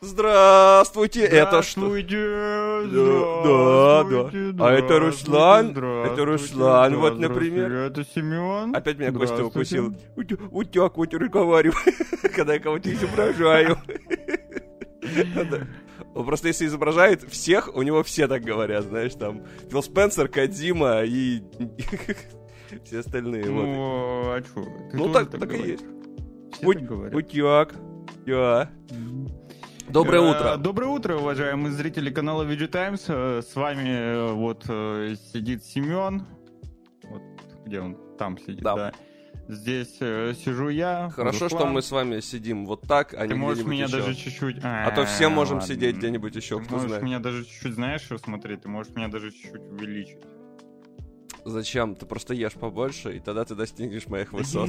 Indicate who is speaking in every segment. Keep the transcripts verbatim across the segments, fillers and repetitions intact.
Speaker 1: Здравствуйте, это что?
Speaker 2: Здравствуйте,
Speaker 1: Да, да, да. А это Руслан, это Руслан, вот, например.
Speaker 2: Это Семен.
Speaker 1: Опять меня Костя укусил. Вот так вот разговариваю, когда я кого-то изображаю. Просто если изображает всех, у него все так говорят, знаешь, там Фил Спенсер, Кодзима и все остальные.
Speaker 2: Ну, а что?
Speaker 1: Ну, так и есть. Утяк. Я. Доброе утро.
Speaker 2: Доброе утро, уважаемые зрители канала ви джи Times. С вами вот сидит Семен. Вот где он? Там сидит, да. да. Здесь э, сижу я.
Speaker 1: Хорошо, Руслан. Что мы с вами сидим вот так, а не где-нибудь еще.
Speaker 2: Ты можешь меня даже чуть-чуть...
Speaker 1: А, а то все можем ладно. Сидеть где-нибудь еще,
Speaker 2: ты
Speaker 1: кто
Speaker 2: можешь
Speaker 1: знает.
Speaker 2: Меня даже чуть-чуть, знаешь, что смотри, ты можешь меня даже чуть-чуть увеличить.
Speaker 1: Зачем? Ты просто ешь побольше, и тогда ты достигнешь моих высот.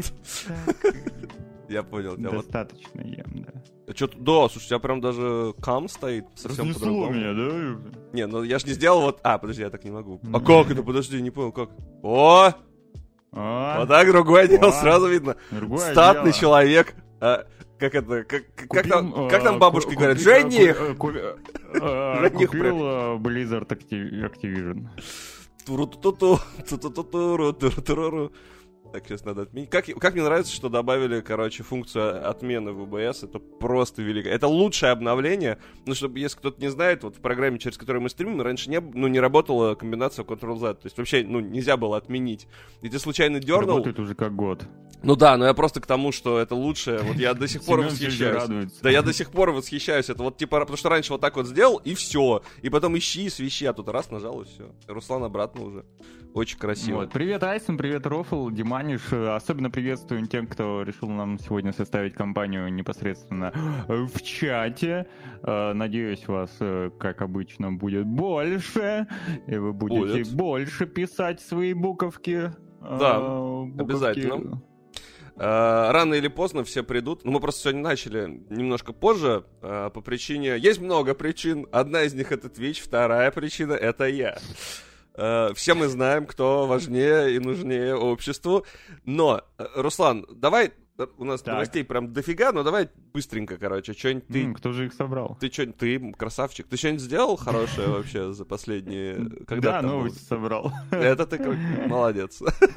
Speaker 1: Я понял тебя.
Speaker 2: Достаточно ем, да.
Speaker 1: Что-то, да, слушай, у тебя прям даже кам стоит совсем по-другому.
Speaker 2: меня, да?
Speaker 1: Не, ну я ж не сделал вот... А, подожди, я так не могу. А как это? Подожди, не понял, как? О! А, вот так, другое дело, а, сразу видно. Статный дело. Человек. А, как это, как, купил, как, там, как там бабушки ку- говорят? Купи, жених!
Speaker 2: Жених купил Blizzard Activision.
Speaker 1: Туру-ту-ту-ту, ту-ту-ту-туру-туру-туру. Так, сейчас надо отменить. Как, как мне нравится, что добавили, короче, функцию отмены в о бэ эс. Это просто велико. Это лучшее обновление. Ну, чтобы, если кто-то не знает, вот в программе, через которую мы стримим, раньше не, ну, не работала комбинация контрол-зет. То есть вообще, ну, нельзя было отменить. И ты случайно дернул...
Speaker 2: Работает уже как год.
Speaker 1: Ну да, но я просто к тому, что это лучшее. Вот я до сих пор восхищаюсь. Да, я до сих пор восхищаюсь. Это вот типа, потому что раньше вот так вот сделал, и все. И потом ищи, свищи, а тут раз нажал, и все. Руслан обратно уже. Очень красиво.
Speaker 2: Вот. Привет, Айсон, привет, Рофл, Диманиш. Особенно приветствуем тем, кто решил нам сегодня составить компанию непосредственно в чате. Надеюсь, вас, как обычно, будет больше. И вы будете будет. больше писать свои буковки.
Speaker 1: Да,
Speaker 2: буковки.
Speaker 1: Обязательно. Рано или поздно все придут. Ну, мы просто сегодня начали немножко позже по причине... Есть много причин. Одна из них — это Twitch, вторая причина — это я. Все мы знаем, кто важнее и нужнее обществу. Но, Руслан, давай... У нас так. новостей прям дофига, но давай быстренько, короче, что-нибудь ты...
Speaker 2: Mm, кто же их собрал?
Speaker 1: Ты что-нибудь... Ты красавчик. Ты что-нибудь сделал хорошее вообще за последние...
Speaker 2: Да, новости собрал.
Speaker 1: Это ты молодец.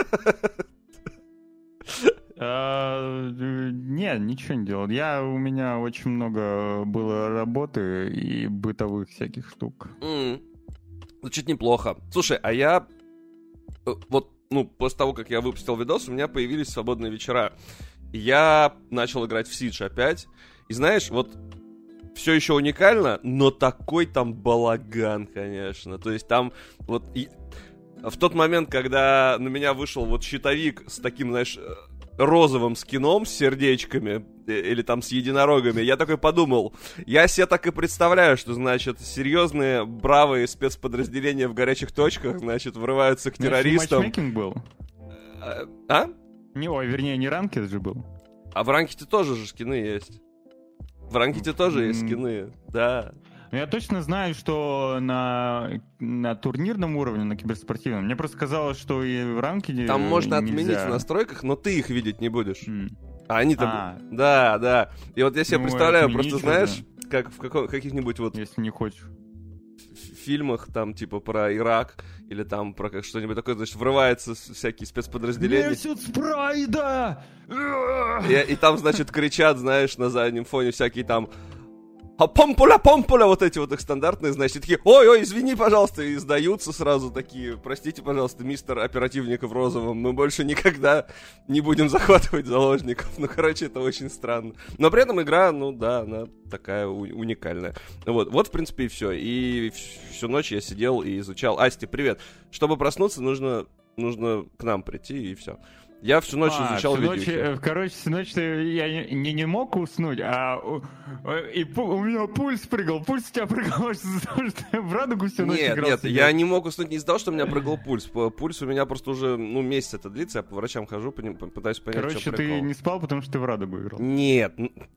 Speaker 2: Не, ничего не делал. Я, у меня очень много было работы и бытовых всяких штук.
Speaker 1: Звучит неплохо. Слушай, а я... Вот, ну, после того, как я выпустил видос, у меня появились свободные вечера. Я начал играть в Siege опять. И знаешь, вот все еще уникально, но такой там балаган, конечно. То есть там вот... И... В тот момент, когда на меня вышел вот щитовик с таким, знаешь, розовым скином с сердечками или там с единорогами, я такой подумал, я себе так и представляю, что, значит, серьезные, бравые спецподразделения в горячих точках, значит, врываются к террористам.
Speaker 2: Матчмейкинг был?
Speaker 1: А?
Speaker 2: Не, ой, вернее, не ранкет же был.
Speaker 1: А в ранкете тоже же скины есть. В ранкете тоже есть скины, да.
Speaker 2: Я точно знаю, что на, на турнирном уровне, на киберспортивном, мне просто казалось, что и в ранкеде
Speaker 1: там можно
Speaker 2: нельзя.
Speaker 1: Отменить в настройках, но ты их видеть не будешь.
Speaker 2: Mm.
Speaker 1: А они там...
Speaker 2: А.
Speaker 1: Да, да. И вот я себе ну, представляю, просто знаешь,
Speaker 2: да.
Speaker 1: как в каком, каких-нибудь вот...
Speaker 2: Если не хочешь.
Speaker 1: В фильмах, там, типа, про Ирак, или там про как что-нибудь такое, значит, врываются всякие спецподразделения.
Speaker 2: Месяц прайда!
Speaker 1: И, и там, значит, кричат, знаешь, на заднем фоне всякие там... А помпуля, помпуля, вот эти вот их стандартные, значит, такие, ой-ой, извини, пожалуйста, и сдаются сразу такие, простите, пожалуйста, мистер оперативника в розовом, мы больше никогда не будем захватывать заложников. Ну, короче, это очень странно. Но при этом игра, ну да, она такая у- уникальная. Вот, вот, в принципе, и все. И всю ночь я сидел и изучал. Асти, привет. Чтобы проснуться, нужно, нужно к нам прийти, и все. Я всю ночь
Speaker 2: а,
Speaker 1: изучал
Speaker 2: всю
Speaker 1: видюхи.
Speaker 2: Ночь, короче, всю ночь я не, не мог уснуть, а и у меня пульс прыгал. Пульс у тебя прыгал из-за того, что я в радугу всю ночь
Speaker 1: нет,
Speaker 2: играл.
Speaker 1: Нет, нет,
Speaker 2: сидел.
Speaker 1: я не мог уснуть не из-за того, что у меня прыгал пульс. Пульс у меня просто уже, ну, месяц это длится, я по врачам хожу, пытаюсь понять,
Speaker 2: короче,
Speaker 1: что прикол.
Speaker 2: Короче, ты не спал, потому что ты в радугу играл.
Speaker 1: Нет,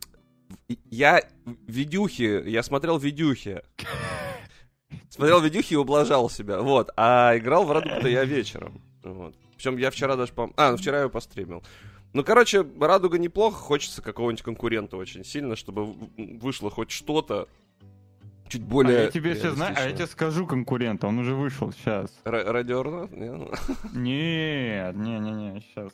Speaker 1: я видюхи, я смотрел видюхи. Смотрел видюхи и ублажал себя, вот. А играл в радугу-то я вечером, вот. Причем я вчера даже, по... А, ну вчера я его постримил. Ну, короче, Радуга неплохо, хочется какого-нибудь конкурента очень сильно, чтобы вышло хоть что-то чуть более...
Speaker 2: А я тебе сейчас знаю, а я тебе скажу конкурента, он уже вышел сейчас.
Speaker 1: Радиорнет?
Speaker 2: Нет, не-не-не, сейчас...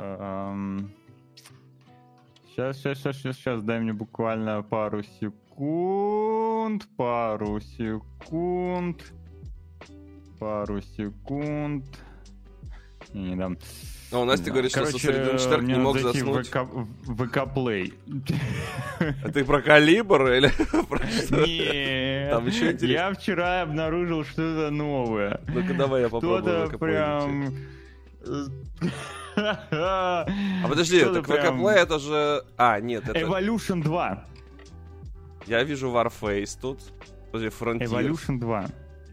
Speaker 2: Сейчас, сейчас, сейчас, сейчас, сейчас, дай мне буквально пару секунд, пару секунд, пару секунд. Не, не дам.
Speaker 1: А у Насти говорит, что Сосредоточенный не мог заснуть.
Speaker 2: В ВК Play.
Speaker 1: А ты про Калибр или про что?
Speaker 2: Нет.
Speaker 1: Там еще интересно.
Speaker 2: Я вчера обнаружил что-то новое.
Speaker 1: Ну-ка давай я попробую
Speaker 2: ВК прям...
Speaker 1: А подожди, так ВК Play это же... А, нет, это...
Speaker 2: Evolution два.
Speaker 1: Я вижу Warface тут. Подожди, Frontier.
Speaker 2: Evolution два.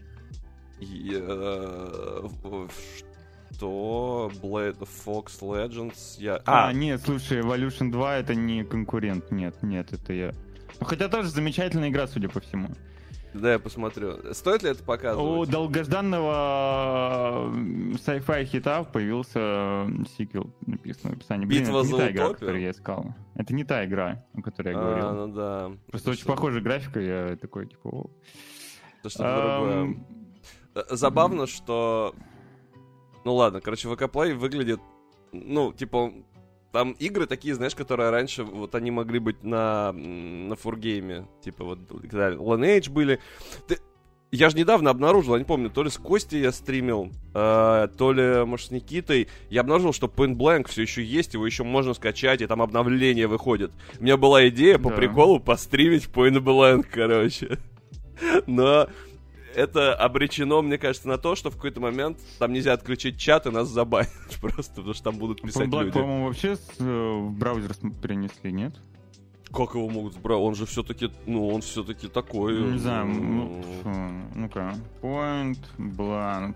Speaker 1: Что? Blade of Fox Legends? Я...
Speaker 2: А, а, нет, слушай, Evolution два это не конкурент. Нет, нет, это я. Ну, хотя тоже замечательная игра, судя по всему.
Speaker 1: Да, я посмотрю. Стоит ли это показывать?
Speaker 2: У долгожданного sci-fi хита появился сиквел, написано в описании. Блин,
Speaker 1: Битва
Speaker 2: это
Speaker 1: за
Speaker 2: не та игра,
Speaker 1: утопию?
Speaker 2: которую я искал. Это не та игра, о которой я говорил.
Speaker 1: А, ну да.
Speaker 2: Просто очень похожая графика, я такой, типа... О.
Speaker 1: Это что-то другое. Забавно, что... Ну ладно, короче, ВК Play выглядит... Ну, типа... Там игры такие, знаешь, которые раньше, вот они могли быть на, на фургейме. Типа вот, когда Lineage были. Ты... Я же недавно обнаружил, я не помню, то ли с Костей я стримил, э, то ли, может, с Никитой. Я обнаружил, что Point Blank все еще есть, его еще можно скачать, и там обновление выходит. У меня была идея по
Speaker 2: да.
Speaker 1: приколу постримить Point Blank, короче. Но... Это обречено, мне кажется, на то, что в какой-то момент там нельзя отключить чат, и нас забанят просто, потому что там будут писать
Speaker 2: Black,
Speaker 1: люди.
Speaker 2: по-моему, вообще с, э, в браузер перенесли, нет?
Speaker 1: Как его могут сбрать? Он же все-таки, ну, он все-таки такой...
Speaker 2: Не знаю, ну, ну-ка. Point Blank.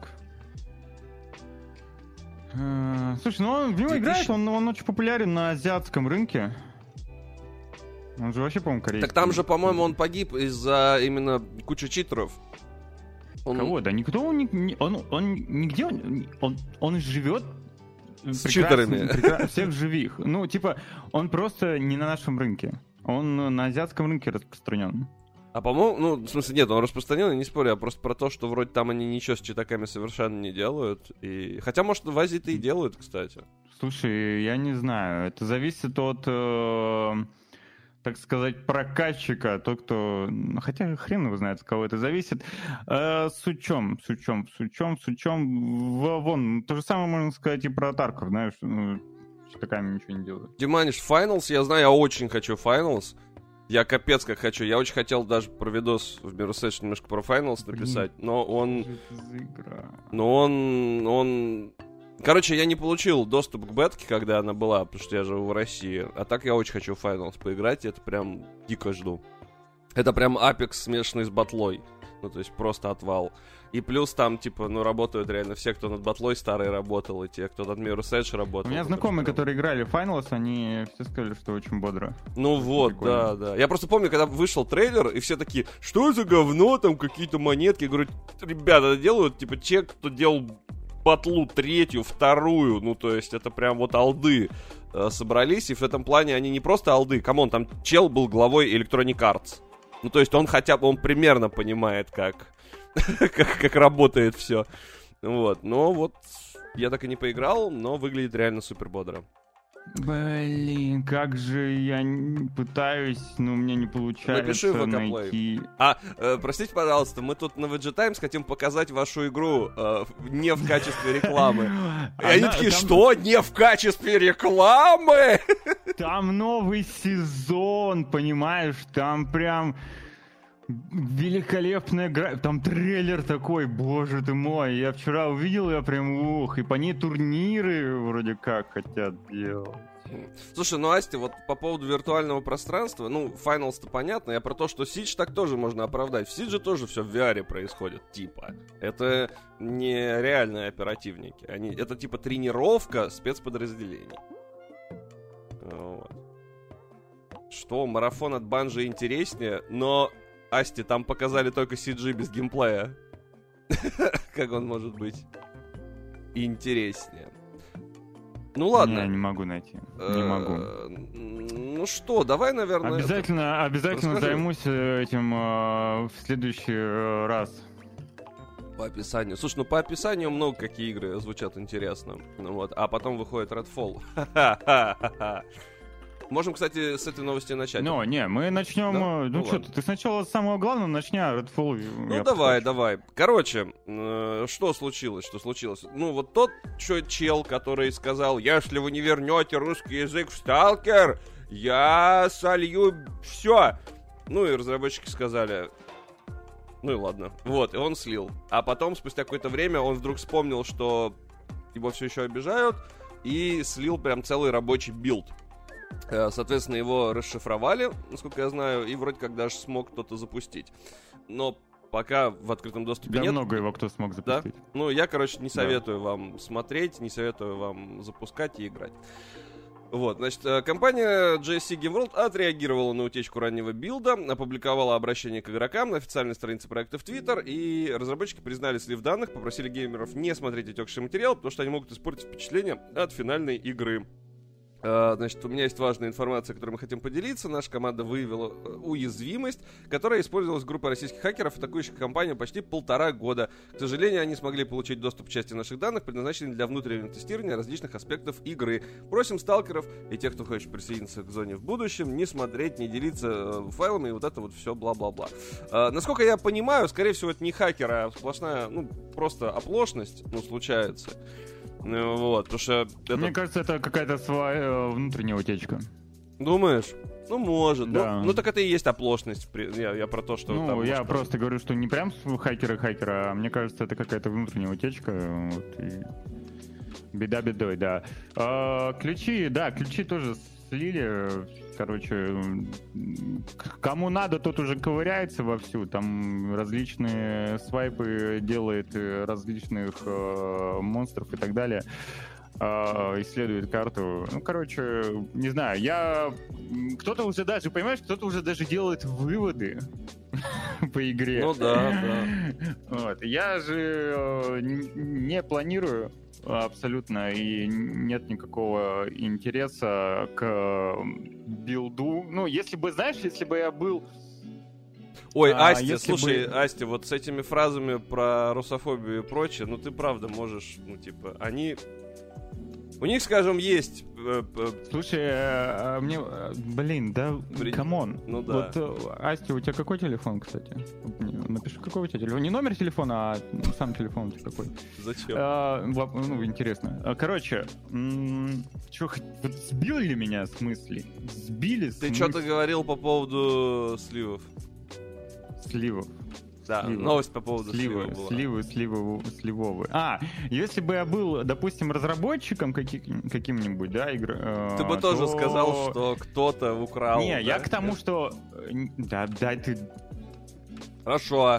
Speaker 2: Э, слушай, ну он в него играет, он, он очень популярен на азиатском рынке. Он же вообще, по-моему, корейский.
Speaker 1: Так там же, по-моему, он погиб из-за именно кучи читеров.
Speaker 2: Он... Кого? Да никто, он, не, он, он нигде, он, он, он живет
Speaker 1: с читерами.
Speaker 2: Прекра... Всех живых. Ну, типа, он просто не на нашем рынке. Он на азиатском рынке распространен.
Speaker 1: А по-моему, ну, в смысле, нет, он распространен, я не спорю, а просто про то, что вроде там они ничего с читаками совершенно не делают. И... Хотя, может, в Азии-то и делают, кстати.
Speaker 2: Слушай, я не знаю. Это зависит от... Э... так сказать, прокатчика, тот, кто... Хотя хрен его знает, с кого это зависит. Э, с учем, с учем, с учем, с учем. Вон, то же самое можно сказать и про Тарков, знаешь, ну, с таками ничего не делают.
Speaker 1: Диманиш, Finals, я знаю, я очень хочу Finals. Я капец как хочу. Я очень хотел даже про видос в Mirror's немножко про Finals написать, Блин, но он... Но он... он... Короче, я не получил доступ к бетке, когда она была, потому что я живу в России. А так я очень хочу в Finals поиграть, и это прям дико жду. Это прям Apex, смешанный с батлой. Ну, то есть просто отвал. И плюс там, типа, ну, работают реально все, кто над батлой старый работал, и те, кто над Mirror's Edge работал.
Speaker 2: У меня знакомые, прям... которые играли в Finals, они все сказали, что очень бодро.
Speaker 1: Ну очень вот, прикольно. Да, да. Я просто помню, когда вышел трейлер, и все такие, что за говно, там какие-то монетки. Я говорю, ребята, это делают, типа, те, кто делал... батлу третью, вторую, ну, то есть это прям вот алды э, собрались, и в этом плане они не просто алды, камон, там чел был главой Electronic Arts, ну, то есть он хотя бы, он примерно понимает, как, как, как работает все, вот, но вот я так и не поиграл, но выглядит реально супер бодро.
Speaker 2: Блин, как же я пытаюсь, но у меня не получается.
Speaker 1: Напиши в
Speaker 2: найти...
Speaker 1: А, э, простите, пожалуйста, мы тут на ви джи Times хотим показать вашу игру э, не в качестве рекламы. И они такие, что? Не в качестве рекламы?
Speaker 2: Там новый сезон, понимаешь? Там прям... великолепная гра... Там трейлер такой, боже ты мой. Я вчера увидел, я прям ух. И по ней турниры вроде как хотят делать.
Speaker 1: Слушай, ну, Асти, вот по поводу виртуального пространства, ну, Finals-то понятно, я про то, что Siege так тоже можно оправдать. В Siege тоже все в ви ар происходит, типа. Это не реальные оперативники. Они... Это типа тренировка спецподразделений. Вот. Что, марафон от Банжи интереснее, но... Асти, там показали только си джи без геймплея. Как он может быть интереснее? Ну ладно.
Speaker 2: Не, не могу найти. Не могу.
Speaker 1: Ну что, давай, наверное...
Speaker 2: Обязательно, обязательно
Speaker 1: Расскажи.
Speaker 2: займусь этим э, в следующий раз.
Speaker 1: По описанию. Слушай, ну по описанию много какие игры звучат интересно. Ну вот, а потом выходит Redfall. Ха-ха-ха-ха. Можем, кстати, с этой новости начать.
Speaker 2: Ну, не, мы начнем...
Speaker 1: Да?
Speaker 2: Ну,
Speaker 1: Ну,
Speaker 2: что
Speaker 1: ладно.
Speaker 2: ты, ты сначала с самого главного начни, а Redfall...
Speaker 1: Ну
Speaker 2: я
Speaker 1: давай,
Speaker 2: подскочу.
Speaker 1: давай. Короче, э, что случилось, что случилось? Ну вот тот чё, чел, который сказал, если вы не вернете русский язык в Сталкер, я солью все. Ну и разработчики сказали, ну и ладно. Вот, и он слил. А потом, спустя какое-то время, он вдруг вспомнил, что его все еще обижают, и слил прям целый рабочий билд. Соответственно, его расшифровали, насколько я знаю, и вроде как даже смог кто-то запустить. Но пока в открытом доступе
Speaker 2: Да
Speaker 1: нет.
Speaker 2: много его кто смог
Speaker 1: Да?
Speaker 2: запустить.
Speaker 1: Ну, я, короче, не советую вам смотреть, не советую вам запускать и играть. Вот, значит, э, компания джи эс си Game World отреагировала на утечку раннего билда, опубликовала обращение к игрокам на официальной странице проекта в Twitter, и разработчики признали слив данных, попросили геймеров не смотреть утекший материал, потому что они могут испортить впечатление от финальной игры. Значит, у меня есть важная информация, которой мы хотим поделиться. Наша команда выявила уязвимость, которая использовалась группой российских хакеров, атакующих компанию почти полтора года. К сожалению, они смогли получить доступ к части наших данных, предназначенных для внутреннего тестирования различных аспектов игры. Просим сталкеров и тех, кто хочет присоединиться к зоне в будущем, не смотреть, не делиться файлами и вот это вот все бла-бла-бла. А, насколько я понимаю, скорее всего, это не хакер, а сплошная, ну, просто оплошность, ну, случается. Ну, вот, потому что... Это...
Speaker 2: Мне кажется, это какая-то своя внутренняя утечка.
Speaker 1: Думаешь? Ну, может.
Speaker 2: Да.
Speaker 1: Ну, ну, так это и есть оплошность. Я, я про то, что...
Speaker 2: Ну,
Speaker 1: там,
Speaker 2: я
Speaker 1: может,
Speaker 2: просто говорю, что не прям хакеры-хакера, а мне кажется, это какая-то внутренняя утечка. Вот, и... Беда бедой, да. А, ключи, да, ключи тоже слили. Короче, кому надо, тот уже ковыряется вовсю. Там различные свайпы делает, различных э, монстров и так далее. Э, исследует карту. Ну, короче, не знаю, я... Кто-то уже даже, понимаешь, кто-то уже даже делает выводы по игре.
Speaker 1: Ну да, да.
Speaker 2: Вот. Я же э, не планирую абсолютно, и нет никакого интереса к билду. Ну, если бы, знаешь, если бы я был...
Speaker 1: Ой,
Speaker 2: а,
Speaker 1: Асти, слушай,
Speaker 2: бы...
Speaker 1: Асти, вот с этими фразами про русофобию и прочее, ну ты правда можешь, ну типа, они... У них, скажем, есть... Э, э,
Speaker 2: Слушай, э, мне... Блин, да,
Speaker 1: Вред...
Speaker 2: камон.
Speaker 1: Ну да.
Speaker 2: Вот, Асти, у тебя какой телефон, кстати? Напиши, какой у тебя телефон. Не номер телефона, а сам телефон у тебя какой.
Speaker 1: Зачем?
Speaker 2: А, ну, интересно. Короче, м- чё, вот сбили меня, в смысле? Сбили,
Speaker 1: Ты что-то говорил по поводу сливов.
Speaker 2: Сливов.
Speaker 1: Да,
Speaker 2: Сливы.
Speaker 1: новость по поводу
Speaker 2: Сливы,
Speaker 1: сливов была.
Speaker 2: сливы, сливы, сливовые. А, если бы я был, допустим, разработчиком каким- каким-нибудь, да, игры... Э,
Speaker 1: Ты бы
Speaker 2: то...
Speaker 1: тоже сказал, что кто-то украл.
Speaker 2: Не,
Speaker 1: да?
Speaker 2: я к тому, что... Да, дай ты...
Speaker 1: Хорошо.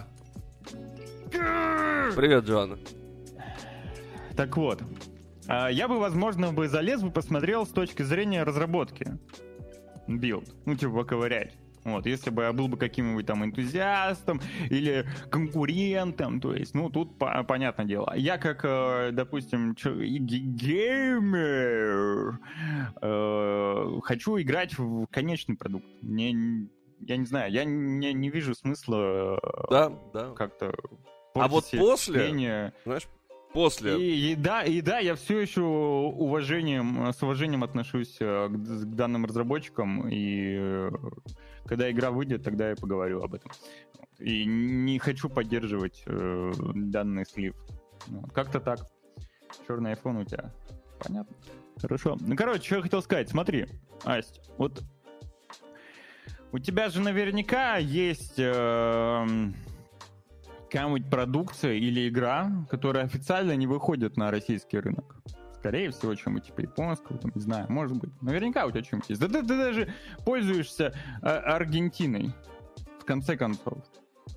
Speaker 1: Привет, Джоанна.
Speaker 2: Так вот, я бы, возможно, бы залез бы, посмотрел с точки зрения разработки билд. Ну, типа, поковырять. Вот, если бы я был бы каким-нибудь там энтузиастом или конкурентом, то есть, ну, тут по- понятное дело. Я как, э, допустим, чё, г- геймер э, хочу играть в конечный продукт. Мне, я не знаю, я не, не вижу смысла э,
Speaker 1: Да, да.
Speaker 2: как-то
Speaker 1: А вот
Speaker 2: себе
Speaker 1: после,
Speaker 2: впечатление.
Speaker 1: знаешь, после...
Speaker 2: И, и да, и да, я все еще уважением, с уважением отношусь э, к, к данным разработчикам, и э, когда игра выйдет, тогда я поговорю об этом. И не хочу поддерживать э, данный слив. Вот, как-то так. Черный iPhone у тебя. Понятно. Хорошо. Ну, короче, что я хотел сказать. Смотри, Асть, вот у тебя же наверняка есть... Э, какая-нибудь продукция или игра, которая официально не выходит на российский рынок. Скорее всего, чем-нибудь типа японского, там, не знаю, может быть. Наверняка у тебя что-нибудь есть. Да ты, ты даже пользуешься э, Аргентиной, в конце концов.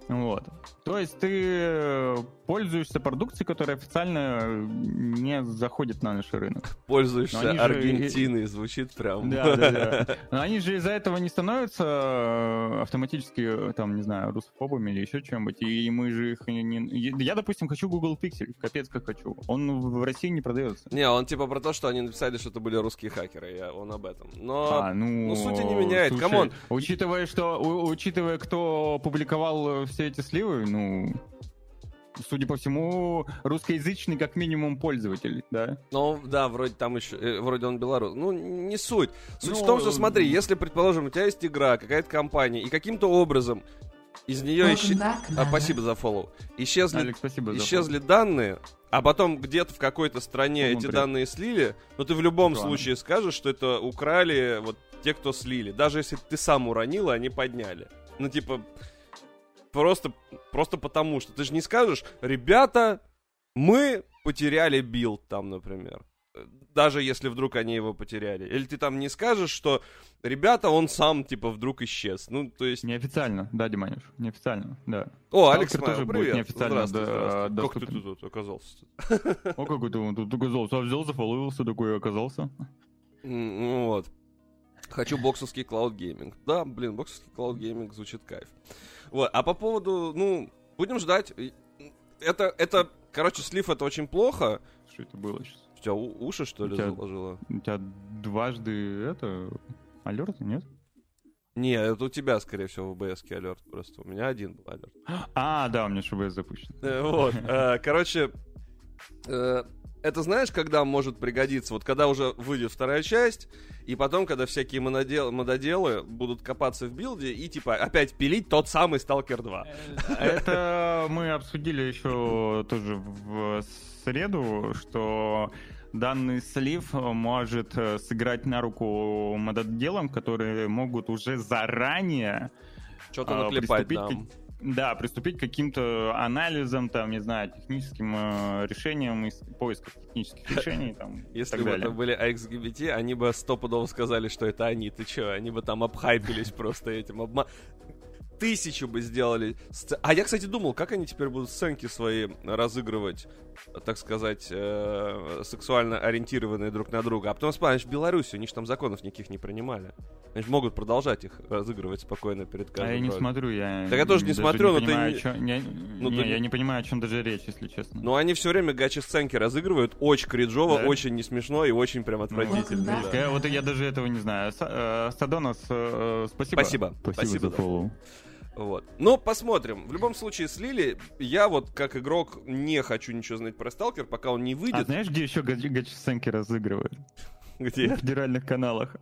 Speaker 2: Вот. То есть ты пользуешься продукцией, которая официально не заходит на наш рынок.
Speaker 1: Пользуешься Аргентиной, же... звучит прям.
Speaker 2: Да, да, да. Но они же из-за этого не становятся автоматически, там, не знаю, русофобами или еще чем-нибудь. И мы же их не... Я, допустим, хочу Google Pixel, капец как хочу. Он в России не продается.
Speaker 1: Не, он типа про то, что они написали, что это были русские хакеры. Я, он об этом. Но
Speaker 2: а, ну,
Speaker 1: ну, сути не меняет.
Speaker 2: Слушай,
Speaker 1: камон.
Speaker 2: Учитывая, что, у, учитывая, кто публиковал все эти сливы, ну... Судя по всему, русскоязычный как минимум пользователь, да?
Speaker 1: Ну, да, вроде там еще, э, вроде он белорус. Ну, не суть. Суть
Speaker 2: ну,
Speaker 1: в том, что, смотри, если, предположим, у тебя есть игра, какая-то компания, и каким-то образом из нее исчез... А, спасибо за фоллоу. Исчезли,
Speaker 2: Алекс, спасибо
Speaker 1: исчезли
Speaker 2: за
Speaker 1: данные, а потом где-то в какой-то стране
Speaker 2: Думаю,
Speaker 1: эти
Speaker 2: привет.
Speaker 1: данные слили, но ты в любом
Speaker 2: Ладно.
Speaker 1: случае скажешь, что это украли вот те, кто слили. Даже если ты сам уронил, и они подняли. Ну, типа... Просто, просто потому что. Ты же не скажешь, ребята, мы потеряли билд там, например. Даже если вдруг они его потеряли. Или ты там не скажешь, что, ребята, он сам, типа, вдруг исчез. Ну, то есть...
Speaker 2: Неофициально, да, Диманиш, неофициально, да.
Speaker 1: О, Алекс
Speaker 2: Сталкер тоже
Speaker 1: привет.
Speaker 2: будет неофициально,
Speaker 1: Здравствуй,
Speaker 2: да,
Speaker 1: здравствуй. Как
Speaker 2: доступен.
Speaker 1: ты тут оказался?
Speaker 2: О, как это он тут оказался? А взял, зафоловился, такой и оказался.
Speaker 1: Ну вот. Хочу боксовский клауд-гейминг. Да, блин, боксовский клауд-гейминг звучит кайф. Вот, а по поводу, ну, будем ждать. Это, это, короче, слив это очень плохо.
Speaker 2: Что это было сейчас?
Speaker 1: У тебя у- уши, что ли,
Speaker 2: У тебя-
Speaker 1: заложило?
Speaker 2: У тебя дважды это... Алерт, нет?
Speaker 1: Не, это у тебя, скорее всего, в БС-ке алерт просто. У меня один был алерт.
Speaker 2: А, да, у меня ШБС запущен.
Speaker 1: Э, Вот, э, короче, э, это знаешь, когда может пригодиться? Вот когда уже выйдет вторая часть, и потом, когда всякие монодел- мододелы будут копаться в билде и, типа, опять пилить тот самый Сталкер два.
Speaker 2: Это мы обсудили еще тоже в среду, что данный слив может сыграть на руку мододелам, которые могут уже заранее
Speaker 1: Что-то
Speaker 2: а,
Speaker 1: наклепать
Speaker 2: приступить
Speaker 1: нам.
Speaker 2: к- Да, приступить к каким-то анализам, там, не знаю, техническим э, решениям, и поиском технических решений, там, и
Speaker 1: Если
Speaker 2: так
Speaker 1: бы
Speaker 2: далее.
Speaker 1: это были эй икс джи би ти, они бы стопудово сказали, что это они. Ты чё? Они бы там обхайпились просто этим. Обма... Тысячу бы сделали. сц- А я, кстати, думал, как они теперь будут сценки свои разыгрывать, так сказать, э, сексуально ориентированные друг на друга. А потом вспомнил, в Беларуси, у них же там законов никаких не принимали. Они же могут продолжать их разыгрывать спокойно перед каждым
Speaker 2: А я не
Speaker 1: разом.
Speaker 2: смотрю, я...
Speaker 1: Так я тоже не
Speaker 2: даже
Speaker 1: смотрю,
Speaker 2: не
Speaker 1: но ты
Speaker 2: понимаю,
Speaker 1: не-
Speaker 2: о чём- я...
Speaker 1: Ну,
Speaker 2: не,
Speaker 1: ты
Speaker 2: я
Speaker 1: не-
Speaker 2: не понимаю, о чем даже речь, если честно.
Speaker 1: Но они все время гачи-сценки разыгрывают очень кринжово,
Speaker 2: Да?
Speaker 1: очень не смешно и очень прям отвратительно.
Speaker 3: Ну,
Speaker 1: да.
Speaker 2: Я, вот я даже этого не знаю. Са- э, Садонос, э, спасибо.
Speaker 1: Спасибо. Спасибо,
Speaker 2: за
Speaker 1: да.
Speaker 2: фоллоу.
Speaker 1: Вот. Ну, посмотрим. В любом случае, слили. Я вот, как игрок, не хочу ничего знать про Сталкер, пока он не
Speaker 2: А
Speaker 1: выйдет.
Speaker 2: знаешь, где еще га- гачи-сценки разыгрывают?
Speaker 1: Где?
Speaker 2: На федеральных каналах.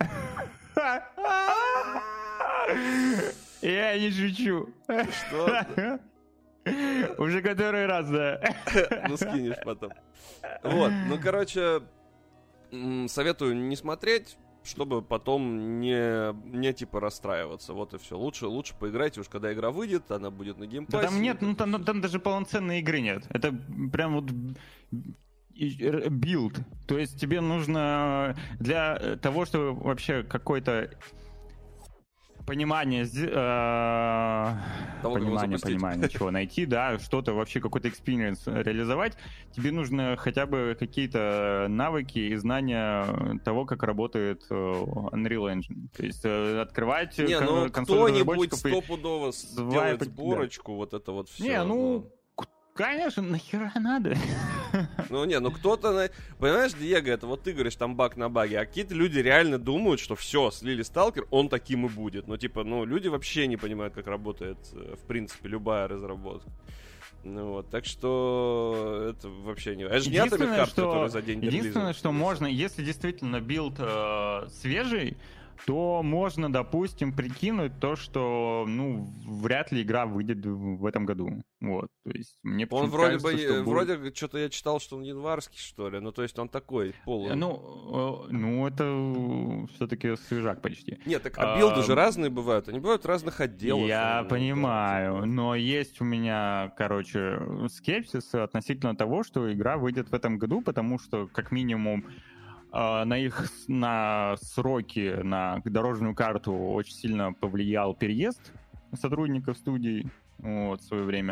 Speaker 2: Я не шучу.
Speaker 1: Что?
Speaker 2: Уже который раз, да.
Speaker 1: Ну, скинешь потом. Вот. Ну, короче, м, советую не смотреть, чтобы потом не, не типа расстраиваться. Вот и все. Лучше, лучше поиграйте уж, когда игра выйдет, она будет на
Speaker 2: Да
Speaker 1: геймпассе.
Speaker 2: там нет, ну там, там даже полноценной игры нет. Это прям вот и- р- билд. То есть тебе нужно для того, чтобы вообще какое-то понимание, сде- э,
Speaker 1: Того, как его
Speaker 2: понимание,
Speaker 1: запустить.
Speaker 2: понимание, чего найти, да, что-то вообще, какой-то экспириенс реализовать, тебе нужно хотя бы какие-то навыки и знания того, как работает э, Unreal Engine. То есть э, открывать
Speaker 1: Не,
Speaker 2: кон-
Speaker 1: ну
Speaker 2: консоль
Speaker 1: кто-нибудь
Speaker 2: разработчиков и-
Speaker 1: стопудово с-
Speaker 2: свайпать,
Speaker 1: делает
Speaker 2: да.
Speaker 1: сборочку, вот это вот все.
Speaker 2: Не, ну, к- конечно, нахера надо?
Speaker 1: Ну не, ну кто-то, на- понимаешь, Диего, это вот ты говоришь, там баг на баге, а какие-то люди реально думают, что все, слили Сталкер, он таким и будет. Ну типа, ну люди вообще не понимают, как работает, э, в принципе, любая разработка. Ну вот, так что это вообще не... Это же не
Speaker 2: Единственное,
Speaker 1: Atomic Heart,
Speaker 2: что-
Speaker 1: который за день
Speaker 2: Единственное,
Speaker 1: релиза.
Speaker 2: что можно, если действительно билд э, свежий, то можно, допустим, прикинуть то, что, ну, вряд ли игра выйдет в этом году. Вот, то есть мне
Speaker 1: Он
Speaker 2: почему-то
Speaker 1: вроде
Speaker 2: кажется,
Speaker 1: бы,
Speaker 2: что
Speaker 1: э,
Speaker 2: будет-
Speaker 1: вроде что-то я читал, что он январский, что ли. Ну то есть он такой, полу...
Speaker 2: Ну, э, ну, это все-таки свежак почти.
Speaker 1: Нет, так а билды
Speaker 2: а,
Speaker 1: же разные бывают, они бывают разных отделов.
Speaker 2: Я
Speaker 1: Ну,
Speaker 2: понимаю,
Speaker 1: да, типа.
Speaker 2: но есть у меня, короче, скепсис относительно того, что игра выйдет в этом году, потому что, как минимум, э, на их с- на сроки, на дорожную карту очень сильно повлиял переезд сотрудников студии. вот, в свое время.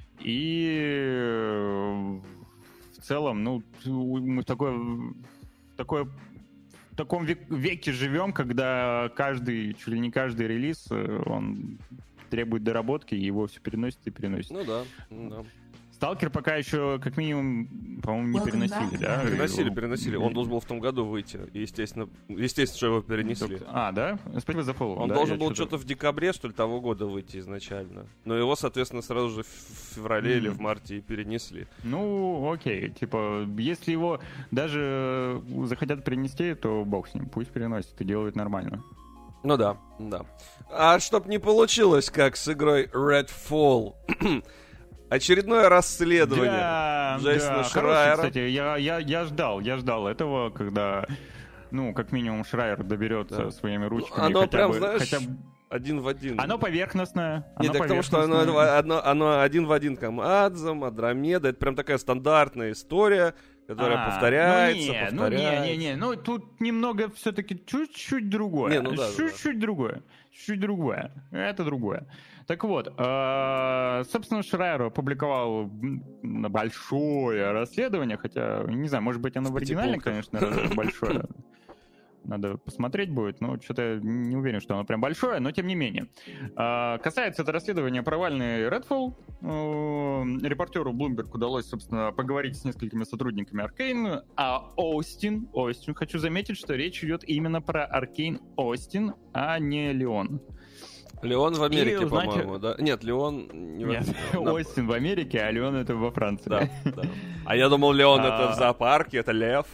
Speaker 2: И в целом, ну, мы в такое, такое, в таком веке живем, когда каждый, чуть ли не каждый релиз, он требует доработки, и его все переносит и переносит.
Speaker 1: Ну да, ну да.
Speaker 2: Сталкер пока еще, как минимум, по-моему, не переносили, да?
Speaker 1: Переносили, переносили. Он должен был в том году выйти. И, естественно, естественно, что его перенесли.
Speaker 2: А, да? Спасибо за фоллоу.
Speaker 1: Он
Speaker 2: да,
Speaker 1: должен был
Speaker 2: что-то...
Speaker 1: что-то в декабре, что ли, того года выйти изначально. Но его, соответственно, сразу же в феврале mm. или в марте и перенесли.
Speaker 2: Ну, окей. Типа, если его даже захотят перенести, то бог с ним. Пусть переносит и делают нормально.
Speaker 1: Ну да, да. А чтоб не получилось, как с игрой Redfall... Очередное расследование
Speaker 2: да,
Speaker 1: Джейсона
Speaker 2: да.
Speaker 1: Шрайера.
Speaker 2: Хороший, кстати, я, я, я ждал, я ждал этого, когда, ну, как минимум, Шрайер доберется да. своими ручками.
Speaker 1: Ну, оно
Speaker 2: хотя
Speaker 1: прям,
Speaker 2: бы,
Speaker 1: знаешь,
Speaker 2: хотя бы...
Speaker 1: один в один.
Speaker 2: Оно поверхностное.
Speaker 1: Нет,
Speaker 2: оно
Speaker 1: так потому что оно, оно, оно один в один, как Адзам, Андромеда. Это прям такая стандартная история, которая а, повторяется,
Speaker 2: ну не,
Speaker 1: повторяется.
Speaker 2: Ну не, не, не, ну тут немного все-таки чуть-чуть другое.
Speaker 1: Не, ну да,
Speaker 2: чуть-чуть
Speaker 1: да.
Speaker 2: другое. Чуть-чуть другое. Это другое. Так вот, э, собственно, Шрайер опубликовал большое расследование, хотя, не знаю, может быть, оно в оригинале, конечно, большое. Надо посмотреть будет, но что-то не уверен, что оно прям большое, но тем не менее. А, касается это расследования провальной Redfall. А, репортеру Bloomberg удалось, собственно, поговорить с несколькими сотрудниками Arkane, а Остин, Остин, хочу заметить, что речь идет именно про Arkane Остин, а не Леон.
Speaker 1: Леон в Америке, узнать... по-моему, да? Нет, Леон... Не
Speaker 2: Нет, в... Остин в Америке, а Леон это во Франции.
Speaker 1: Да, да. А я думал, Леон это в зоопарке, это лев.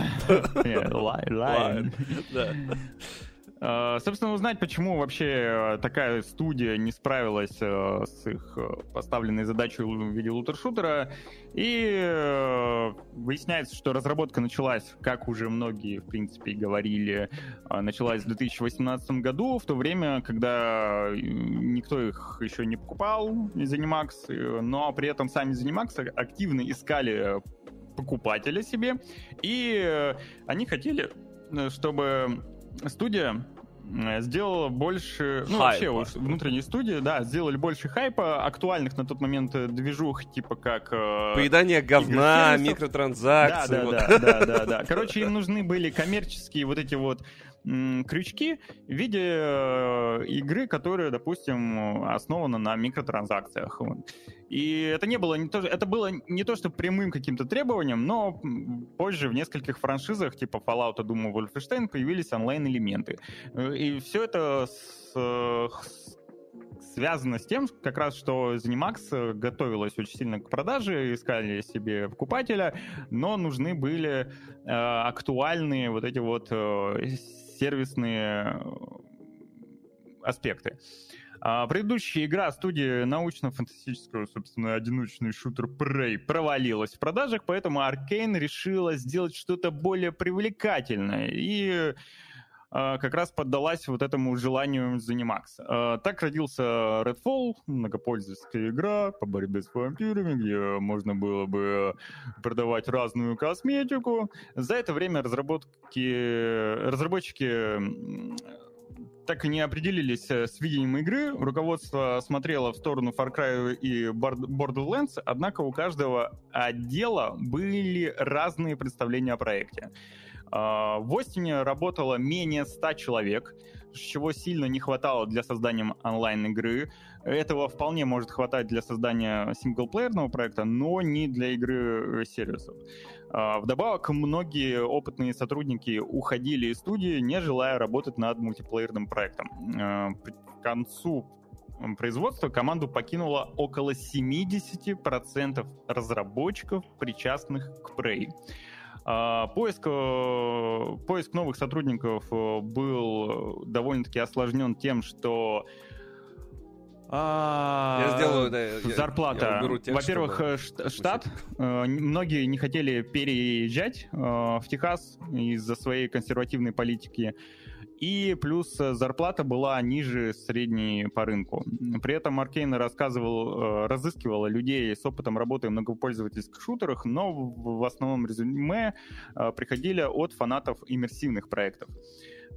Speaker 2: Лайн. Собственно, узнать, почему вообще такая студия не справилась с их поставленной задачей в виде лутер-шутера. И выясняется, что разработка началась, как уже многие, в принципе, говорили, началась в две тысячи восемнадцатом году, в то время, когда никто их еще не покупал, ZeniMax, но при этом сами ZeniMax активно искали покупателя себе, и они хотели, чтобы студия сделала больше... Ну,
Speaker 1: хайпа.
Speaker 2: вообще, внутренние студии, да, сделали больше хайпа, актуальных на тот момент движух, типа как...
Speaker 1: Поедание говна, микротранзакции.
Speaker 2: Да, да,
Speaker 1: вот.
Speaker 2: да, да, да, да. Короче, им нужны были коммерческие вот эти вот м, крючки в виде э, игры, которая, допустим, основана на микротранзакциях. И это не было не то, это было не то, что прямым каким-то требованием, но позже в нескольких франшизах, типа Fallout, Doom, Wolfenstein, появились онлайн-элементы. И все это с, с, связано с тем, как раз, что ZeniMax готовилась очень сильно к продаже, искали себе покупателя, но нужны были э, актуальные вот эти вот э, сервисные аспекты. А предыдущая игра студии научно-фантастического, собственно, одиночный шутер Prey провалилась в продажах, поэтому Arkane решила сделать что-то более привлекательное и а, как раз поддалась вот этому желанию ZeniMax. А, так родился Redfall, многопользовательская игра по борьбе с вампирами, где можно было бы продавать разную косметику. За это время разработки, разработчики так и не определились с видением игры. Руководство смотрело в сторону Far Cry и Borderlands, однако у каждого отдела были разные представления о проекте. В Остине работало менее ста человек, чего сильно не хватало для создания онлайн-игры. Этого вполне может хватать для создания синглплеерного проекта, но не для игры сервисов. Вдобавок, многие опытные сотрудники уходили из студии, не желая работать над мультиплеерным проектом. К концу производства команду покинуло около семьдесят процентов разработчиков, причастных к Prey. Поиск, поиск новых сотрудников был довольно-таки осложнен тем, что
Speaker 1: я сделаю, да,
Speaker 2: зарплата.
Speaker 1: Я, я
Speaker 2: Во-первых, чтобы... штат. Многие не хотели переезжать в Техас из-за своей консервативной политики. И плюс зарплата была ниже средней по рынку. При этом Arkane рассказывал, разыскивала людей с опытом работы в многопользовательских шутерах, но в основном резюме приходили от фанатов иммерсивных проектов.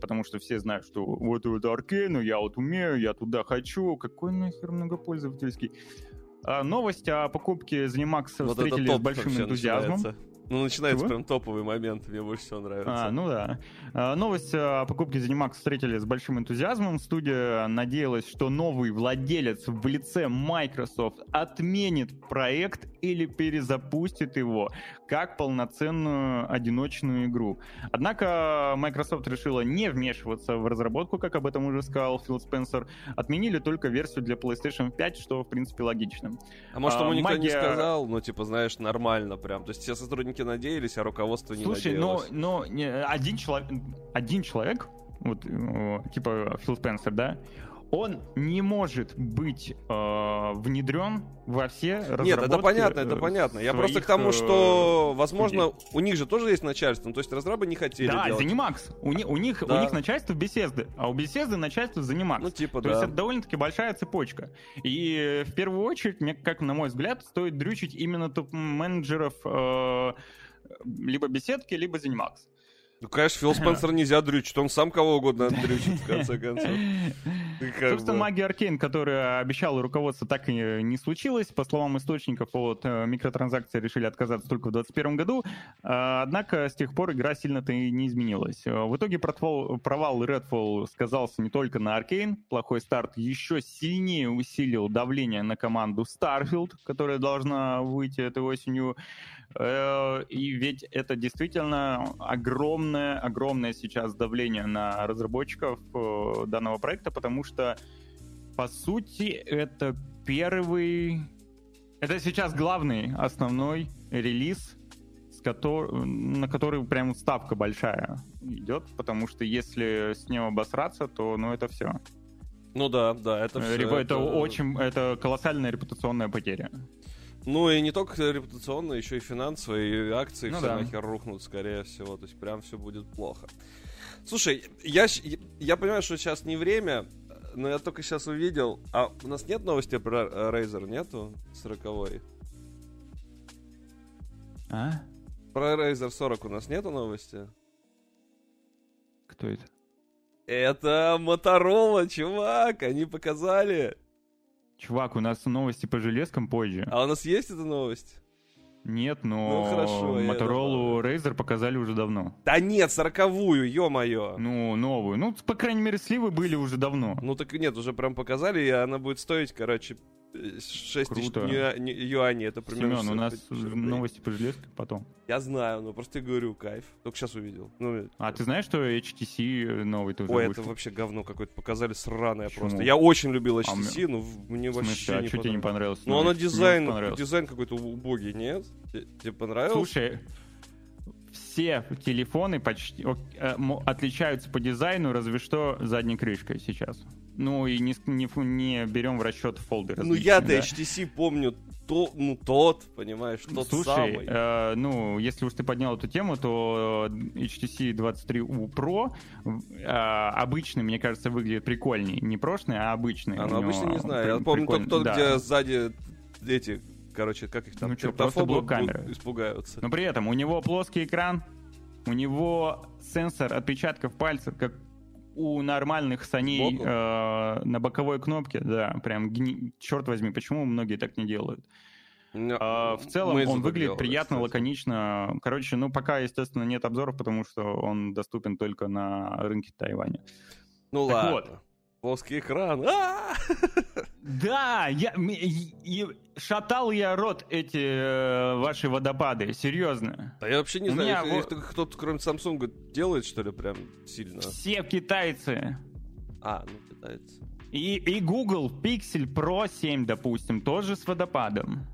Speaker 2: потому что все знают, что вот это Arcane, я вот умею, я туда хочу. Какой нахер многопользовательский? А, новость о покупке ZeniMax
Speaker 1: вот
Speaker 2: встретили с большим энтузиазмом.
Speaker 1: Начинается. Ну, начинается
Speaker 2: Чего?
Speaker 1: прям топовый момент, мне больше всего нравится.
Speaker 2: А, ну да. А, новость о покупке ZeniMax встретили с большим энтузиазмом. Студия надеялась, что новый владелец в лице Microsoft отменит проект или перезапустит его как полноценную одиночную игру. Однако Microsoft решила не вмешиваться в разработку, как об этом уже сказал Фил Спенсер. Отменили только версию для PlayStation пять, что, в принципе, логично.
Speaker 1: А может, ему
Speaker 2: а,
Speaker 1: никто
Speaker 2: магия...
Speaker 1: не сказал, ну, типа, знаешь, нормально прям. То есть все сотрудники надеялись, а руководство не
Speaker 2: Слушай,
Speaker 1: надеялось.
Speaker 2: Слушай, но, но не, один, человек, один человек, вот, э, типа Фил Спенсер, да, он не может быть э, внедрен во все разработки.
Speaker 1: Нет, это понятно, это понятно. Я просто к тому, что, возможно,
Speaker 2: студий.
Speaker 1: У них же тоже есть начальство, ну, то есть разрабы не хотели
Speaker 2: да,
Speaker 1: делать.
Speaker 2: Да, ZeniMax. У, у, них,
Speaker 1: да.
Speaker 2: у них начальство Bethesda, а у Bethesda начальство ZeniMax.
Speaker 1: Ну, типа,
Speaker 2: то
Speaker 1: да.
Speaker 2: есть это довольно-таки большая цепочка. И в первую очередь, мне, как на мой взгляд, стоит дрючить именно топ-менеджеров э, либо беседки, либо ZeniMax.
Speaker 1: Ну, конечно, Фил Спенсер нельзя дрючить, он сам кого угодно дрючит, в конце концов.
Speaker 2: Собственно, магия Arcane, которая обещала руководство, так и не случилось. По словам источников, от микротранзакций решили отказаться только в двадцать первом году. Однако с тех пор игра сильно-то и не изменилась. В итоге провал Redfall сказался не только на Arcane. Плохой старт еще сильнее усилил давление на команду Starfield, которая должна выйти этой осенью. И ведь это действительно огромное, огромное сейчас давление на разработчиков данного проекта, потому что, по сути, это первый... Это сейчас главный, основной релиз, с котор... на который прям ставка большая идет, потому что если с ним обосраться, то ну это все.
Speaker 1: Ну да, да, это все.
Speaker 2: Это, это очень... Это колоссальная репутационная потеря.
Speaker 1: Ну и не только репутационно, еще и финансовые, и акции
Speaker 2: ну
Speaker 1: все
Speaker 2: да.
Speaker 1: нахер рухнут, скорее всего. То есть прям все будет плохо. Слушай, я, я понимаю, что сейчас не время, но я только сейчас увидел... А у нас нет новости про Razer, нету? сороковой?
Speaker 2: А?
Speaker 1: Про Razer сорок у нас нету новости?
Speaker 2: Кто это?
Speaker 1: Это Motorola, чувак, они показали...
Speaker 2: Чувак, у нас новости по железкам позже.
Speaker 1: А у нас есть эта новость?
Speaker 2: Нет, но
Speaker 1: ну, хорошо,
Speaker 2: Motorola Razer показали уже давно.
Speaker 1: Да нет, сороковую, ё-моё.
Speaker 2: Ну, новую. Ну, по крайней мере, сливы были уже давно.
Speaker 1: Ну так нет, уже прям показали, и она будет стоить, короче, шесть тысяч юаней. Это примерно...
Speaker 2: Семен, у нас новости по железке потом.
Speaker 1: Я знаю, но просто я говорю, кайф. Только сейчас увидел. Ну,
Speaker 2: а это... ты знаешь, что эйч ти си новый тоже
Speaker 1: Ой,
Speaker 2: вышел?
Speaker 1: это вообще говно какое-то показали, сраное
Speaker 2: Почему?
Speaker 1: просто. Я очень любил эйч ти си,
Speaker 2: а
Speaker 1: но мне
Speaker 2: в смысле,
Speaker 1: вообще
Speaker 2: а
Speaker 1: не
Speaker 2: что тебе не понравилось?
Speaker 1: Ну, она дизайн, дизайн какой-то убогий, нет? Тебе понравилось?
Speaker 2: Слушай, все телефоны почти э, отличаются по дизайну, разве что задней крышкой сейчас. Ну и не, не, не берем в расчет фолдеры.
Speaker 1: Ну я-то
Speaker 2: да?
Speaker 1: эйч ти си помню то, ну тот, понимаешь, тот
Speaker 2: Слушай,
Speaker 1: самый.
Speaker 2: Э, ну если уж ты поднял эту тему, то эйч ти си двадцать три у Pro э, обычный, мне кажется, выглядит прикольней. Не прошлый, а обычный.
Speaker 1: А, ну обычный не знаю. Я помню тот, тот да. где сзади эти... Короче, как их там?
Speaker 2: Ну что, просто блок-камера.
Speaker 1: Испугаются.
Speaker 2: Но при этом у него плоский экран, у него сенсор отпечатков пальцев, как у нормальных Sony э, на боковой кнопке. Да, прям, гни... черт возьми, почему многие так не делают? No, а, в целом он выглядит делали, приятно, кстати. лаконично. Короче, ну пока, естественно, нет обзоров, потому что он доступен только на рынке Тайваня.
Speaker 1: Ну
Speaker 2: так
Speaker 1: ладно.
Speaker 2: Вот.
Speaker 1: Плоский экран.
Speaker 2: Да, я, и, шатал я рот эти э, ваши водопады, серьезно.
Speaker 1: Да я вообще не У знаю, их,
Speaker 2: во...
Speaker 1: их кто-то кроме Samsung делает, что ли, прям сильно?
Speaker 2: Все китайцы.
Speaker 1: А, ну китайцы.
Speaker 2: И, и Google Pixel Pro семь, допустим, тоже с водопадом.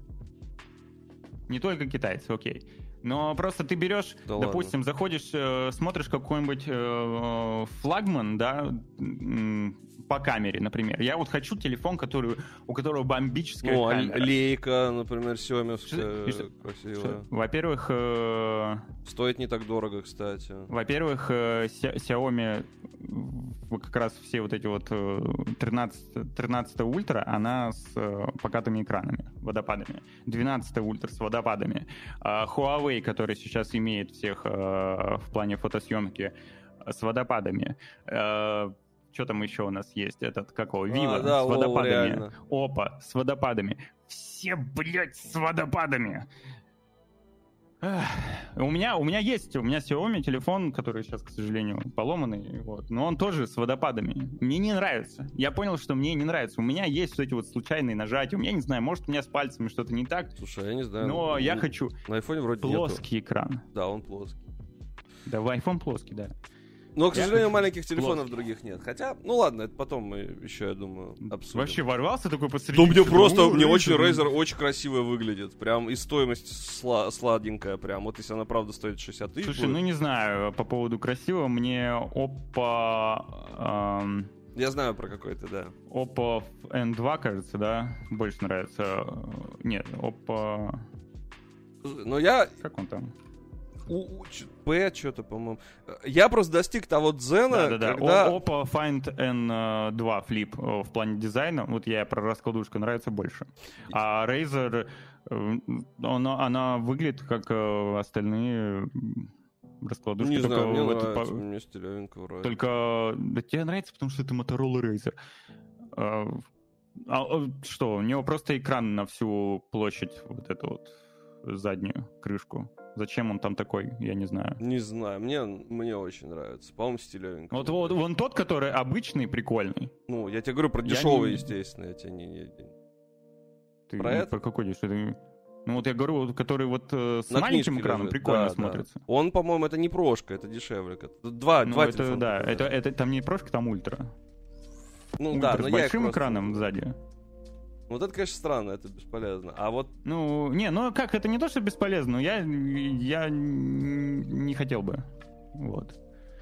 Speaker 2: Не только китайцы, окей. Но просто ты берешь, да допустим, ладно. заходишь, э, смотришь какой-нибудь э, флагман, да, э, по камере, например. Я вот хочу телефон, который, у которого бомбическая
Speaker 1: ну,
Speaker 2: камера.
Speaker 1: Лейка, например, Xiaomi красивая.
Speaker 2: Во-первых... Э,
Speaker 1: Стоит не так дорого, кстати.
Speaker 2: Во-первых, э, Xiaomi, как раз все вот эти вот тринадцать, тринадцать ультра, она с э, покатыми экранами, водопадами. двенадцать ультра с водопадами. А Huawei, который сейчас имеет всех э, в плане фотосъемки, с водопадами. Э, что там еще у нас есть? Этот, какого? Вива
Speaker 1: а, да,
Speaker 2: с водопадами.
Speaker 1: реально.
Speaker 2: Опа, с водопадами. Все, блядь, с водопадами. Эх, у меня, у меня есть, у меня Xiaomi телефон, который сейчас, к сожалению, поломанный, вот, но он тоже с водопадами. Мне не нравится. Я понял, что мне не нравится. У меня есть вот эти вот случайные нажатия. У меня, не знаю, может, у меня с пальцами что-то не так.
Speaker 1: Слушай, я не знаю.
Speaker 2: Но
Speaker 1: ну,
Speaker 2: я хочу
Speaker 1: на айфоне вроде
Speaker 2: плоский
Speaker 1: нету.
Speaker 2: экран.
Speaker 1: Да, он плоский.
Speaker 2: Да, в iPhone плоский, да.
Speaker 1: Но, к
Speaker 2: Я
Speaker 1: сожалению,
Speaker 2: хочу
Speaker 1: маленьких телефонов
Speaker 2: плоский.
Speaker 1: других нет. Хотя, ну ладно, это потом мы еще, я думаю, обсудим.
Speaker 2: Вообще ворвался такой посреди.
Speaker 1: Да мне просто,
Speaker 2: О,
Speaker 1: мне
Speaker 2: Razer.
Speaker 1: очень Razer очень красиво выглядит. Прям и стоимость сла- сладенькая прям. Вот если она правда стоит шестьдесят тысяч.
Speaker 2: Слушай, ну не знаю, по поводу красивого, мне Oppo... эм,
Speaker 1: Я знаю про какой-то, да.
Speaker 2: Oppo эн два, кажется, да? Больше нравится. Нет, Oppo...
Speaker 1: Но я...
Speaker 2: Как он там?
Speaker 1: У, у, ч- П что-то, по-моему. Я просто достиг того дзена,
Speaker 2: Да-да-да.
Speaker 1: когда...
Speaker 2: О- Oppo Find эн два Flip э, в плане дизайна, вот я про раскладушку нравится больше. А Razer, э, она, она выглядит как э, остальные раскладушки.
Speaker 1: Не
Speaker 2: только
Speaker 1: знаю, мне
Speaker 2: вот
Speaker 1: нравится,
Speaker 2: по-
Speaker 1: мне стилевенько вроде.
Speaker 2: Только да, тебе нравится, потому что это Motorola Razer. А, а, а, что, у него просто экран на всю площадь, вот эту вот заднюю крышку. Зачем он там такой, я не знаю.
Speaker 1: Не знаю, мне, мне очень нравится. По-моему, стилевенько.
Speaker 2: Вот, вот вон тот, который обычный, прикольный.
Speaker 1: Ну, я тебе говорю про
Speaker 2: Я
Speaker 1: дешевый,
Speaker 2: не-
Speaker 1: естественно. Я тебе не... не-
Speaker 2: Ты,
Speaker 1: Про
Speaker 2: ну,
Speaker 1: это?
Speaker 2: про какой дешевый? Ну вот я говорю, вот, который вот э, с
Speaker 1: На
Speaker 2: маленьким
Speaker 1: книжке
Speaker 2: экраном
Speaker 1: лежит.
Speaker 2: прикольно
Speaker 1: Да, да.
Speaker 2: смотрится.
Speaker 1: Он, по-моему, это не прошка, это дешевле. как- Два,
Speaker 2: Ну,
Speaker 1: два
Speaker 2: это,
Speaker 1: телефона
Speaker 2: да,
Speaker 1: показали.
Speaker 2: это, это там не прошка, там ультра.
Speaker 1: Ну
Speaker 2: Ультра
Speaker 1: да, но
Speaker 2: с
Speaker 1: я их
Speaker 2: большим
Speaker 1: просто-
Speaker 2: экраном сзади.
Speaker 1: Вот это, конечно, странно, это бесполезно. А вот
Speaker 2: Ну, не, ну как, это не то, что бесполезно, но я, я не хотел бы. Вот.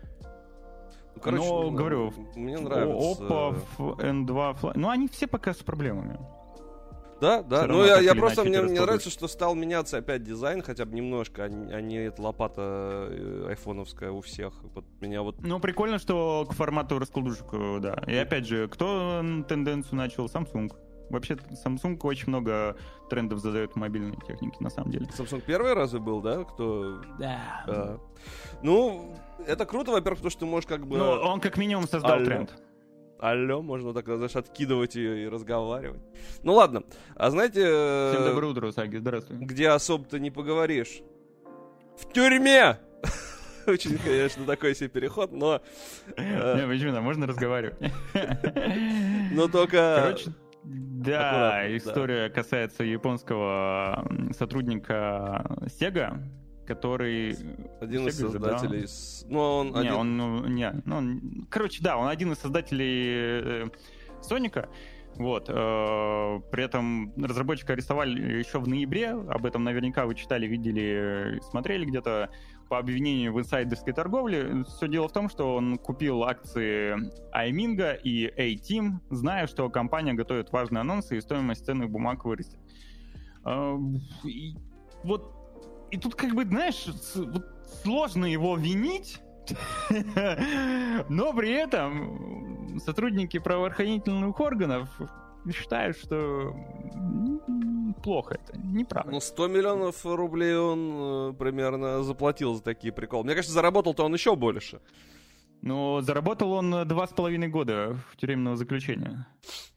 Speaker 1: Ну, короче,
Speaker 2: Но,
Speaker 1: не знаю,
Speaker 2: говорю,
Speaker 1: мне нравится.
Speaker 2: Oppo эн два Fly- ну, они все пока с проблемами.
Speaker 1: Да, да.
Speaker 2: Всё
Speaker 1: Ну,
Speaker 2: равно
Speaker 1: я,
Speaker 2: так
Speaker 1: я
Speaker 2: или
Speaker 1: просто,
Speaker 2: иначе
Speaker 1: мне,
Speaker 2: ты
Speaker 1: мне
Speaker 2: раскладываешь.
Speaker 1: нравится, что стал меняться опять дизайн, хотя бы немножко, а не, а не эта лопата э, айфоновская у всех. Вот меня вот...
Speaker 2: Ну, прикольно, что к формату раскладушек, э, да. И опять же, кто м, тенденцию начал? Samsung. Вообще, Samsung очень много трендов задает в мобильной технике, на самом деле.
Speaker 1: Samsung первый разве был, да? Кто...
Speaker 2: Да.
Speaker 1: А. Ну, это круто, во-первых, потому что ты можешь как бы...
Speaker 2: Ну, он как минимум создал
Speaker 1: Алло.
Speaker 2: тренд.
Speaker 1: Алло, можно так, знаешь, откидывать ее и разговаривать. Ну ладно. А знаете, э,
Speaker 2: Всем доброе утро, Саги, здравствуй.
Speaker 1: где особо-то не поговоришь? В тюрьме! Очень, конечно, такой себе переход, но... э,
Speaker 2: Не, почему, да, можно разговаривать.
Speaker 1: Но только...
Speaker 2: Короче, да,
Speaker 1: аккуратно, да.
Speaker 2: история касается японского м, сотрудника Sega, который...
Speaker 1: Один из
Speaker 2: Sega же, да?
Speaker 1: создателей... с- Ну, он
Speaker 2: Не,
Speaker 1: один...
Speaker 2: он, ну, не, ну, он- короче, да, он один из создателей э, Соника. Вот. э, При этом разработчика арестовали еще в ноябре. Об этом наверняка вы читали, видели, смотрели где-то по обвинению в инсайдерской торговле. Все дело в том, что он купил акции iMingo и A-Team, зная, что компания готовит важные анонсы и стоимость ценных бумаг вырастет. Э, и вот и тут как бы, знаешь, с- вот сложно его винить, но при этом сотрудники правоохранительных органов считают, что м, плохо это, неправильно.
Speaker 1: Ну, сто миллионов рублей он э, примерно заплатил за такие приколы. Мне кажется, заработал-то он еще больше.
Speaker 2: Но заработал он два с половиной года в тюремного заключения.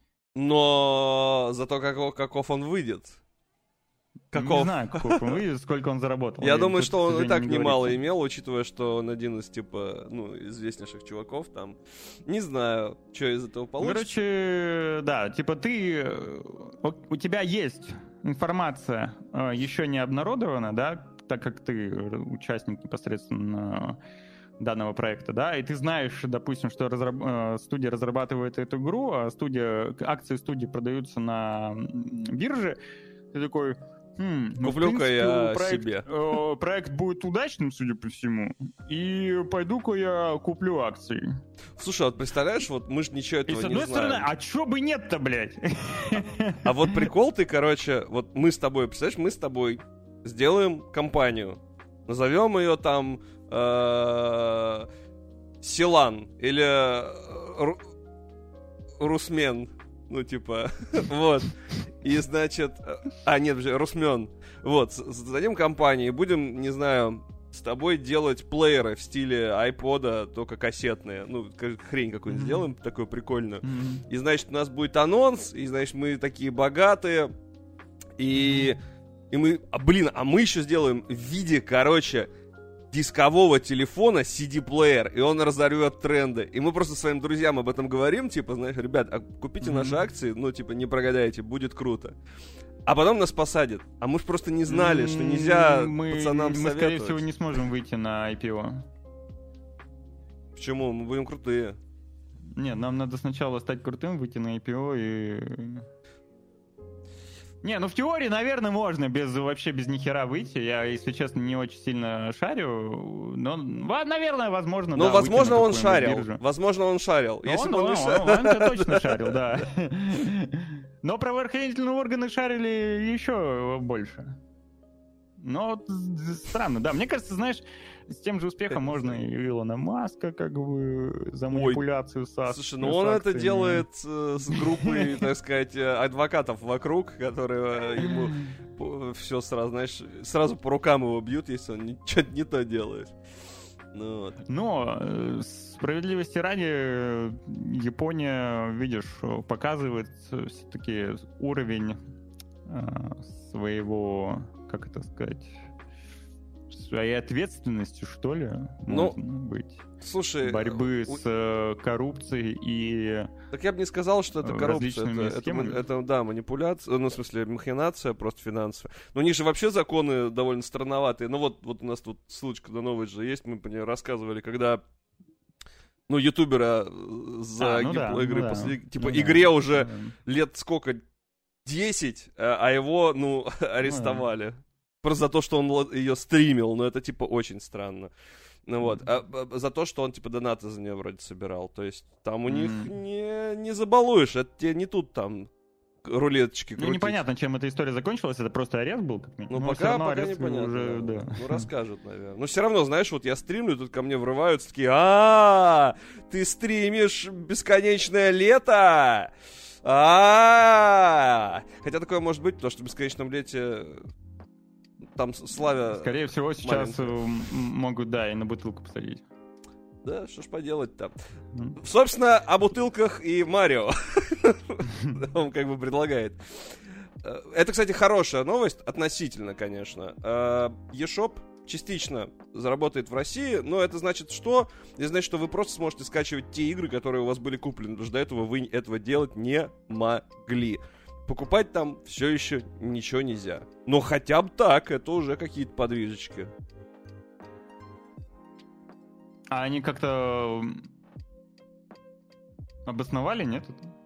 Speaker 1: Но зато каков, каков он выйдет.
Speaker 2: Не
Speaker 1: Каков?
Speaker 2: знаю, каков он выйдет, сколько он заработал.
Speaker 1: Я
Speaker 2: И
Speaker 1: думаю,
Speaker 2: тут,
Speaker 1: что
Speaker 2: к
Speaker 1: он и
Speaker 2: сожалению,
Speaker 1: так
Speaker 2: не
Speaker 1: немало
Speaker 2: говорится.
Speaker 1: имел, учитывая, что он один из, типа, ну, известнейших чуваков там. Не знаю, что из этого получится.
Speaker 2: Короче, да, типа ты, э, у у тебя есть информация, э, еще не обнародована, да, так как ты участник непосредственно данного проекта, да, и ты знаешь, допустим, что разраб- э, студия разрабатывает эту игру, а студия, акции студии продаются на м, бирже, ты такой... «Хм, ну, в
Speaker 1: Куплю-ка
Speaker 2: принципе,
Speaker 1: я
Speaker 2: проект,
Speaker 1: себе».
Speaker 2: э, проект будет удачным, судя по всему, и пойду-ка я куплю акции.
Speaker 1: Слушай, вот представляешь, вот мы же ничего
Speaker 2: И
Speaker 1: этого
Speaker 2: с
Speaker 1: не
Speaker 2: одной
Speaker 1: знаем.
Speaker 2: стороны, а чё бы нет-то, блядь?
Speaker 1: А вот прикол ты, короче, вот мы с тобой, представляешь, мы с тобой сделаем компанию. Назовем ее там э, Силан или э, Ру- Русмен. Ну, типа, вот. И, значит... А, нет, подожди, Русмен. Вот, с- создадим компанию и будем, не знаю, с тобой делать плееры в стиле айпода, только кассетные. Ну, хрень какую-нибудь mm-hmm. сделаем, такую прикольную. Mm-hmm. И, значит, у нас будет анонс, и, значит, мы такие богатые. И, mm-hmm. и мы... А, блин, а мы еще сделаем в виде, короче, дискового телефона си ди-плеер, и он разорвет тренды. И мы просто своим друзьям об этом говорим, типа, знаешь, ребят, а купите mm-hmm. наши акции, ну, типа, не прогадайте, будет круто. А потом нас посадят. А мы же просто не знали, что нельзя
Speaker 2: мы,
Speaker 1: пацанам
Speaker 2: мы,
Speaker 1: советовать.
Speaker 2: Мы, скорее всего, не сможем выйти на ай пи о.
Speaker 1: Почему? Мы будем крутые.
Speaker 2: Нет, нам надо сначала стать крутым, выйти на ай пи о и... Не, ну в теории, наверное, можно без вообще без нихера выйти. Я, если честно, не очень сильно шарю. Но, наверное, возможно,
Speaker 1: ну,
Speaker 2: да.
Speaker 1: Ну, возможно, он шарил. Биржу. Возможно, он шарил.
Speaker 2: Но
Speaker 1: если
Speaker 2: он,
Speaker 1: бы он,
Speaker 2: он,
Speaker 1: не шарил...
Speaker 2: он, он, он точно шарил, да. Но правоохранительные органы шарили еще больше. Но странно, да. Мне кажется, знаешь, с тем же успехом можно и Илона Маска как бы за манипуляцию с акциями.
Speaker 1: Слушай, ну он это делает э, с группой, так сказать, адвокатов вокруг, которые ему все сразу, знаешь, сразу по рукам его бьют, если он что-то не то делает. Ну, вот.
Speaker 2: Но справедливости ради, Япония, видишь, показывает все-таки уровень э, своего, как это сказать, своей ответственностью, что ли,
Speaker 1: ну,
Speaker 2: можно быть.
Speaker 1: Слушай,
Speaker 2: борьбы
Speaker 1: у...
Speaker 2: с э, коррупцией и...
Speaker 1: Так я бы не сказал, что это коррупция. Это, это, это, да, манипуляция, ну, в смысле, махинация просто финансовая. Но у них же вообще законы довольно странноватые. Ну, вот, вот у нас тут ссылочка на новость же есть, мы по ней рассказывали, когда... Ну, ютубера за
Speaker 2: а, ну
Speaker 1: геймплей-игры,
Speaker 2: да, ну
Speaker 1: после,
Speaker 2: да,
Speaker 1: типа,
Speaker 2: ну
Speaker 1: игре
Speaker 2: да,
Speaker 1: уже
Speaker 2: да.
Speaker 1: лет сколько? десять, а его, ну, арестовали.
Speaker 2: Ну, да.
Speaker 1: Просто за то, что он ее стримил, но это, типа, очень странно. Ну вот, а, а, за то, что он, типа, донаты за нее вроде собирал. То есть там у mm. них не, не забалуешь, это тебе не тут там рулеточки крутить.
Speaker 2: Ну, непонятно, чем эта история закончилась, это просто арест был, как минимум.
Speaker 1: Ну, пока, пока непонятно.
Speaker 2: Уже, да.
Speaker 1: Ну, расскажут, наверное. Но все равно, знаешь, вот я стримлю, тут ко мне врываются такие: а ты стримишь бесконечное лето? а Хотя такое может быть, потому что в бесконечном лете... Там Славя...
Speaker 2: Скорее всего, сейчас
Speaker 1: маленькая.
Speaker 2: Могут, да, и на бутылку посадить.
Speaker 1: Да, что ж поделать-то. Mm. Собственно, о бутылках и Марио. Он как бы предлагает. Это, кстати, хорошая новость, относительно, конечно. eShop частично заработает в России, но это значит что? Это значит, что вы просто сможете скачивать те игры, которые у вас были куплены, потому что до этого вы этого делать не могли. Покупать там все еще ничего нельзя. Но хотя бы так, это уже какие-то подвижечки.
Speaker 2: А они как-то обосновали, нет?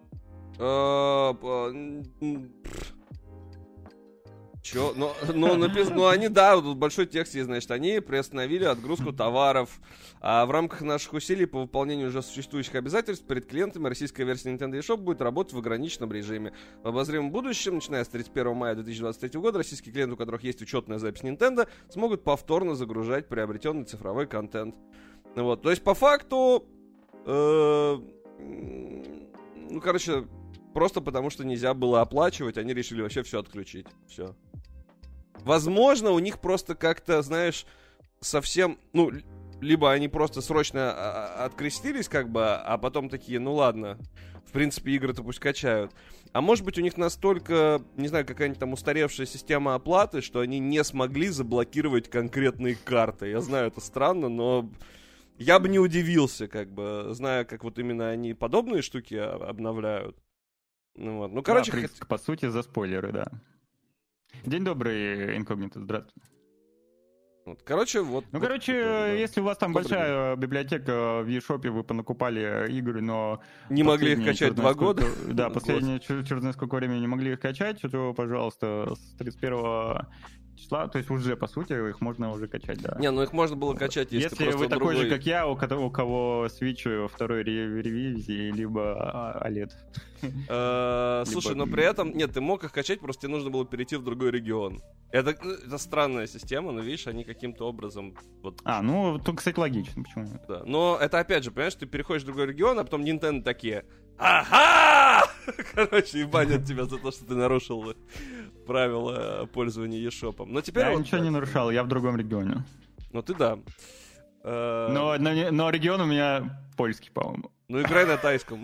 Speaker 1: Че? Ну, ну, напис... ну, они, да, тут большой текст есть, значит, они приостановили отгрузку товаров. А в рамках наших усилий по выполнению уже существующих обязательств перед клиентами российская версия Nintendo eShop будет работать в ограниченном режиме. В обозримом будущем, начиная с тридцать первого мая две тысячи двадцать третьего года, российские клиенты, у которых есть учетная запись Nintendo, смогут повторно загружать приобретенный цифровой контент. Вот, то есть, по факту, э, ну, короче, просто потому что нельзя было оплачивать, они решили вообще все отключить. Все. Возможно, у них просто как-то, знаешь, совсем, ну, либо они просто срочно открестились, как бы, а потом такие, ну ладно, в принципе, игры-то пусть качают. А может быть, у них настолько, не знаю, какая-нибудь там устаревшая система оплаты, что они не смогли заблокировать конкретные карты. Я знаю, это странно, но я бы не удивился, как бы, зная, как вот именно они подобные штуки обновляют. Ну, вот. Ну, короче...
Speaker 2: Да, хот... по сути, за спойлеры, да. День добрый, инкогнито, здравствуй.
Speaker 1: Вот, короче, вот...
Speaker 2: Ну,
Speaker 1: вот,
Speaker 2: короче,
Speaker 1: вот, да.
Speaker 2: если у вас там
Speaker 1: Добрый
Speaker 2: большая
Speaker 1: день.
Speaker 2: библиотека в eShop, вы понакупали игры, но...
Speaker 1: Не могли их качать два года?
Speaker 2: Да, последнее черт знает сколько времени не могли их качать, то, пожалуйста, с тридцать первого числа, то есть уже, по сути, их можно уже качать, да.
Speaker 1: Не, ну их можно было качать, если,
Speaker 2: если
Speaker 1: ты просто
Speaker 2: вы такой
Speaker 1: другой...
Speaker 2: же, как я, у кого, у кого Switch второй ревизии, либо о лед.
Speaker 1: Слушай, но при этом, нет, ты мог их качать, просто тебе нужно было перейти в другой регион. Это, это странная система, но видишь, они каким-то образом... Вот...
Speaker 2: А, ну, тут, кстати, логично, почему нет?
Speaker 1: Да, но это опять же, понимаешь, ты переходишь в другой регион, а потом Nintendo такие: ага! Короче, и банят тебя за то, что ты нарушил правила пользования eShop. Но теперь
Speaker 2: я
Speaker 1: вот,
Speaker 2: ничего
Speaker 1: да.
Speaker 2: не нарушал, я в другом регионе.
Speaker 1: Ну ты да. Э,
Speaker 2: Но, но, не- но регион у меня польский, по-моему.
Speaker 1: Ну играй на тайском.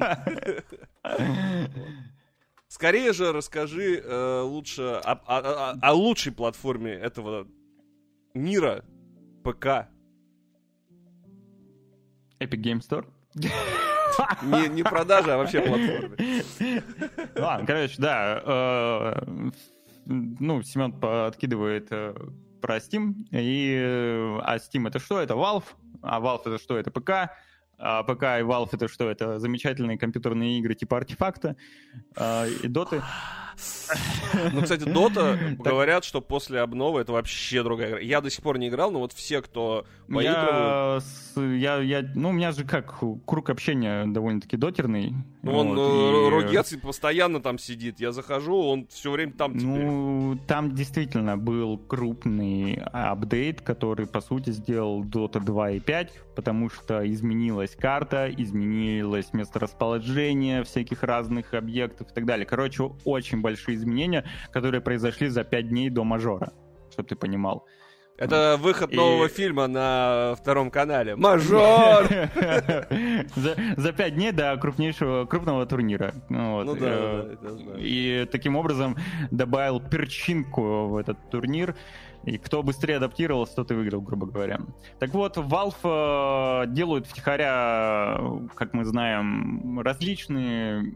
Speaker 1: Скорее же расскажи э, лучше о, о- о- о лучшей платформе этого мира, ПК.
Speaker 2: Epic Game Store?
Speaker 1: Не, не продажа, а вообще платформе.
Speaker 2: Ладно, короче, да. э, Ну, Семен подкидывает э, про Steam. И, э, а Steam это что? Это Valve. А Valve это что? Это ПК. А ПК и Valve это что? Это замечательные компьютерные игры типа Артефакта э, и Доты.
Speaker 1: Ну, кстати, Дота говорят, что после обновы это вообще другая игра. Я до сих пор не играл, но вот все, кто поигрывают...
Speaker 2: Я, с- я, я, ну, у меня же как, круг общения довольно-таки дотерный.
Speaker 1: Ну, он,
Speaker 2: Вот,
Speaker 1: э,
Speaker 2: и-
Speaker 1: Ругец постоянно там сидит. Я захожу, он все время там теперь.
Speaker 2: Ну, там действительно был крупный апдейт, который, по сути, сделал Dota два и пять, потому что изменилась карта, изменилось месторасположение всяких разных объектов и так далее. Короче, очень большие изменения, которые произошли за пять дней до мажора, чтобы ты понимал.
Speaker 1: Это выход
Speaker 2: И-
Speaker 1: нового фильма на втором канале. Мажор!
Speaker 2: За, за пять дней до крупнейшего, крупного турнира. Ну, вот.
Speaker 1: Ну да,
Speaker 2: Э,
Speaker 1: да, это знаю.
Speaker 2: И таким образом добавил перчинку в этот турнир. И кто быстрее адаптировался, тот и выиграл, грубо говоря. Так вот, Valve э, делают втихаря, как мы знаем, различные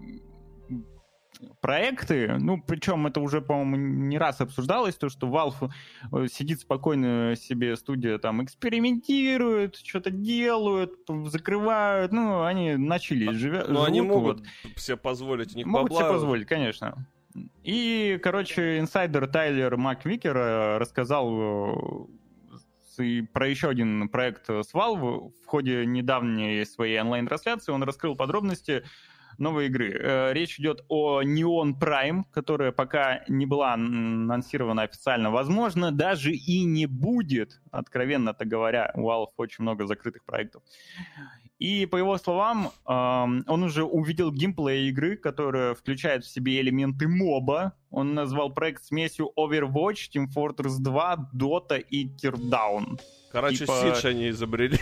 Speaker 2: проекты, ну, причем это уже, по-моему, не раз обсуждалось, то, что Valve э, сидит спокойно себе, студия там экспериментирует, что-то делают, закрывают, ну, они начали живя-
Speaker 1: Но они
Speaker 2: живут,
Speaker 1: могут
Speaker 2: вот.
Speaker 1: себе позволить, у них
Speaker 2: Могут
Speaker 1: бабла.
Speaker 2: себе позволить, конечно. И, короче, инсайдер Тайлер Маквикер э, рассказал э, с- и про еще один проект с Valve. В ходе недавней своей онлайн-трансляции он раскрыл подробности новой игры. Э, Речь идет о Neon Prime, которая пока не была анонсирована официально. Возможно, даже и не будет, откровенно-то говоря. У Valve очень много закрытых проектов. И, по его словам, эм, он уже увидел геймплей игры, которая включает в себе элементы моба. Он назвал проект смесью Overwatch, Team Fortress два, Dota и Teardown.
Speaker 1: Короче,
Speaker 2: типа-
Speaker 1: Сидж они изобрели.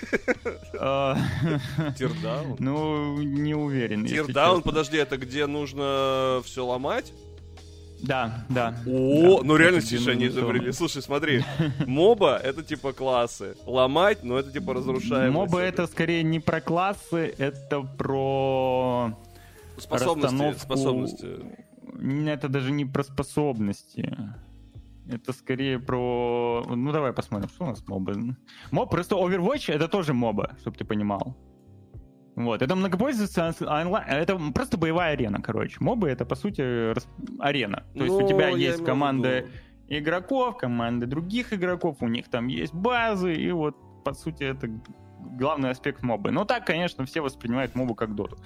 Speaker 2: Э,
Speaker 1: Тирдаун?
Speaker 2: Ну, не уверен. если
Speaker 1: Тирдаун,
Speaker 2: честно.
Speaker 1: подожди, это где нужно все ломать?
Speaker 2: Да, да.
Speaker 1: О,
Speaker 2: Да,
Speaker 1: ну реально
Speaker 2: это
Speaker 1: Сидж они
Speaker 2: Динамит
Speaker 1: изобрели.
Speaker 2: Томас.
Speaker 1: Слушай, смотри, моба это типа классы. Ломать, ну это типа разрушаемость.
Speaker 2: Моба это скорее не про классы, это про
Speaker 1: способности.
Speaker 2: расстановку.
Speaker 1: Способности.
Speaker 2: Это даже не про способности. Это скорее про... Ну, давай посмотрим, что у нас мобы. Моб, просто Overwatch — это тоже моба, чтобы ты понимал. Вот, это многопользовательная онлайн... Это просто боевая арена, короче. Мобы — это, по сути, рас- арена. То есть
Speaker 1: Ну,
Speaker 2: у тебя
Speaker 1: я
Speaker 2: есть
Speaker 1: имел в
Speaker 2: команды
Speaker 1: виду.
Speaker 2: игроков, команды других игроков, у них там есть базы, и вот, по сути, это главный аспект мобы. Но так, конечно, все воспринимают мобу как доту.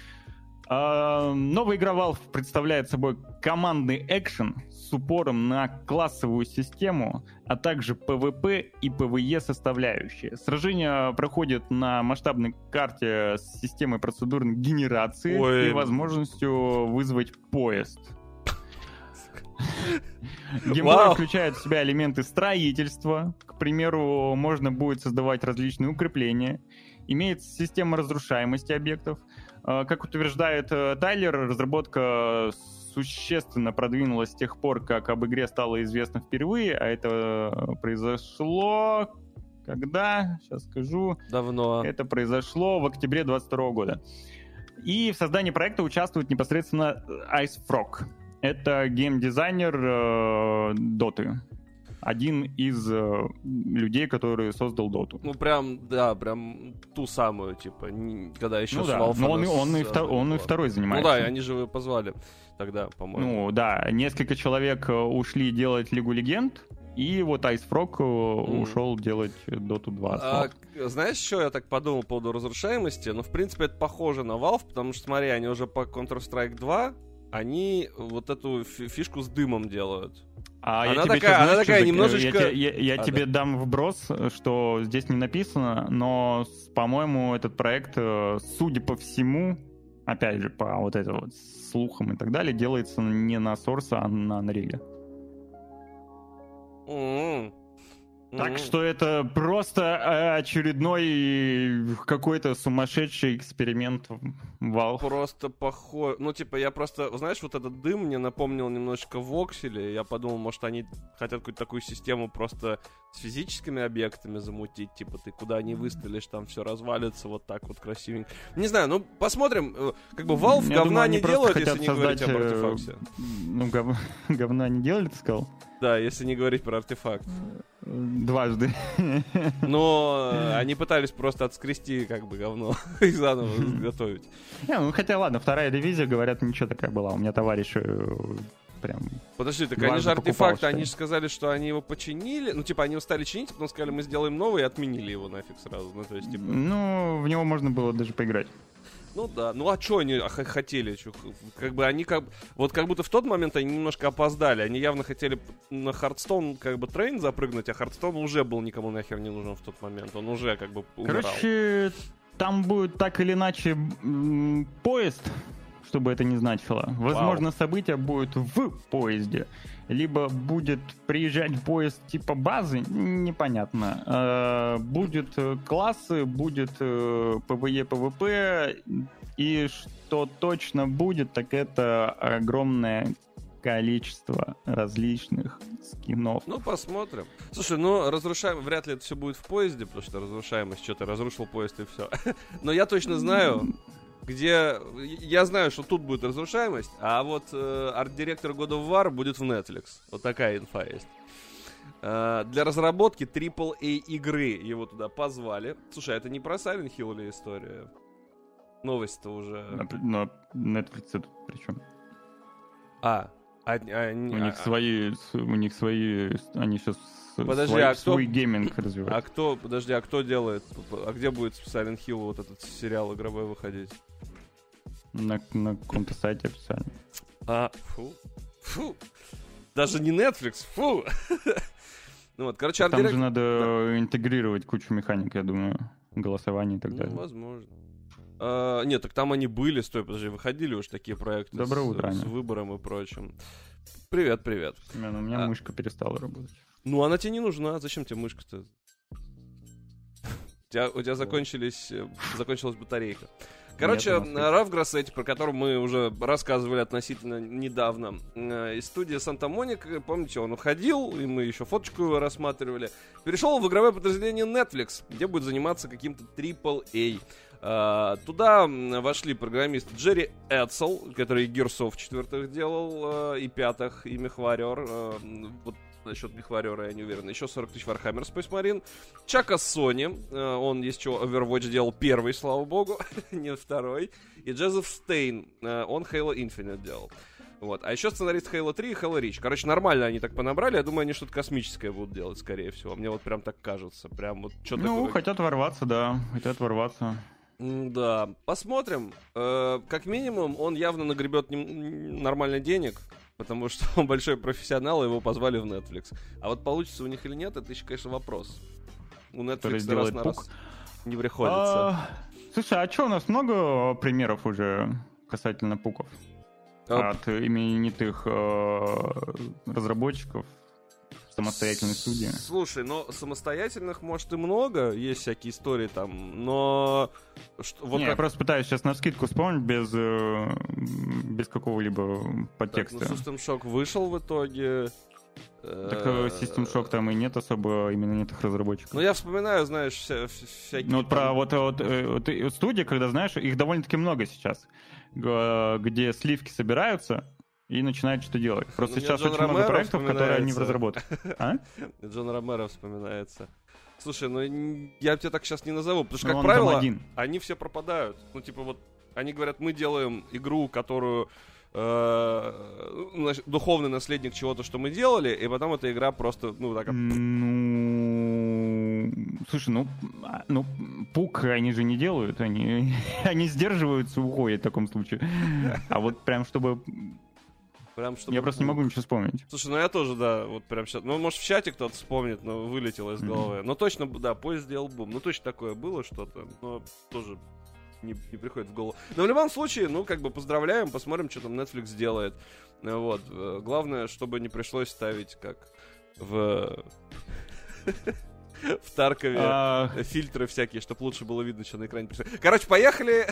Speaker 2: А, Новая игра Valve представляет собой командный экшен с упором на классовую систему, а также PvP и PvE составляющие. Сражения проходят на масштабной карте с системой процедурной генерации
Speaker 1: Ой.
Speaker 2: и возможностью вызвать поезд. Геймплей
Speaker 1: Вау.
Speaker 2: включает в себя элементы строительства. К примеру, можно будет создавать различные укрепления. Имеется система разрушаемости объектов. Э, Как утверждает э, Тайлер, разработка существенно продвинулась с тех пор, как об игре стало известно впервые, а это произошло... Когда? Сейчас скажу.
Speaker 1: Давно.
Speaker 2: Это произошло в октябре двадцать второго года. И в создании проекта участвует непосредственно Ice Frog. Это геймдизайнер э, Доты. Один из э, людей, который создал Доту.
Speaker 1: Ну прям, да, прям ту самую, типа, не- когда еще
Speaker 2: Ну
Speaker 1: с
Speaker 2: да,
Speaker 1: Valve
Speaker 2: но он, и-
Speaker 1: она
Speaker 2: он, и
Speaker 1: с-
Speaker 2: втор- он и второй
Speaker 1: Ну
Speaker 2: занимается.
Speaker 1: да, и они же его позвали тогда, по-моему.
Speaker 2: Ну да, несколько человек э, ушли делать Лигу Легенд, и вот Ice Frog э,
Speaker 1: Мгм.
Speaker 2: ушел делать Доту два.
Speaker 1: А, к- знаешь, что я так подумал по поводу разрушаемости? Ну, в принципе, это похоже на Valve, потому что, смотри, они уже по Counter-Strike два, они вот эту фи- фишку с дымом делают.
Speaker 2: А
Speaker 1: Она
Speaker 2: я тебе
Speaker 1: такая-
Speaker 2: щас,
Speaker 1: она
Speaker 2: знаешь,
Speaker 1: такая
Speaker 2: что зак-
Speaker 1: немножечко-
Speaker 2: Я, те- я- я
Speaker 1: А,
Speaker 2: тебе дам вброс, что здесь не написано, но, с- по-моему, этот проект, э, судя по всему, опять же, по вот этим вот слухам и так далее, делается не на Source, а на Unreal.
Speaker 1: М-м.
Speaker 2: Так
Speaker 1: Mm-hmm.
Speaker 2: что это просто очередной какой-то сумасшедший эксперимент Valve.
Speaker 1: Просто похож... Ну, типа, я просто... Знаешь, вот этот дым мне напомнил немножечко воксели. Я подумал, может, они хотят какую-то такую систему просто с физическими объектами замутить. Типа, ты куда ни выстрелишь, там все развалится вот так вот красивенько. Не знаю, ну, посмотрим. Как бы Valve
Speaker 2: Я
Speaker 1: говна
Speaker 2: думаю,
Speaker 1: не делают, если не говорить об
Speaker 2: создать,
Speaker 1: артефакте.
Speaker 2: Ну, гов... говна не делали, ты сказал?
Speaker 1: Да, если не говорить про артефакт.
Speaker 2: Дважды.
Speaker 1: Но они пытались просто отскрести как бы говно и заново изготовить.
Speaker 2: Не, ну хотя ладно, вторая ревизия, говорят, ничего такая была. У меня товарищ прям...
Speaker 1: Подожди, так они же артефакт, они же сказали, что они его починили. Ну, типа, они его стали чинить, потом сказали, мы сделаем новый, и отменили его нафиг сразу. Ну, то есть, типа...
Speaker 2: Ну, в него можно было даже поиграть.
Speaker 1: Ну да, ну а что они х- хотели? Чё? Как бы они как вот как будто в тот момент они немножко опоздали. Они явно хотели на Хардстоун как бы трейн запрыгнуть, а Хардстоун уже был никому нахер не нужен в тот момент. Он уже как бы умирал.
Speaker 2: Короче, там будет так или иначе м- поезд, чтобы это не значило. Возможно, Вау. события будут в поезде. Либо будет приезжать поезд типа базы, непонятно. Э, будет классы, будет э, ПВЕ, ПВП. И что точно будет, так это огромное количество различных скинов.
Speaker 1: Ну, посмотрим. Слушай, ну, разрушаем... Вряд ли это все будет в поезде, потому что разрушаемость, что-то разрушил поезд и все. Но я точно знаю... Где я знаю, что тут будет разрушаемость, а вот э, арт-директор God of War будет в Netflix. Вот такая инфа есть. Э, для разработки трипл эй игры его туда позвали. Слушай, а это не про Silent Hill или история? Новость-то уже...
Speaker 2: Но Netflix это при чем?
Speaker 1: А, а, а
Speaker 2: у них а, свои, у них свои, они сейчас
Speaker 1: подожди,
Speaker 2: свой,
Speaker 1: а кто,
Speaker 2: свой гейминг развивают.
Speaker 1: А кто, подожди, а кто делает? А где будет Silent Hill вот этот сериал игровой выходить?
Speaker 2: На, на каком-то сайте официально.
Speaker 1: А, фу, фу. Даже не Netflix, фу. Ну вот, короче,
Speaker 2: там
Speaker 1: арт-директор...
Speaker 2: же надо да. интегрировать кучу механик, я думаю, голосование и так далее.
Speaker 1: Ну, возможно. А, нет, так там они были, стой, подожди, выходили уж такие проекты
Speaker 2: Доброе
Speaker 1: с,
Speaker 2: утро,
Speaker 1: с выбором и прочим. Привет, привет.
Speaker 2: Семен, у меня
Speaker 1: а...
Speaker 2: мышка перестала работать.
Speaker 1: Ну, она тебе не нужна, зачем тебе мышка-то? У тебя, у тебя закончились, закончилась батарейка. Короче, Раф Гроссетти, про который мы уже рассказывали относительно недавно, из студии Санта-Моника, помните, он уходил, и мы еще фоточку его рассматривали, перешел в игровое подразделение Netflix, где будет заниматься каким-то трипл эй. Uh, туда вошли программист Джерри Эдсел, который Гирсов четвертых делал, uh, и пятых, и Мехварер. Uh, вот насчет Мехварера я не уверен. Еще сорок тысяч Warhammer Space Marine. Чака Сони, uh, он есть что, Overwatch делал первый, слава богу, не второй. И Джозеф Стейн, uh, он Halo Infinite делал. Вот. А еще сценарист Halo три и Halo Reach. Короче, нормально они так понабрали. Я думаю, они что-то космическое будут делать, скорее всего. Мне вот прям так кажется. Прям вот что-то
Speaker 2: ну,
Speaker 1: такое...
Speaker 2: хотят ворваться, да. Хотят ворваться.
Speaker 1: Да, посмотрим. Э, как минимум, он явно нагребет нем- нормально денег, потому что он большой профессионал, и его позвали в Netflix. А вот получится у них или нет, это еще, конечно, вопрос. У Netflix раз на раз не приходится.
Speaker 2: А, слушай, а что, у нас много примеров уже касательно пуков? А... От именитых э, разработчиков? Самостоятельной студии.
Speaker 1: Слушай, ну самостоятельных, может, и много, есть всякие истории там, но... Что, вот
Speaker 2: Не,
Speaker 1: как...
Speaker 2: я просто пытаюсь сейчас навскидку вспомнить без, без какого-либо подтекста.
Speaker 1: Так, ну, System Shock вышел в итоге.
Speaker 2: Так System Shock там и нет особо именитых разработчиков.
Speaker 1: Ну я вспоминаю, знаешь, вся, всякие...
Speaker 2: Ну вот про вот, вот, вот, вот студии, когда, знаешь, их довольно-таки много сейчас, где сливки собираются и начинают что делать. Просто ну, сейчас очень Ромеро много проектов, которые они в разработке. А?
Speaker 1: Джон Ромеро вспоминается. Слушай, ну я тебя так сейчас не назову, потому что,
Speaker 2: ну,
Speaker 1: как правило, они все пропадают. Ну, типа вот, они говорят, мы делаем игру, которую э, духовный наследник чего-то, что мы делали, и потом эта игра просто, ну, так...
Speaker 2: Ну... Слушай, ну, ну, пук они же не делают, они, они сдерживаются, уходят в таком случае. А вот прям, чтобы...
Speaker 1: Прям, чтобы...
Speaker 2: Я просто не могу ничего вспомнить.
Speaker 1: Слушай, ну я тоже, да, вот прям сейчас... Ну, может, в чате кто-то вспомнит, но вылетело из головы. Mm-hmm. Но точно, да, поезд сделал бум. Ну, точно такое было что-то, но тоже не, не приходит в голову. Но в любом случае, ну, как бы поздравляем, посмотрим, что там Netflix делает. Вот. Главное, чтобы не пришлось ставить как в... В Таркове фильтры всякие, чтобы лучше было видно, что на экране происходит. Короче, поехали.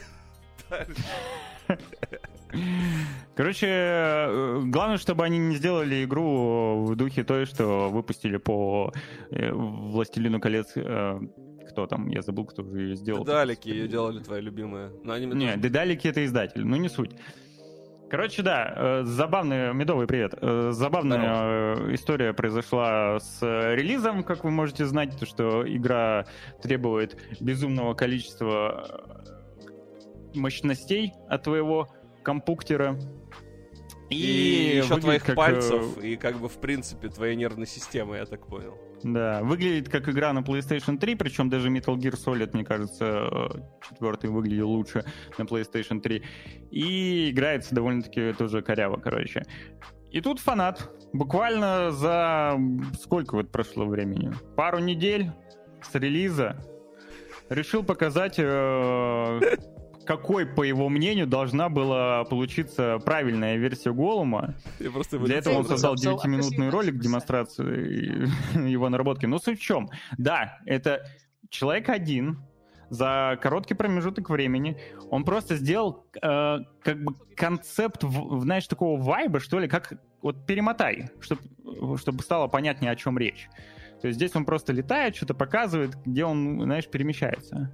Speaker 2: Короче, главное, чтобы они не сделали игру в духе той, что выпустили по «Властелину колец». Кто там? Я забыл, кто же ее сделал.
Speaker 1: Дедалики ее делали, твои любимые.
Speaker 2: Не, Дедалики — это издатель, ну не суть. Короче, да, забавный, медовый привет. Забавная Здорово. История произошла с релизом, как вы можете знать, то, что игра требует безумного количества мощностей от твоего компьютера.
Speaker 1: И, и еще твоих как... пальцев, и как бы в принципе твоей нервной системы, я так понял.
Speaker 2: Да, выглядит как игра на PlayStation три, причем даже Metal Gear Solid, мне кажется, четвертый выглядел лучше на PlayStation три. И играется довольно-таки тоже коряво, короче. И тут фанат буквально за сколько вот прошло времени? Пару недель с релиза решил показать... Э... какой, по его мнению, должна была получиться правильная версия Голума. Для этого он создал девятиминутный ролик демонстрации его наработки. Но суть в чем? Да, это человек один за короткий промежуток времени. Он просто сделал э, как бы концепт, знаешь, такого вайба, что ли, как вот перемотай, чтобы чтобы стало понятнее, о чем речь. То есть здесь он просто летает, что-то показывает, где он, знаешь, перемещается.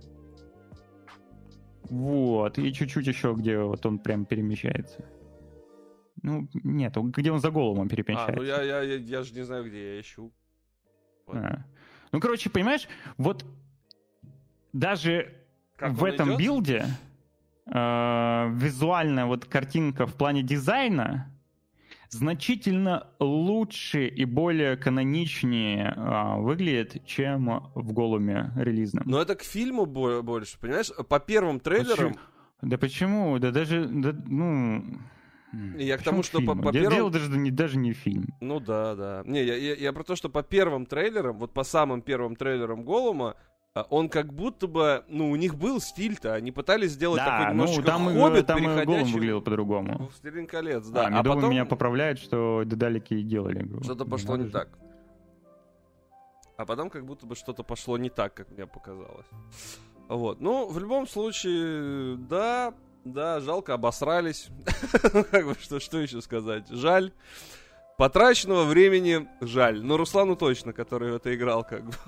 Speaker 2: Вот, и чуть-чуть еще, где вот он прям перемещается. Ну, нет, где он за Голумом перемещается.
Speaker 1: А, ну я, я, я, я же не знаю, где я ищу. Вот.
Speaker 2: А. Ну, короче, понимаешь, вот даже
Speaker 1: как
Speaker 2: в этом
Speaker 1: идет?
Speaker 2: билде э, визуально вот картинка в плане дизайна значительно лучше и более каноничнее а, выглядит, чем в Голуме релизном.
Speaker 1: Но это к фильму больше, понимаешь? По первым трейлерам...
Speaker 2: Почему? Да почему? Да даже... Да, ну...
Speaker 1: Я к тому, что по, по
Speaker 2: первым...
Speaker 1: первым...
Speaker 2: Дело даже не, даже не фильм.
Speaker 1: Ну да, да. Не, я, я, я про то, что по первым трейлерам, вот по самым первым трейлерам Голума, он как будто бы, ну, у них был стиль-то, они пытались сделать
Speaker 2: да,
Speaker 1: такой немножечко
Speaker 2: ну, там
Speaker 1: Хоббит,
Speaker 2: там
Speaker 1: переходящий...
Speaker 2: Голум выглядел по-другому.
Speaker 1: «Властелин колец», да.
Speaker 2: А,
Speaker 1: а
Speaker 2: Медовый
Speaker 1: потом...
Speaker 2: меня поправляет, что Дедалики и делали.
Speaker 1: Что-то пошло не так. А потом как будто бы что-то пошло не так, как мне показалось. Вот, ну, в любом случае, да, да, жалко, обосрались. Как бы, что, что еще сказать? Жаль. Потраченного времени жаль. Но Руслану точно, который в это играл, как бы.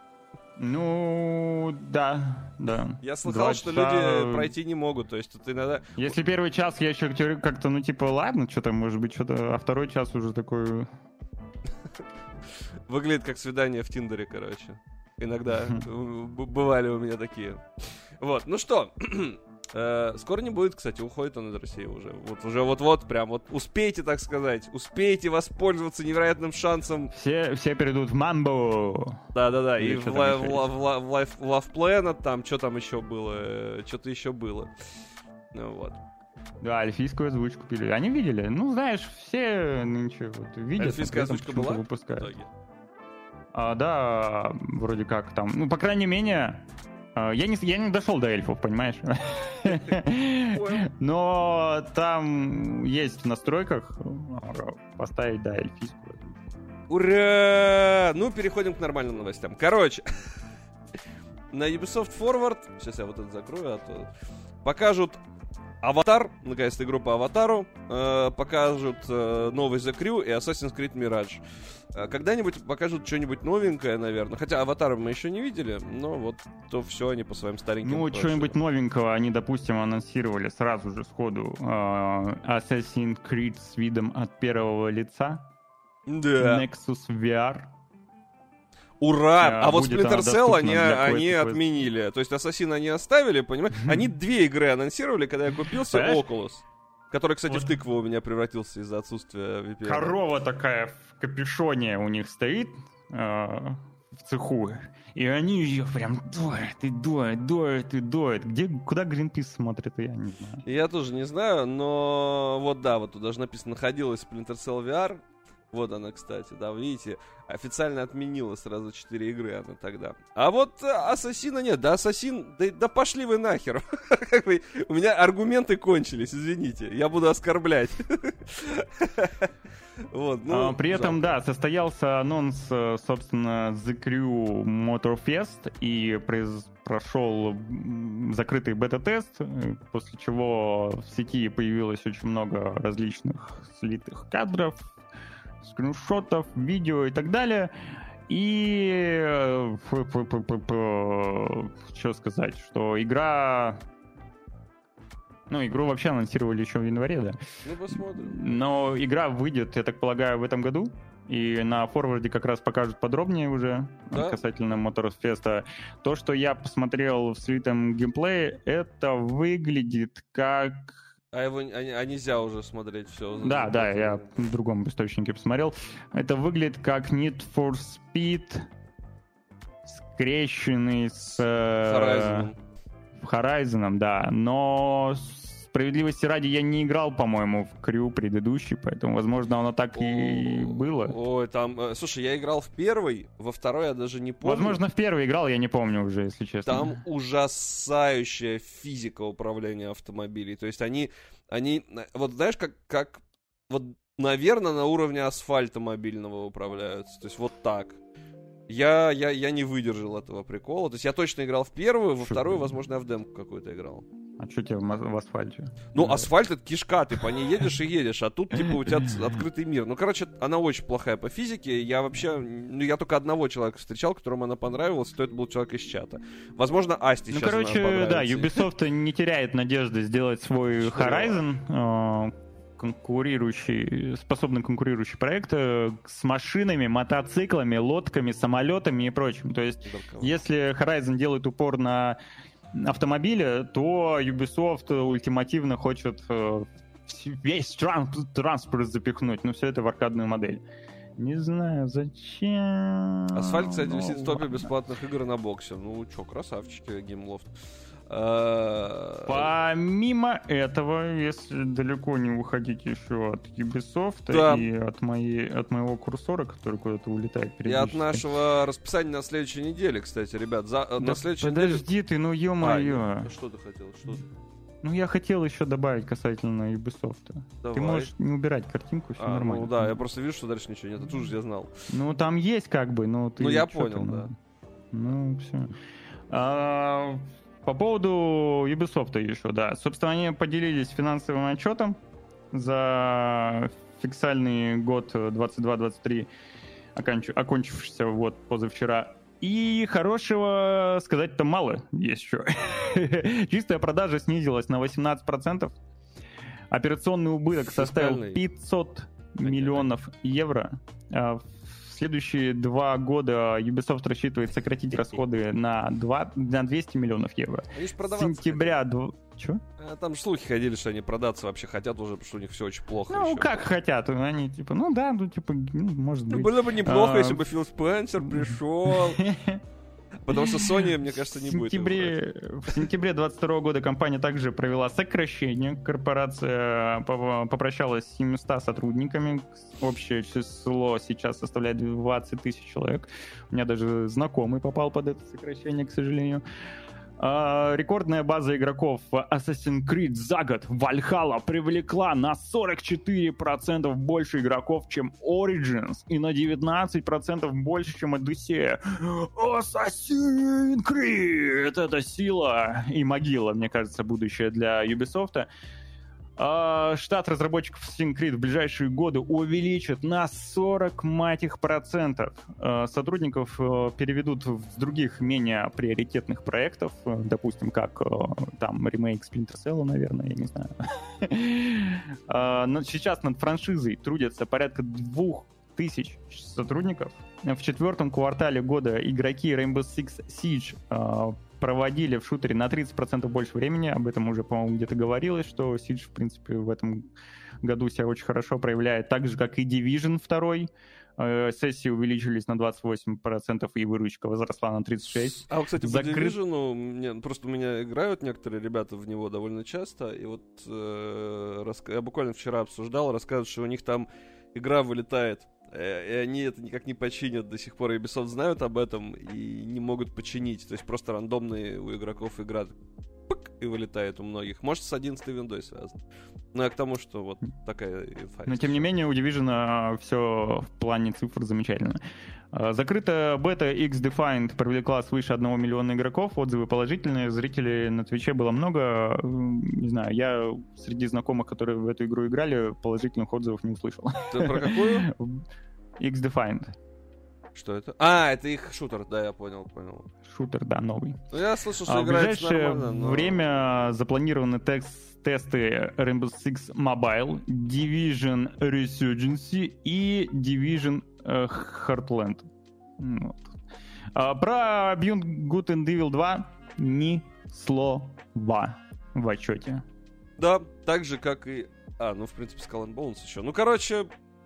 Speaker 2: Ну, да, да.
Speaker 1: Я слыхал, Два что часа... люди пройти не могут, то есть ты иногда...
Speaker 2: Если первый час я еще как-то, ну, типа, ладно, что-то, может быть, что-то, а второй час уже такой...
Speaker 1: Выглядит как свидание в Тиндере, короче. Иногда бывали у меня такие. Вот, ну что... Uh, скоро не будет, кстати, уходит он из России уже. Вот уже вот-вот, прям вот успейте, так сказать. Успейте воспользоваться невероятным шансом.
Speaker 2: Все, все перейдут в Мамбо.
Speaker 1: Да-да-да, и в, ла- в, ла- в, ла- в, Life, в Love Planet, там, что там еще было? Что-то еще было. Ну вот.
Speaker 2: Да, эльфийскую озвучку пили. Они видели? Ну, знаешь, все нынче вот видят.
Speaker 1: Эльфийская озвучка была?
Speaker 2: Выпускают. А, да, вроде как там. Ну, по крайней мере... Я не, я не дошел до эльфов, понимаешь? Но там есть в настройках поставить, да, эльфийскую.
Speaker 1: Ура! Ну, переходим к нормальным новостям. Короче, на Ubisoft Forward, сейчас я вот это закрою, а то покажут Аватар, наконец-то игру по Аватару, э, покажут э, новый The Crew и Assassin's Creed Mirage. Э, когда-нибудь покажут что-нибудь новенькое, наверное. Хотя Аватара мы еще не видели, но вот то все они по своим стареньким...
Speaker 2: Ну, что-нибудь новенького они, допустим, анонсировали сразу же сходу. Э, Assassin's Creed с видом от первого лица.
Speaker 1: Да.
Speaker 2: Nexus ви ар.
Speaker 1: Ура! А, а вот Splinter Cell они, они отменили. То есть Ассасин они оставили, понимаешь? Они две игры анонсировали, когда я купился Oculus. Который, кстати, вот. в тыкву у меня превратился из-за отсутствия ви пи эн.
Speaker 2: Корова такая в капюшоне у них стоит э, в цеху. И они ее прям дуют, и дуют, дуют, и дуют. Где, куда Greenpeace смотрит, я не знаю.
Speaker 1: Я тоже не знаю, но вот да, вот тут даже написано, находилась Splinter Cell ви ар. Вот она, кстати, да, видите, официально отменила сразу четыре игры она тогда. А вот Ассасина нет, да Ассасин, да, да пошли вы нахер. У меня аргументы кончились, извините, я буду оскорблять. Вот, Вот, ну,
Speaker 2: а, при этом,
Speaker 1: жалко.
Speaker 2: да, состоялся анонс, собственно, The Crew Motor Fest, и произ... прошел закрытый бета-тест, после чего в сети появилось очень много различных слитых кадров, скриншотов, видео и так далее. И что сказать, что игра... Ну, игру вообще анонсировали еще в январе, да?
Speaker 1: Ну, посмотрим.
Speaker 2: Но игра выйдет, я так полагаю, в этом году. И на форварде как раз покажут подробнее уже, да? Касательно Моторфеста. То, что я посмотрел в слитом геймплее, это выглядит как...
Speaker 1: А его а, а нельзя уже смотреть все?
Speaker 2: Да, да, я в другом источнике посмотрел. Это выглядит как Need for Speed, скрещенный с...
Speaker 1: Horizon.
Speaker 2: Horizon, да. Но... Справедливости ради, я не играл, по-моему, в Крю предыдущий, поэтому, возможно, оно так и было.
Speaker 1: Ой, там... Слушай, я играл в первый, во второй я даже не помню.
Speaker 2: Возможно, в первый играл, я не помню уже, если честно.
Speaker 1: Там ужасающая физика управления автомобилей. То есть они... они вот знаешь, как... как вот, наверное, на уровне асфальта мобильного управляются. То есть вот так. Я, я, я не выдержал этого прикола. То есть я точно играл в первую, во вторую, возможно, я в демку какую-то играл.
Speaker 2: А что тебе в, в асфальте?
Speaker 1: Ну, асфальт — это кишка, ты по ней едешь и едешь, а тут, типа, у тебя открытый мир. Ну, короче, она очень плохая по физике. Я вообще... Ну, я только одного человека встречал, которому она понравилась, то это был человек из чата. Возможно, Асти
Speaker 2: ну,
Speaker 1: сейчас
Speaker 2: короче,
Speaker 1: она понравится.
Speaker 2: Да, Ubisoft не теряет надежды сделать свой Horizon, конкурирующий, способный конкурирующий проект с машинами, мотоциклами, лодками, самолетами и прочим. То есть, если Horizon делает упор на автомобиля, то Ubisoft ультимативно хочет весь транспорт запихнуть, но все это в аркадную модель. Не знаю, зачем...
Speaker 1: Асфальт, кстати,
Speaker 2: ну,
Speaker 1: висит в топе бесплатных игр на боксе. Ну, чё, красавчики, Геймлофт.
Speaker 2: Помимо этого, если далеко не уходить еще от Ubisoft,
Speaker 1: да.
Speaker 2: и от, моей, от моего курсора, который куда-то улетает
Speaker 1: и от нашего расписания на следующей неделе, кстати, ребят. За,
Speaker 2: да
Speaker 1: на следующей
Speaker 2: подожди
Speaker 1: неделе...
Speaker 2: ты, ну ё-моё.
Speaker 1: А, что ты хотел? Что ты?
Speaker 2: Ну, я хотел еще добавить касательно Ubisoft.
Speaker 1: Давай.
Speaker 2: Ты можешь не убирать картинку, все
Speaker 1: а,
Speaker 2: нормально.
Speaker 1: Ну да, я просто вижу, что дальше ничего нет. Это уже я знал.
Speaker 2: Ну, там есть как бы, но ты...
Speaker 1: Ну, я понял,
Speaker 2: ну,
Speaker 1: да.
Speaker 2: Ну, все. А, по поводу Ubisoft еще, да. Собственно, они поделились финансовым отчетом за фискальный год двадцать два двадцать три, оконч... окончившийся вот позавчера. И хорошего сказать-то мало есть еще. Чистая продажа снизилась на восемнадцать процентов. Операционный убыток составил пятьсот миллионов евро. В следующие два года Ubisoft рассчитывает сократить расходы на, два, на двести миллионов евро.
Speaker 1: Они же
Speaker 2: с сентября... Дв... Чё?
Speaker 1: А, там же слухи ходили, что они продаться вообще хотят уже, потому что у них все очень плохо.
Speaker 2: Ну,
Speaker 1: еще.
Speaker 2: как хотят. Они типа, ну да, ну типа, ну, может
Speaker 1: ну,
Speaker 2: быть.
Speaker 1: Было бы неплохо,
Speaker 2: а...
Speaker 1: если бы Фил Спенсер пришел. Потому что Sony, мне кажется, не будет.
Speaker 2: В сентябре двадцать второго года компания также провела сокращение. Корпорация попрощалась с семьюстами сотрудниками. Общее число сейчас составляет двадцать тысяч человек. У меня даже знакомый попал под это сокращение, к сожалению. Uh, рекордная база игроков Assassin's Creed за год Valhalla привлекла на сорок четыре процента больше игроков, чем Origins, и на девятнадцать процентов больше, чем Odyssey. Assassin's Creed! Это сила и могила, мне кажется, будущее для Ubisoft. Uh, штат разработчиков Assassin's Creed в ближайшие годы увеличат на сорок, мать их, процентов. Uh, сотрудников uh, переведут с других менее приоритетных проектов, uh, допустим, как uh, там ремейк Splinter Cell, наверное, я не знаю. uh, но сейчас над франшизой трудятся порядка двух тысяч сотрудников. В четвертом квартале года игроки Rainbow Six Siege uh, проводили в шутере на тридцать процентов больше времени. Об этом уже, по-моему, где-то говорилось, что Siege, в принципе, в этом году себя очень хорошо проявляет. Так же, как и Division два. Сессии увеличились на двадцать восемь процентов, и выручка возросла на тридцать шесть процентов.
Speaker 1: А, кстати,
Speaker 2: Закрыт...
Speaker 1: по Division, мне, просто у меня играют некоторые ребята в него довольно часто, и вот э, рас... я буквально вчера обсуждал, рассказывают, что у них там игра вылетает, и они это никак не починят до сих пор. Ubisoft знают об этом и не могут починить. То есть просто рандомные у игроков игра и вылетает у многих. Может, с одиннадцатой виндой связано. Но я к тому, что вот такая инфа.
Speaker 2: Но, тем не менее, у Division все в плане цифр замечательно. Закрытая бета X-Defined привлекла свыше одного миллиона игроков, отзывы положительные, зрителей на Твиче было много. Не знаю, я среди знакомых, которые в эту игру играли, положительных отзывов не услышал.
Speaker 1: Ты про какую?
Speaker 2: X-Defined.
Speaker 1: Что это? А, это их шутер, да, я понял, понял.
Speaker 2: Шутер, да, новый.
Speaker 1: Ну, я слышал, что
Speaker 2: а
Speaker 1: играется
Speaker 2: в ближайшее
Speaker 1: нормально, но...
Speaker 2: время запланированы текст, тесты Rainbow Six Mobile, Division Resurgency и Division э, Heartland. Вот. А про Beyond Good and Evil два ни слова в отчете.
Speaker 1: Да, так же, как и... А, ну, в принципе, Skull and Bones еще. Ну, короче...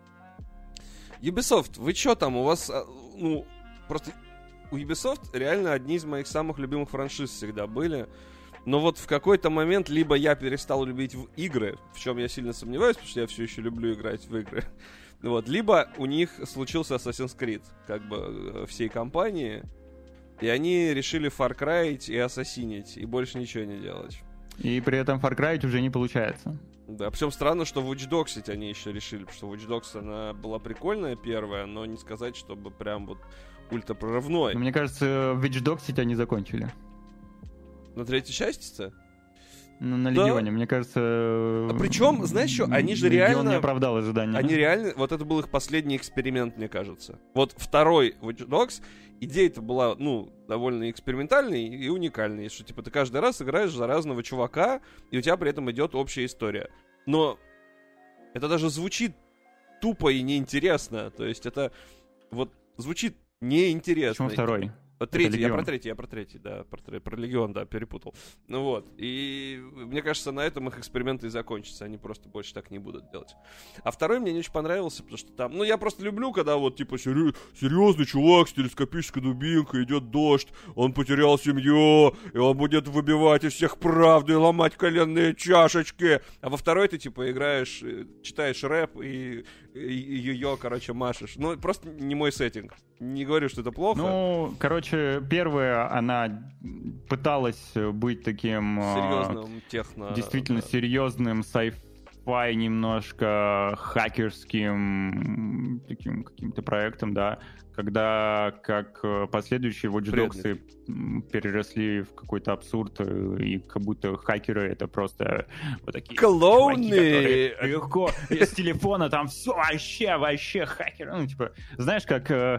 Speaker 1: Ubisoft, вы чё там? У вас, ну, просто... У Ubisoft реально одни из моих самых любимых франшиз всегда были. Но вот в какой-то момент либо я перестал любить в игры, в чем я сильно сомневаюсь, потому что я все еще люблю играть в игры. Вот, либо у них случился Assassin's Creed, как бы, всей компании, и они решили Far Cry и ассасинить, и больше ничего не делать.
Speaker 2: И при этом Far Cry уже не получается.
Speaker 1: Да, причем странно, что Watch Dogs они еще решили, потому что Watch Dogs, она была прикольная первая, но не сказать, чтобы прям вот ультрапрорывной.
Speaker 2: Но мне кажется, Watch Dogs они закончили.
Speaker 1: На третьей части-то?
Speaker 2: Ну, на
Speaker 1: да.
Speaker 2: Легионе, мне кажется...
Speaker 1: А причем, знаешь что, они же
Speaker 2: Легион
Speaker 1: реально...
Speaker 2: не оправдал ожидания.
Speaker 1: Они реально... Вот это был их последний эксперимент, мне кажется. Вот второй Watch Dogs, идея-то была, ну, довольно экспериментальной и уникальной. Что, типа, ты каждый раз играешь за разного чувака, и у тебя при этом идет общая история. Но это даже звучит тупо и неинтересно. То есть это вот звучит неинтересно.
Speaker 2: Почему второй?
Speaker 1: Третий, я про третий, я про третий, да, про, про Легион, да, перепутал. Ну вот, и мне кажется, на этом их эксперименты и закончатся, они просто больше так не будут делать. А второй мне не очень понравился, потому что там, ну, я просто люблю, когда вот, типа, сери- серьезный чувак с телескопической дубинкой, идет дождь, он потерял семью, и он будет выбивать из всех правду и ломать коленные чашечки. А во второй ты, типа, играешь, читаешь рэп и, и, и ее, короче, машешь. Ну, просто не мой сеттинг. Не говорю, что это плохо.
Speaker 2: Ну, короче, первая, она пыталась быть таким...
Speaker 1: Серьезным, техно...
Speaker 2: Действительно
Speaker 1: да.
Speaker 2: серьезным, sci-fi немножко хакерским таким каким-то проектом, да. Когда, как последующие Watch Dogs переросли в какой-то абсурд, и как будто хакеры — это просто вот такие
Speaker 1: клоуны,
Speaker 2: чуваки, которые легко с телефона там все вообще, вообще хакеры. Ну, типа, знаешь, как...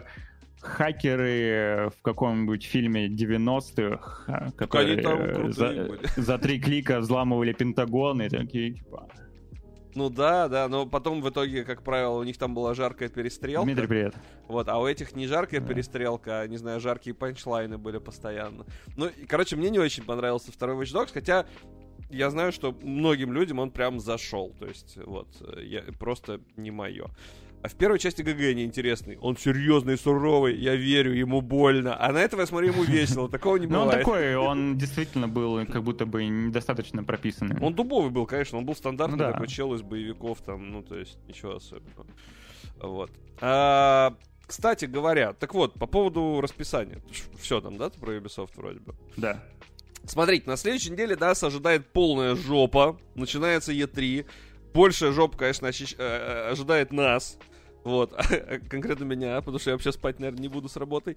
Speaker 2: хакеры в каком-нибудь фильме девяностых, которые за, за три клика взламывали Пентагон и такие, типа...
Speaker 1: Ну да, да, но потом в итоге, как правило, у них там была жаркая перестрелка.
Speaker 2: Дмитрий, привет.
Speaker 1: Вот, а у этих не жаркая
Speaker 2: да.
Speaker 1: перестрелка, а, не знаю, жаркие панчлайны были постоянно. Ну, и, короче, мне не очень понравился второй Watch Dogs, хотя я знаю, что многим людям он прям зашел. То есть, вот, я, просто не мое. А в первой части ГГ неинтересный. Он серьезный, суровый, я верю, ему больно. А на этого, я смотрю, ему весело. Такого не бывает.
Speaker 2: Ну, он такой, он действительно был как будто бы недостаточно прописанный.
Speaker 1: Он дубовый был, конечно. Он был стандартный такой чел из боевиков. Там, ну, то есть, ничего особенного. Вот. А, кстати говоря, так вот, по поводу расписания. Все там, да, про Ubisoft вроде бы?
Speaker 2: Да.
Speaker 1: Смотрите, на следующей неделе нас ожидает полная жопа. Начинается и три. Большая жопа, конечно, ожидает нас. Вот, конкретно меня, потому что я вообще спать, наверное, не буду с работой.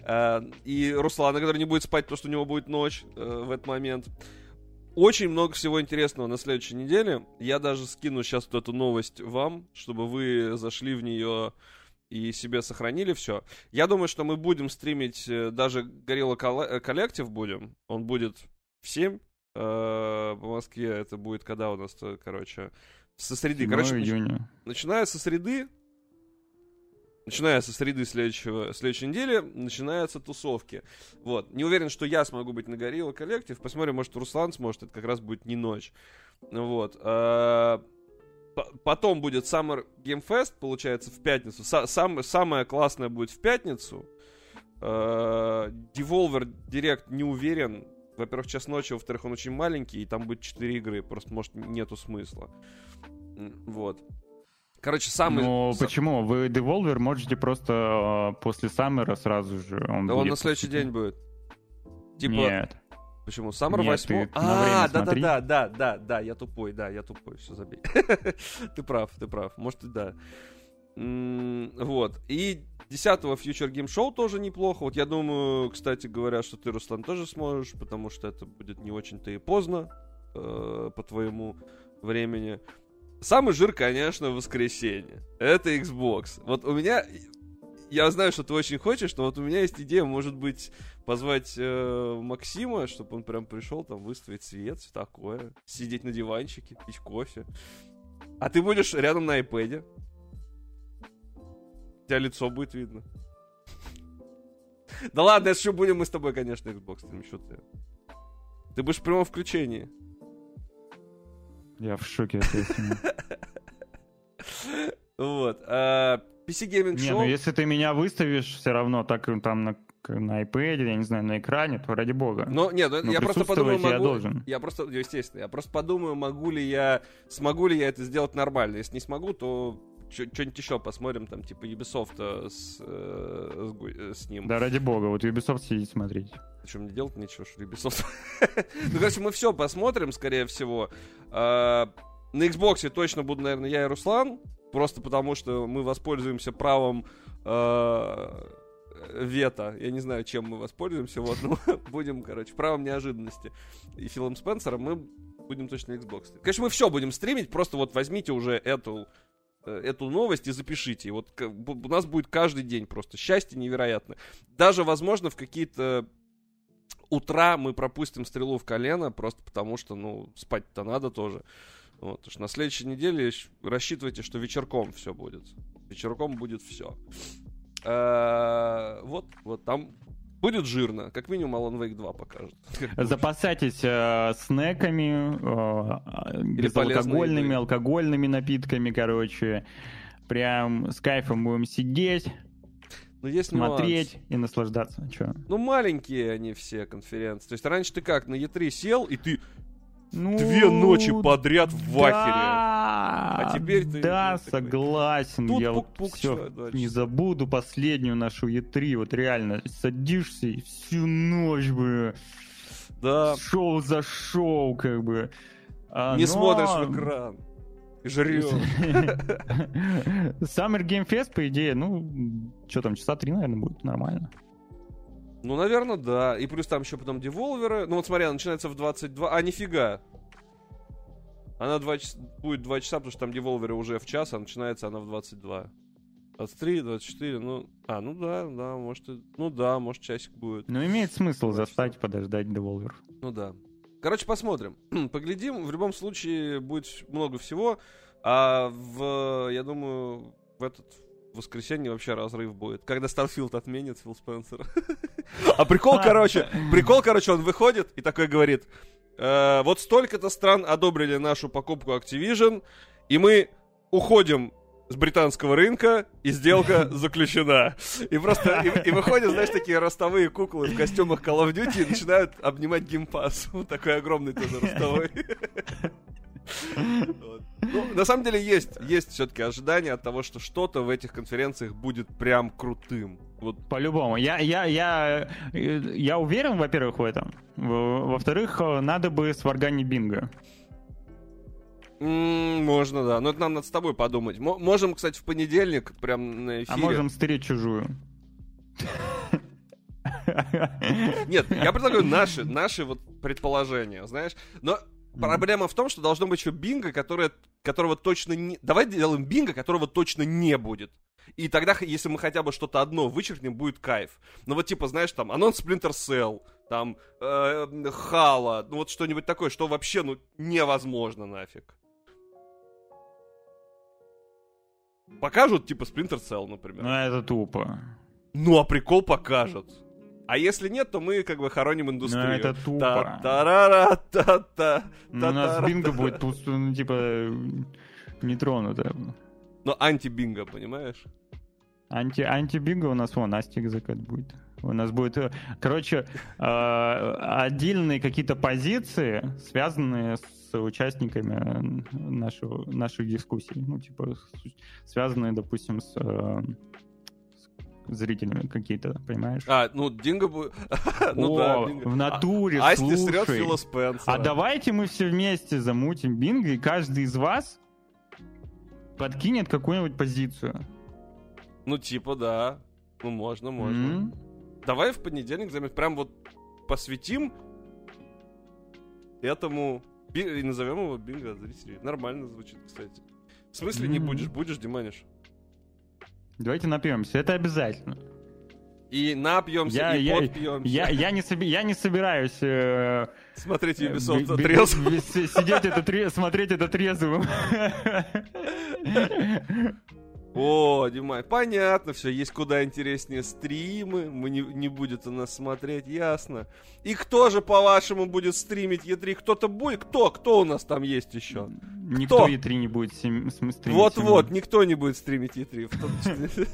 Speaker 1: И Руслана, который не будет спать, потому что у него будет ночь в этот момент. Очень много всего интересного на следующей неделе. Я даже скину сейчас вот эту новость вам, чтобы вы зашли в нее и себе сохранили все. Я думаю, что мы будем стримить, даже Gorilla Collective будем. Он будет в семь по Москве. Это будет когда у нас, короче... Со среды. Короче, нач... начиная со среды, начиная со среды следующего, следующей недели, начинаются тусовки. Вот. Не уверен, что я смогу быть на Gorilla Collective. Посмотрим, может, Руслан сможет. Это как раз будет не ночь. Вот. А... Потом будет Summer Game Fest, получается, в пятницу. Сам... Самое классное будет в пятницу. А... Devolver Direct не уверен. Во-первых, час ночи, во-вторых, он очень маленький, и там будет четыре игры. Просто, может, нету смысла. Вот. Короче, самый...
Speaker 2: Ну,
Speaker 1: сам...
Speaker 2: почему? Вы Devolver можете просто э, после Саммера сразу же... Он
Speaker 1: да он на следующий день будет. Типа...
Speaker 2: Нет.
Speaker 1: Почему? Summer
Speaker 2: Нет,
Speaker 1: восемь?
Speaker 2: ты на время
Speaker 1: А,
Speaker 2: смотри.
Speaker 1: да-да-да, да, да, я тупой, да, я тупой, все, забей. Ты прав, ты прав, может и да. М, Вот, и десятого Future Game Show тоже неплохо. Вот я думаю, кстати говоря, что ты, Руслан, тоже сможешь, потому что это будет не очень-то и поздно э, по твоему времени. Самый жир, конечно, в воскресенье. Это Xbox. Вот у меня... Я знаю, что ты очень хочешь, но вот у меня есть идея, может быть, позвать э, Максима, чтобы он прям пришел, там, выставить свет, все такое. Сидеть на диванчике, пить кофе. А ты будешь рядом на iPad. У тебя лицо будет видно. Да ладно, если что, будем мы с тобой, конечно, Xbox стримить. Что ты? Ты будешь в прямом включении.
Speaker 2: Я в шоке от этого.
Speaker 1: Вот. а, пи си Gaming
Speaker 2: Не,
Speaker 1: Show...
Speaker 2: ну если ты меня выставишь все равно так там на, на iPad, я не знаю, на экране, то ради бога.
Speaker 1: Ну, нет, ну,
Speaker 2: Но
Speaker 1: я просто подумаю,
Speaker 2: присутствовать я
Speaker 1: могу...
Speaker 2: должен.
Speaker 1: Я просто, естественно, я просто подумаю, могу ли я... Смогу ли я это сделать нормально. Если не смогу, то что-нибудь еще посмотрим, там, типа Ubisoft с, э, с, Гу- с ним.
Speaker 2: Да ради бога, вот Ubisoft сидит смотреть.
Speaker 1: Что, мне делать нечего, что ли, Ubisoft? Ну, короче, мы все посмотрим, скорее всего. А, На Xbox точно буду, наверное, я и Руслан. Просто потому, что мы воспользуемся правом э, вето. Я не знаю, чем мы воспользуемся. Вот, но будем, короче, правом неожиданности. И Филом Спенсером мы будем точно Xbox. Конечно, мы все будем стримить. Просто вот возьмите уже эту, эту новость и запишите. И вот к- у нас будет каждый день просто счастье невероятное. Даже, возможно, в какие-то утра мы пропустим стрелу в колено. Просто потому, что, ну, спать-то надо тоже. Вот, потому что на следующей неделе рассчитывайте, что вечерком все будет. Вечерком будет все. Вот, вот там будет жирно. Как минимум Alan Wake два покажет.
Speaker 2: Запасайтесь э, снеками, э, безалкогольными,
Speaker 1: едой.
Speaker 2: алкогольными напитками, короче. Прям с кайфом будем сидеть,
Speaker 1: Но есть
Speaker 2: смотреть
Speaker 1: нюанс.
Speaker 2: и наслаждаться. Чё?
Speaker 1: Ну, маленькие они все конференции. То есть раньше ты как, на и три сел, и ты
Speaker 2: Ну,
Speaker 1: две ночи подряд в
Speaker 2: да,
Speaker 1: ахере. А теперь ты...
Speaker 2: Да,
Speaker 1: ну, такой,
Speaker 2: согласен.
Speaker 1: тут
Speaker 2: Я вот
Speaker 1: пук-пук,
Speaker 2: все
Speaker 1: чё, да,
Speaker 2: не
Speaker 1: чё.
Speaker 2: забуду последнюю нашу и три. Вот реально садишься и всю ночь бы
Speaker 1: Да,
Speaker 2: шоу за шоу, как бы. А,
Speaker 1: не
Speaker 2: но-
Speaker 1: смотришь в экран. И жрёшь.
Speaker 2: Summer Game Fest, по идее, ну, что там, часа три, наверное, будет нормально.
Speaker 1: Ну, наверное, да. И плюс там еще потом деволверы. Ну, вот смотри, она начинается в двадцать два. А, нифига. Она два часа... будет два часа, потому что там деволверы уже в час, а начинается она в двадцать два. двадцать три, двадцать четыре, ну... А, ну да, да, может... и- Ну да, может, часик будет.
Speaker 2: Но имеет смысл
Speaker 1: Два
Speaker 2: застать, подождать Devolver.
Speaker 1: Ну да. Короче, посмотрим. Поглядим. В любом случае будет много всего. А в... Я думаю, в этот... В воскресенье вообще разрыв будет. Когда Starfield отменит Фил Спенсер. А прикол, короче, прикол, короче, он выходит и такой говорит: «Э, вот столько-то стран одобрили нашу покупку Activision, и мы уходим с британского рынка, и сделка заключена». И просто, и, и выходят, знаешь, такие ростовые куклы в костюмах Call of Duty и начинают обнимать геймпас. Вот такой огромный тоже ростовой. Вот. Ну, на самом деле есть, есть все-таки ожидание от того, что что-то в этих конференциях будет прям крутым. Вот.
Speaker 2: По-любому. Я, я, я, э, я уверен, во-первых, в этом. Во- Во-вторых, э, надо бы сварганить бинго.
Speaker 1: М, можно, да. Но это нам надо с тобой подумать. Мо- можем, кстати, в понедельник прям на эфире.
Speaker 2: А можем стереть чужую.
Speaker 1: Нет, я предлагаю наши, наши вот предположения, знаешь. Но проблема в том, что должно быть еще бинго, которое, которого точно не... Давай сделаем бинго, которого точно не будет. И тогда, если мы хотя бы что-то одно вычеркнем, будет кайф. Ну вот типа, знаешь, там, анонс Splinter Cell, там, э, Halo, ну вот что-нибудь такое, что вообще, ну, невозможно нафиг. Покажут, типа, Splinter Cell, например.
Speaker 2: Ну, это тупо.
Speaker 1: Ну, а прикол покажут. А если нет, то мы как бы хороним индустрию.
Speaker 2: Ну, это тупо.
Speaker 1: Та-та-ра-та-та,
Speaker 2: Ну, у нас
Speaker 1: та-та-ра-та.
Speaker 2: бинго будет пусто, ну, типа, не тронуто.
Speaker 1: Ну, анти-бинго, понимаешь?
Speaker 2: Анти, анти-бинго у нас, вон, Астик закат будет. У нас будет, э, короче, э, отдельные какие-то позиции, связанные с участниками нашего, наших дискуссий. Ну, типа, с- связанные, допустим, с, э, с зрителями какие-то, понимаешь?
Speaker 1: А, ну, Динго будет... ну
Speaker 2: О,
Speaker 1: да, Бинго.
Speaker 2: в натуре,
Speaker 1: а, Асти
Speaker 2: слушай.
Speaker 1: срет Фила Спенсера.
Speaker 2: А давайте мы все вместе замутим бинго, и каждый из вас подкинет какую-нибудь позицию.
Speaker 1: Ну, типа, да. Ну, можно, можно.
Speaker 2: М-м.
Speaker 1: Давай в понедельник займем, прям вот посвятим этому, би- и назовем его бинго зрителей. Нормально звучит, кстати. В смысле не
Speaker 2: М-м.
Speaker 1: будешь? Будешь, Диманиш?
Speaker 2: Давайте напьемся, это обязательно.
Speaker 1: И напьемся,
Speaker 2: Я,
Speaker 1: и
Speaker 2: я,
Speaker 1: подпьемся.
Speaker 2: я, я, не, соби- я не собираюсь э,
Speaker 1: Смотреть
Speaker 2: э,
Speaker 1: Ubisoft
Speaker 2: б- б-
Speaker 1: трезво.
Speaker 2: б- с- сидеть это тре- смотреть это трезвым.
Speaker 1: О, Димай, понятно, все, есть куда интереснее стримы, мы не, не будет у нас смотреть, ясно. И кто же, по-вашему, будет стримить и три? Кто-то будет? Кто? Кто у нас там есть еще?
Speaker 2: Никто
Speaker 1: Кто?
Speaker 2: и три не будет сем- см- стримить.
Speaker 1: Вот-вот, никто не будет стримить и три. в том числе.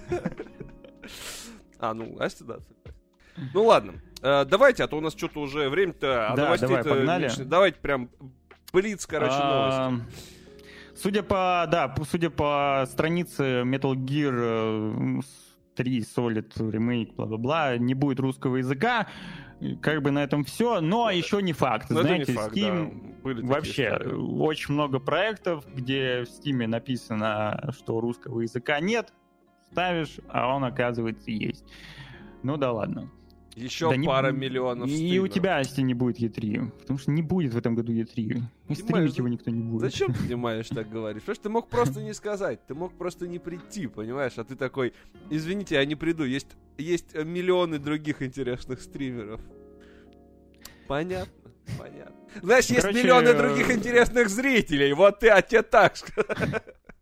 Speaker 1: А, ну, Асти, да. согласен. Ну ладно, Э, давайте, а то у нас что-то уже время-то, а
Speaker 2: Да,
Speaker 1: новостей-то
Speaker 2: давай, погнали.
Speaker 1: меньше. Давайте прям блиц, короче, новости.
Speaker 2: А, Судя по, да, п- судя по странице Metal Gear э, три Solid Remake, бла-бла-бла, не будет русского языка, как бы на этом все, но еще не факт.
Speaker 1: Но это не
Speaker 2: Знаете,
Speaker 1: факт,
Speaker 2: Steam
Speaker 1: да. Были такие
Speaker 2: вообще
Speaker 1: истории.
Speaker 2: очень много проектов, где в Steam написано, что русского языка нет, ставишь, а он, оказывается, есть. Ну да ладно.
Speaker 1: Еще
Speaker 2: Да не-
Speaker 1: пара миллионов
Speaker 2: И
Speaker 1: стримеров.
Speaker 2: у тебя, Асти, не будет и три, потому что не будет в этом году и три. И
Speaker 1: Понимаешь,
Speaker 2: стримить
Speaker 1: за-
Speaker 2: его никто не будет.
Speaker 1: Зачем ты, понимаешь, так говоришь? Потому что ты мог просто не сказать, ты мог просто не прийти, понимаешь? А ты такой, извините, я не приду, есть, есть миллионы других интересных стримеров. Понятно, понятно. Знаешь, есть
Speaker 2: Короче,
Speaker 1: миллионы
Speaker 2: э,
Speaker 1: других интересных зрителей, вот ты, а тебе так сказал.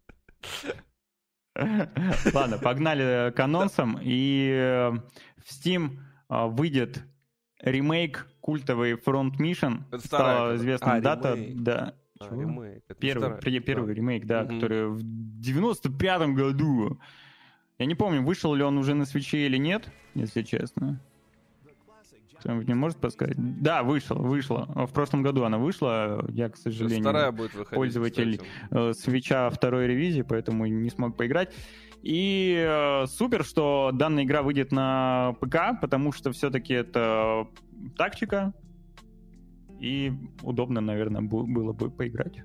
Speaker 2: Ладно, погнали к анонсам. И э, в Steam э, выйдет ремейк культовый Front Mission.
Speaker 1: Это вторая,
Speaker 2: Стала
Speaker 1: когда-
Speaker 2: известна
Speaker 1: а,
Speaker 2: дата.
Speaker 1: ремейк.
Speaker 2: Да.
Speaker 1: А,
Speaker 2: Чего?
Speaker 1: ремейк, это
Speaker 2: Первый,
Speaker 1: вторая.
Speaker 2: при- первый
Speaker 1: Да.
Speaker 2: ремейк, да,
Speaker 1: Мгм.
Speaker 2: который в девяносто пятом году. Я не помню, вышел ли он уже на свече или нет, если честно. Кто-нибудь не может подсказать? Да, вышел, вышла. В прошлом году она вышла. Я, к
Speaker 1: Сейчас
Speaker 2: сожалению,
Speaker 1: вторая будет выходить,
Speaker 2: пользователь
Speaker 1: кстати.
Speaker 2: э, свеча второй ревизии, поэтому не смог поиграть. И э, супер, что данная игра выйдет на ПК, потому что все-таки это тактика, и удобно, наверное, бу- было бы поиграть.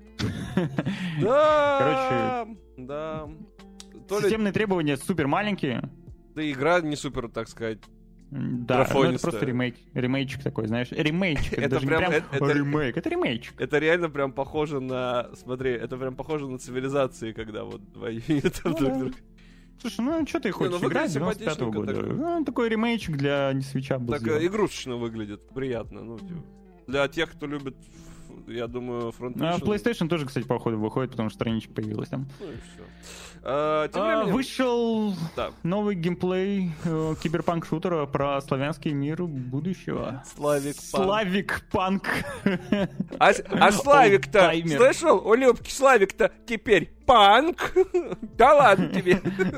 Speaker 1: Да, да. То ли
Speaker 2: Системные требования супер маленькие.
Speaker 1: да игра не супер, так сказать.
Speaker 2: Да, ну это
Speaker 1: Графонистая.
Speaker 2: просто ремейк, ремейчик такой, знаешь, ремейчик, это,
Speaker 1: Это
Speaker 2: даже
Speaker 1: прям-
Speaker 2: не прям
Speaker 1: это- это-
Speaker 2: ремейк, это ремейчик.
Speaker 1: Это реально прям похоже на... Смотри, это прям похоже на цивилизации, когда вот два юнита
Speaker 2: Ну
Speaker 1: друг
Speaker 2: да.
Speaker 1: друга.
Speaker 2: Слушай, ну что ты
Speaker 1: Не,
Speaker 2: хочешь
Speaker 1: ну
Speaker 2: играть
Speaker 1: выглядит
Speaker 2: девяносто пятого года?
Speaker 1: симпатичненько
Speaker 2: Ну, такой ремейчик для не свеча был
Speaker 1: Так
Speaker 2: сделан.
Speaker 1: э, игрушечно выглядит, приятно. Ну, типа, для тех, кто любит, ф- я думаю, Front
Speaker 2: Ну, а в
Speaker 1: Mission.
Speaker 2: PlayStation тоже, кстати, походу выходит, потому что страничка появилась там.
Speaker 1: Ну и все. А, тем
Speaker 2: А,
Speaker 1: временем...
Speaker 2: вышел
Speaker 1: Да.
Speaker 2: новый геймплей э, киберпанк-шутера про славянский мир будущего.
Speaker 1: Славик Панк.
Speaker 2: Славик Панк.
Speaker 1: А, с- а Славик-то,
Speaker 2: Олдтаймер.
Speaker 1: слышал, у Любки Славик-то теперь панк? Да ладно тебе.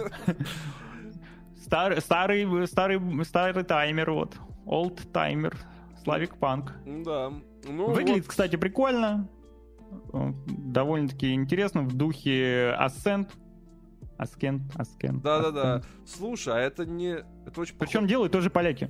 Speaker 2: Старый, старый, старый, старый таймер, вот. Old таймер. Славик Панк.
Speaker 1: Да. Ну,
Speaker 2: Выглядит,
Speaker 1: вот.
Speaker 2: кстати, прикольно. Э, Довольно-таки интересно в духе Ascent. Ascent, Ascent.
Speaker 1: Да-да-да.
Speaker 2: Ascent.
Speaker 1: Слушай, а это не... Это очень
Speaker 2: Причем делают тоже поляки.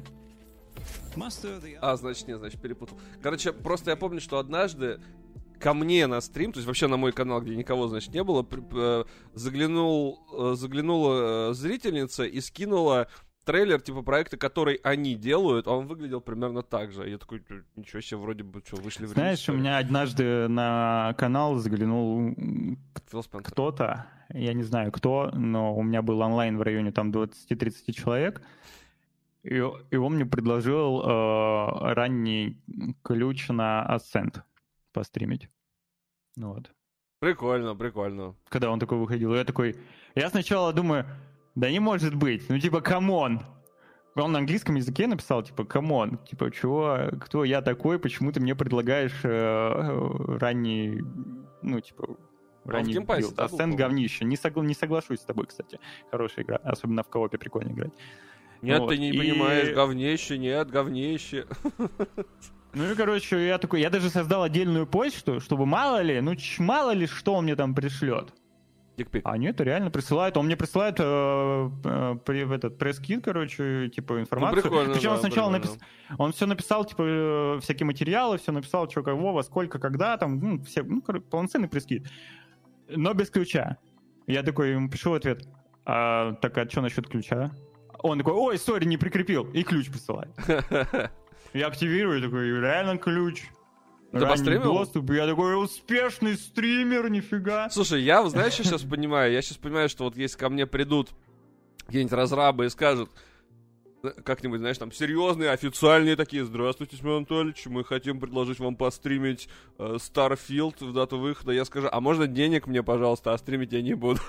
Speaker 1: А, значит, нет, значит, перепутал. Короче, просто я помню, что однажды ко мне на стрим, то есть вообще на мой канал, где никого, значит, не было, при- э, заглянул, э, заглянула э, зрительница и скинула трейлер, типа, проекта, который они делают, а он выглядел примерно так же. Я такой, «Э, ничего себе, вроде бы, что, вышли в релиз,
Speaker 2: Знаешь,
Speaker 1: что
Speaker 2: у
Speaker 1: ли?»
Speaker 2: меня однажды на канал заглянул м,
Speaker 1: Фил Спенсер.
Speaker 2: кто-то, я не знаю кто, но у меня был онлайн в районе там двадцать-тридцать человек, и, и он мне предложил э, ранний ключ на Ascent постримить. Ну вот.
Speaker 1: Прикольно, прикольно.
Speaker 2: Когда он такой выходил, я такой... Я сначала думаю, да не может быть, ну типа, камон. Он на английском языке написал, типа, камон, типа, чего, кто я такой, почему ты мне предлагаешь э, ранний, ну, типа, ранний
Speaker 1: в геймпассе,
Speaker 2: билд.
Speaker 1: да,
Speaker 2: А
Speaker 1: был,
Speaker 2: Ascent
Speaker 1: по-моему?
Speaker 2: говнище. Не, согла- не соглашусь с тобой, кстати. Хорошая игра, особенно в коопе прикольно играть.
Speaker 1: Нет,
Speaker 2: Вот,
Speaker 1: ты не
Speaker 2: и-
Speaker 1: понимаешь, говнище, нет, говнище.
Speaker 2: Ну и, короче, я такой, я даже создал отдельную почту, чтобы мало ли, ну, ч- мало ли, что он мне там пришлет.
Speaker 1: Дикпик.
Speaker 2: А нет, реально присылает. Он мне присылает э, э, при, этот пресс-кит, короче, типа информацию.
Speaker 1: Ну, прикольно,
Speaker 2: Причем
Speaker 1: да,
Speaker 2: он сначала
Speaker 1: прикольно.
Speaker 2: написал, он все написал, типа, э, всякие материалы, все написал, что, кого, во сколько, когда, там, ну, все, ну, короче, полноценный пресс-кит. Но без ключа. Я такой ему пишу в ответ, а, так, а что насчет ключа? Он такой, ой, сори, не прикрепил, и ключ присылает. Я активирую, такой, реально ключ.
Speaker 1: Ты постримил?
Speaker 2: Доступ. Я такой, успешный стример, нифига.
Speaker 1: Слушай, я, знаешь, что сейчас понимаю? Я сейчас понимаю, что вот если ко мне придут какие-нибудь разрабы и скажут, как-нибудь, знаешь, там, серьезные, официальные такие, здравствуйте, Семен Анатольевич, мы хотим предложить вам постримить э, Starfield в дату выхода. Я скажу, а можно денег мне, пожалуйста, а стримить я не буду.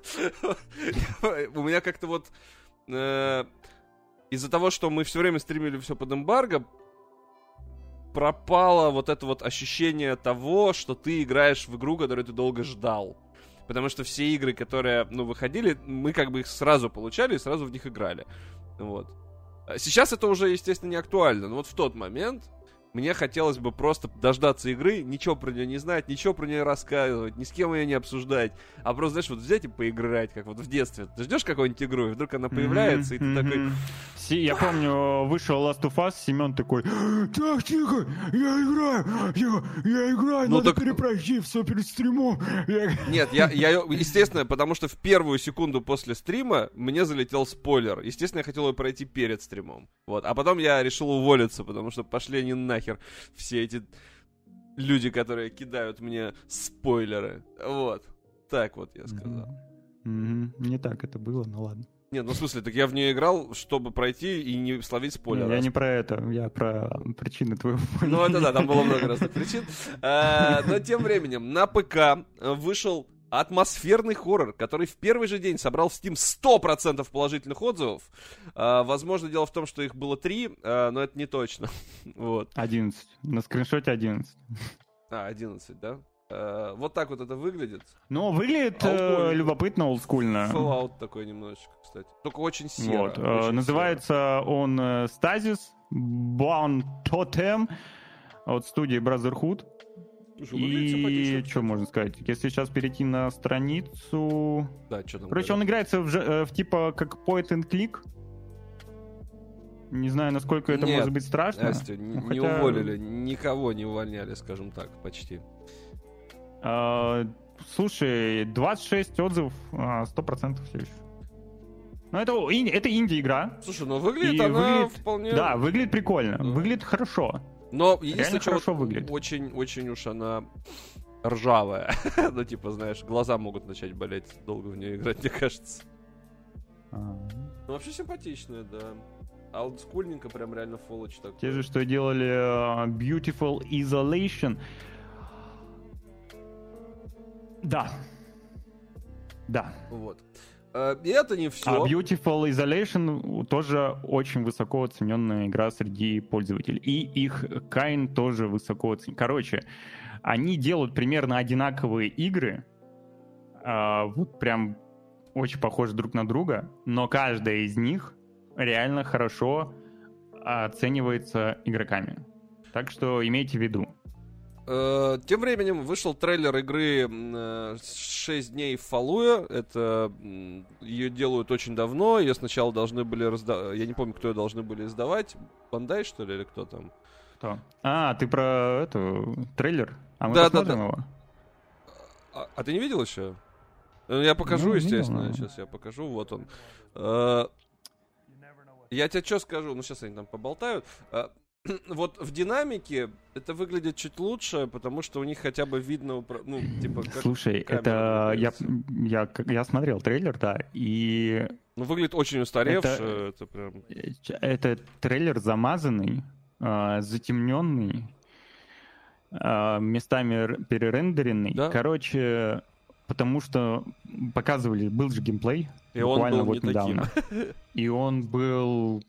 Speaker 1: У меня как-то вот из-за того, что мы все время стримили все под эмбарго, пропало вот это вот ощущение того, что ты играешь в игру, которую ты долго ждал. Потому что все игры, которые, ну, выходили, мы как бы их сразу получали и сразу в них играли. Вот. Сейчас это уже, естественно, не актуально, но вот в тот момент мне хотелось бы просто дождаться игры, ничего про нее не знать, ничего про нее рассказывать, ни с кем ее не обсуждать, а просто, знаешь, вот взять и поиграть, как вот в детстве. Ты ждешь какую-нибудь игру, и вдруг она появляется, mm-hmm, и ты mm-hmm. такой...
Speaker 2: Я помню, вышел Last of Us, Семен такой, так, тихо, я играю, я, я играю, ну, надо так... перепройти все перед стримом. Я...
Speaker 1: Нет, я, я, естественно, потому что в первую секунду после стрима мне залетел спойлер. Естественно, я хотел его пройти перед стримом. Вот. А потом я решил уволиться, потому что пошли они нахер все эти люди, которые кидают мне спойлеры. Вот. Так вот я сказал.
Speaker 2: Mm-hmm. Mm-hmm. Не так это было, ну ладно.
Speaker 1: Нет, ну в смысле, так я в нее играл, чтобы пройти и не словить спойлеры.
Speaker 2: Я не про это, я про причины твоего.
Speaker 1: Ну это да, там было много разных причин. Но тем временем на ПК вышел атмосферный хоррор, который в первый же день собрал в Steam сто процентов положительных отзывов. Возможно, дело в том, что их было три, но это не точно. Вот.
Speaker 2: одиннадцать. На скриншоте одиннадцать.
Speaker 1: А, одиннадцать, да? Uh, вот так вот это выглядит.
Speaker 2: Ну, выглядит э, любопытно, олдскульно.
Speaker 1: Fallout такой немножечко, кстати. Только очень серо.
Speaker 2: Вот.
Speaker 1: Очень
Speaker 2: э, называется
Speaker 1: серо.
Speaker 2: он э, Stasis Bound Totem от студии Brotherhood.
Speaker 1: Слушай,
Speaker 2: и что можно сказать? Если сейчас перейти на страницу...
Speaker 1: Да, что там?
Speaker 2: Короче, говорят? Он играется в, э, в типа как point and click. Не знаю, насколько это
Speaker 1: Нет,
Speaker 2: может быть страшно.
Speaker 1: Настя,
Speaker 2: ну,
Speaker 1: не
Speaker 2: хотя...
Speaker 1: уволили, никого не увольняли, скажем так, почти.
Speaker 2: Uh, слушай, двадцать шесть отзывов, сто процентов все еще. Ну, это, это инди-игра.
Speaker 1: Слушай, ну выглядит она
Speaker 2: выглядит,
Speaker 1: вполне...
Speaker 2: Да, выглядит прикольно,
Speaker 1: да.
Speaker 2: Выглядит хорошо.
Speaker 1: Но если
Speaker 2: хорошо
Speaker 1: вот
Speaker 2: выглядит.
Speaker 1: Очень, очень уж она ржавая. Ну, типа, знаешь, глаза могут начать болеть, долго в нее играть, мне кажется.
Speaker 2: А-а-а.
Speaker 1: Ну, вообще симпатичная, да. А олдскульненько, прям реально фоллоч такой.
Speaker 2: Те же, что делали uh, Beautiful Isolation. Да. Да.
Speaker 1: Вот. И это не все.
Speaker 2: А Beautiful Isolation тоже очень высоко оцененная игра среди пользователей. И их Кайн тоже высоко оценен. Короче, они делают примерно одинаковые игры. А, вот прям очень похожи друг на друга. Но каждая из них реально хорошо оценивается игроками. Так что имейте в виду.
Speaker 1: Тем временем вышел трейлер игры шесть дней в Фаллуя. Это ее делают очень давно. Ее сначала должны были раздавать. Я не помню, кто ее должны были издавать. Бандай, что ли, или кто там?
Speaker 2: Кто? А, ты про эту трейлер? А мы
Speaker 1: да,
Speaker 2: посмотрим
Speaker 1: да, да.
Speaker 2: его.
Speaker 1: А, а ты не видел еще? Я покажу, ну, естественно.
Speaker 2: Видел,
Speaker 1: сейчас я покажу. Вот он. Я тебе что скажу? Ну, сейчас они там поболтают. Вот в динамике это выглядит чуть лучше, потому что у них хотя бы видно, ну, типа... Как
Speaker 2: Слушай, это... Я, я, я смотрел трейлер, да, и...
Speaker 1: Ну, выглядит очень устаревший,
Speaker 2: это,
Speaker 1: это прям...
Speaker 2: Это трейлер замазанный, э, затемненный, э, местами перерендеренный. Да? Короче, потому что показывали, был же геймплей,
Speaker 1: и
Speaker 2: буквально
Speaker 1: он был
Speaker 2: вот
Speaker 1: не
Speaker 2: недавно.
Speaker 1: Таким.
Speaker 2: И он был...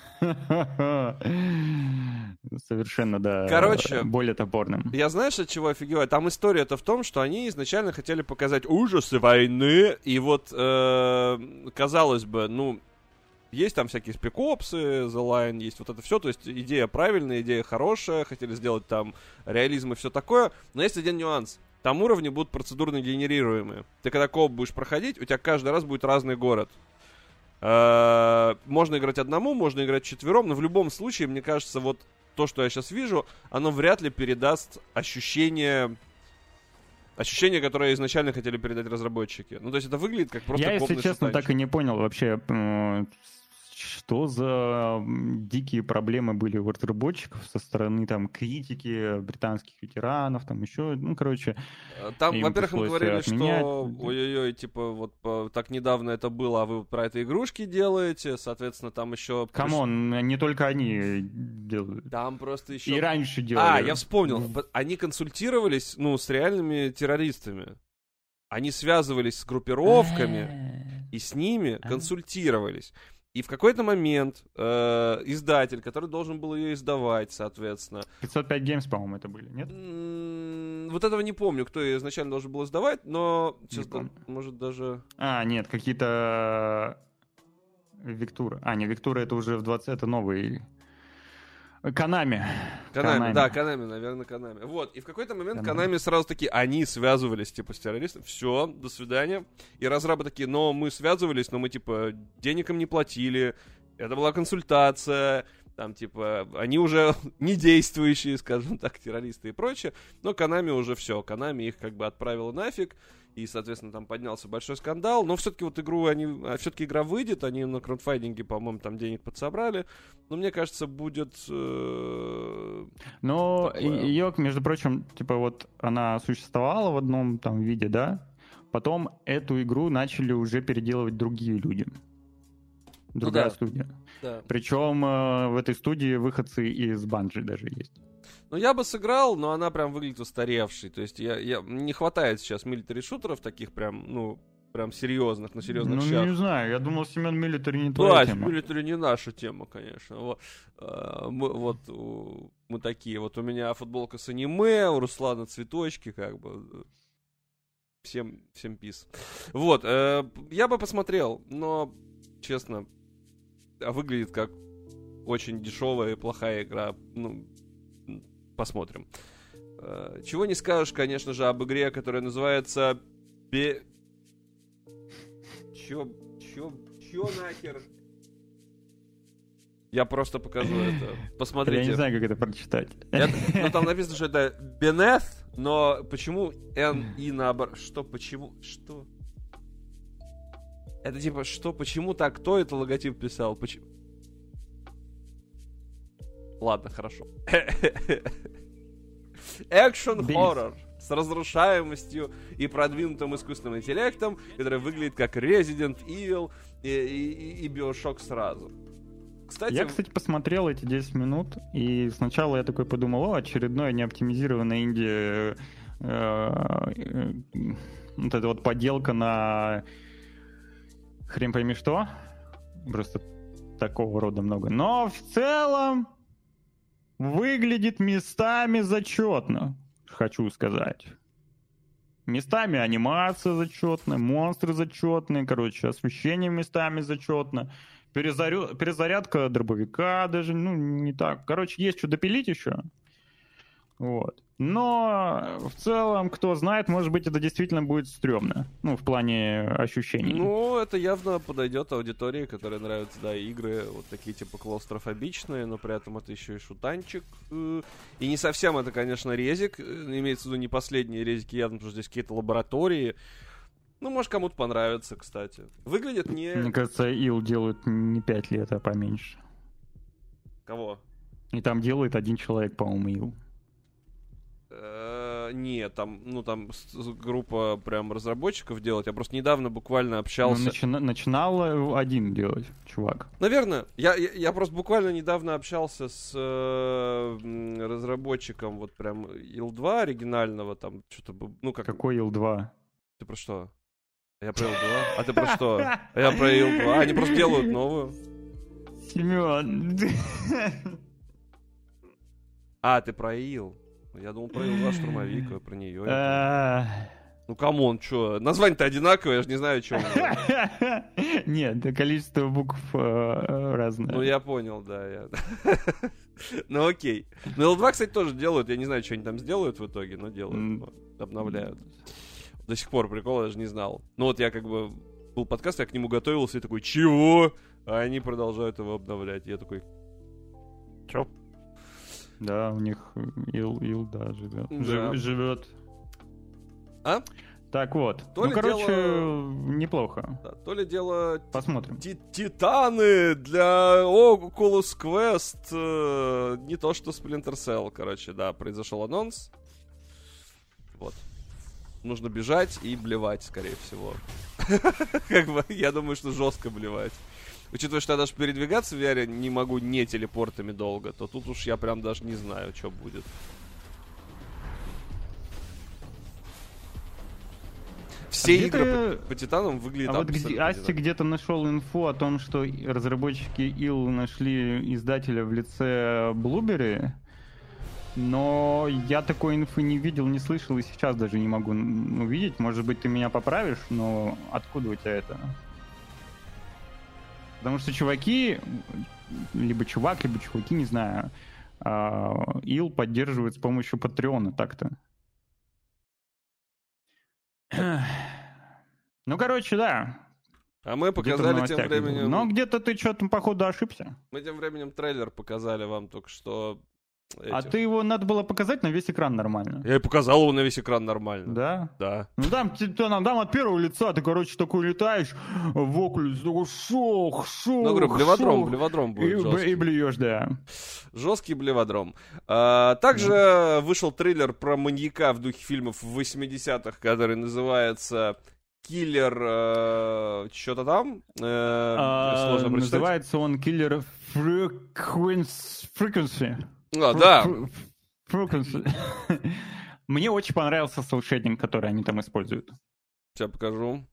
Speaker 2: Совершенно, да.
Speaker 1: Короче,
Speaker 2: более топорным.
Speaker 1: Я знаешь, от чего офигеваю? Там история-то в том, что они изначально хотели показать ужасы войны, и вот, э, казалось бы, ну, есть там всякие спекопсы, The Line, есть вот это все, то есть идея правильная, идея хорошая, хотели сделать там реализм и все такое, но есть один нюанс. там уровни будут процедурно генерируемые. Ты когда кооп будешь проходить, у тебя каждый раз будет разный город. Можно играть одному, можно играть четвером, но в любом случае, мне кажется, вот то, что я сейчас вижу, оно вряд ли передаст ощущение... Ощущение, которое изначально хотели передать разработчики. Ну, то есть это выглядит как просто...
Speaker 2: Я, если честно, шутанчик. Так и не понял вообще, что за дикие проблемы были у разработчиков со стороны там критики, британских ветеранов, там еще, ну, короче...
Speaker 1: Там, во-первых, им говорили, отменять. Что ой-ой-ой, типа, вот по, так недавно это было, а вы про это игрушки делаете, соответственно, там еще...
Speaker 2: Камон, не только они делают.
Speaker 1: Там просто еще...
Speaker 2: И раньше делали.
Speaker 1: А, я вспомнил. Они консультировались, ну, с реальными террористами. Они связывались с группировками и с ними консультировались. И в какой-то момент э, издатель, который должен был ее издавать, соответственно...
Speaker 2: пятьсот пять Games, по-моему, это были, нет?
Speaker 1: М- вот этого не помню, кто ее изначально должен был издавать, но... Честно, может, даже...
Speaker 2: А, нет, какие-то... Виктура. А, не, Виктура это уже в двадцать... Это новый... Konami.
Speaker 1: Konami, да, Konami, наверное, Konami. Вот, и в какой-то момент Konami сразу такие, они связывались, типа, с террористами, все, до свидания. И разрабы такие, но мы связывались, но мы, типа, денег им не платили, это была консультация, там, типа, они уже не действующие, скажем так, террористы и прочее, но Konami уже все, Konami их как бы отправила нафиг, и, соответственно, там поднялся большой скандал, но все-таки вот игру, они, все-таки игра выйдет, они на краудфандинге, по-моему, там денег подсобрали, но мне кажется, будет... Э,
Speaker 2: но ее, между прочим, типа вот она существовала в одном там виде, да, потом эту игру начали уже переделывать другие люди. Другая ну, да. студия. Да. Причем э, в этой студии выходцы из Bungie даже есть.
Speaker 1: Ну, я бы сыграл, но она прям выглядит устаревшей. То есть я, я, не хватает сейчас милитари-шутеров таких прям, ну, прям серьезных, на серьезных
Speaker 2: ну,
Speaker 1: щах.
Speaker 2: Ну, не знаю, я думал, Семен, милитари не твоя
Speaker 1: да,
Speaker 2: тема.
Speaker 1: Да, милитари не наша тема, конечно. Вот, мы, вот мы такие. Вот у меня футболка с аниме, у Руслана цветочки, как бы. Всем, всем пис. Вот, э, я бы посмотрел, но, честно, выглядит как очень дешевая и плохая игра. Ну, посмотрим. Э, чего не скажешь, конечно же, об игре, которая называется... Бе... Чё? Чё? Чё нахер? Я просто покажу это. Посмотрите.
Speaker 2: Я не знаю, как это прочитать.
Speaker 1: Это, ну, там написано, что это Бенеф, но почему N и наоборот? Что, почему? Что? Это типа, что, почему так? Кто это логотип писал? Почему? Ладно, хорошо. Экшн-хоррор с разрушаемостью и продвинутым искусственным интеллектом, который выглядит как Resident Evil и, и, и Bioshock сразу. Кстати,
Speaker 2: я, кстати, посмотрел эти десять минут, и сначала я такой подумал, о, очередное неоптимизированное инди... Э, э, вот эта вот поделка на хрен пойми что. Просто такого рода много. Но в целом выглядит местами зачетно, хочу сказать. Местами анимация зачетная, монстры зачетные, короче, освещение местами зачетно. Перезарю... Перезарядка дробовика даже, ну, не так. Короче, есть что допилить еще. Вот. Но в целом, кто знает, может быть, это действительно будет стрёмно. Ну, в плане ощущений.
Speaker 1: Ну, это явно подойдет аудитории, которой нравятся, да, игры вот такие, типа, клаустрофобичные, но при этом это еще и шутанчик. И не совсем это, конечно, резик. Имеется в виду не последние резики, явно, потому что здесь какие-то лаборатории. Ну, может, кому-то понравится, кстати. Выглядит не...
Speaker 2: Мне кажется, Ил делают не пять лет, а поменьше.
Speaker 1: Кого?
Speaker 2: И там делает один человек, по-моему, Ил.
Speaker 1: Нет, там, ну, там группа прям разработчиков делать. Я просто недавно буквально общался...
Speaker 2: Ну, начина... начинал один делать, чувак.
Speaker 1: Наверное. Я, я, я просто буквально недавно общался с э, разработчиком вот прям Ил два оригинального, там, что-то, ну, как...
Speaker 2: Какой Ил два?
Speaker 1: Ты про что? Я про Ил два? А ты про что? Я про Ил два. Они просто делают новую.
Speaker 2: Семен.
Speaker 1: А, ты про Ил. Я думал про Ил два штурмовик, про нее. Ну, камон, чё? Название-то одинаковое, я же не знаю, что.
Speaker 2: Нет, да количество букв разное.
Speaker 1: Ну, я понял, да. Я... Ну, окей. Ну, эл два, кстати, тоже делают. Я не знаю, что они там сделают в итоге, но делают. Обновляют. До сих пор прикол, я же не знал. Ну, вот я как бы... Был подкаст, я к нему готовился и такой, чего? А они продолжают его обновлять. Я такой, чё?
Speaker 2: Да, у них ил, ил, да, живет.
Speaker 1: Да.
Speaker 2: Жив, живет.
Speaker 1: А?
Speaker 2: Так вот.
Speaker 1: То
Speaker 2: ну,
Speaker 1: ли
Speaker 2: короче,
Speaker 1: дело...
Speaker 2: неплохо.
Speaker 1: Да, то ли дело...
Speaker 2: Посмотрим.
Speaker 1: Ти- Титаны для Oculus Quest. Э, не то, что Splinter Cell, короче, да, произошел анонс. Вот. Нужно бежать и блевать, скорее всего. Как бы, я думаю, что жестко блевать. Учитывая, что я даже передвигаться в ви ар не могу не телепортами долго, то тут уж я прям даже не знаю, что будет. Все
Speaker 2: а
Speaker 1: игры
Speaker 2: ты...
Speaker 1: по, по Титанам выглядят
Speaker 2: а вот где, Асти
Speaker 1: одинаково.
Speaker 2: где-то нашел инфу о том, что разработчики ил нашли издателя в лице Blueberry, но я такой инфы не видел, не слышал и сейчас даже не могу увидеть. Может быть, ты меня поправишь, но откуда у тебя это? Потому что чуваки, либо чувак, либо чуваки, не знаю, ил поддерживают с помощью Патреона так-то. Ну, короче, да.
Speaker 1: А мы показали тем временем...
Speaker 2: Но где-то ты что-то, походу, ошибся.
Speaker 1: Мы тем временем трейлер показали вам только что... Этих.
Speaker 2: А ты его надо было показать на весь экран нормально.
Speaker 1: Я и показал его на весь экран нормально.
Speaker 2: Да?
Speaker 1: Да.
Speaker 2: Ну там, там, там от первого лица ты, короче, такой летаешь в Oculus, такой шох, шох,
Speaker 1: Ну, говорю, блеводром,
Speaker 2: шох,
Speaker 1: блеводром будет
Speaker 2: и,
Speaker 1: жесткий.
Speaker 2: И блюешь, да.
Speaker 1: Жесткий блеводром. А, также mm. вышел трейлер про маньяка в духе фильмов восьмидесятых, который называется... Киллер... Э, что-то там. Э,
Speaker 2: а,
Speaker 1: сложно прочитать.
Speaker 2: Называется он Киллер Frequency.
Speaker 1: А, да.
Speaker 2: Мне очень понравился селшейдинг, который они там используют.
Speaker 1: Сейчас покажу.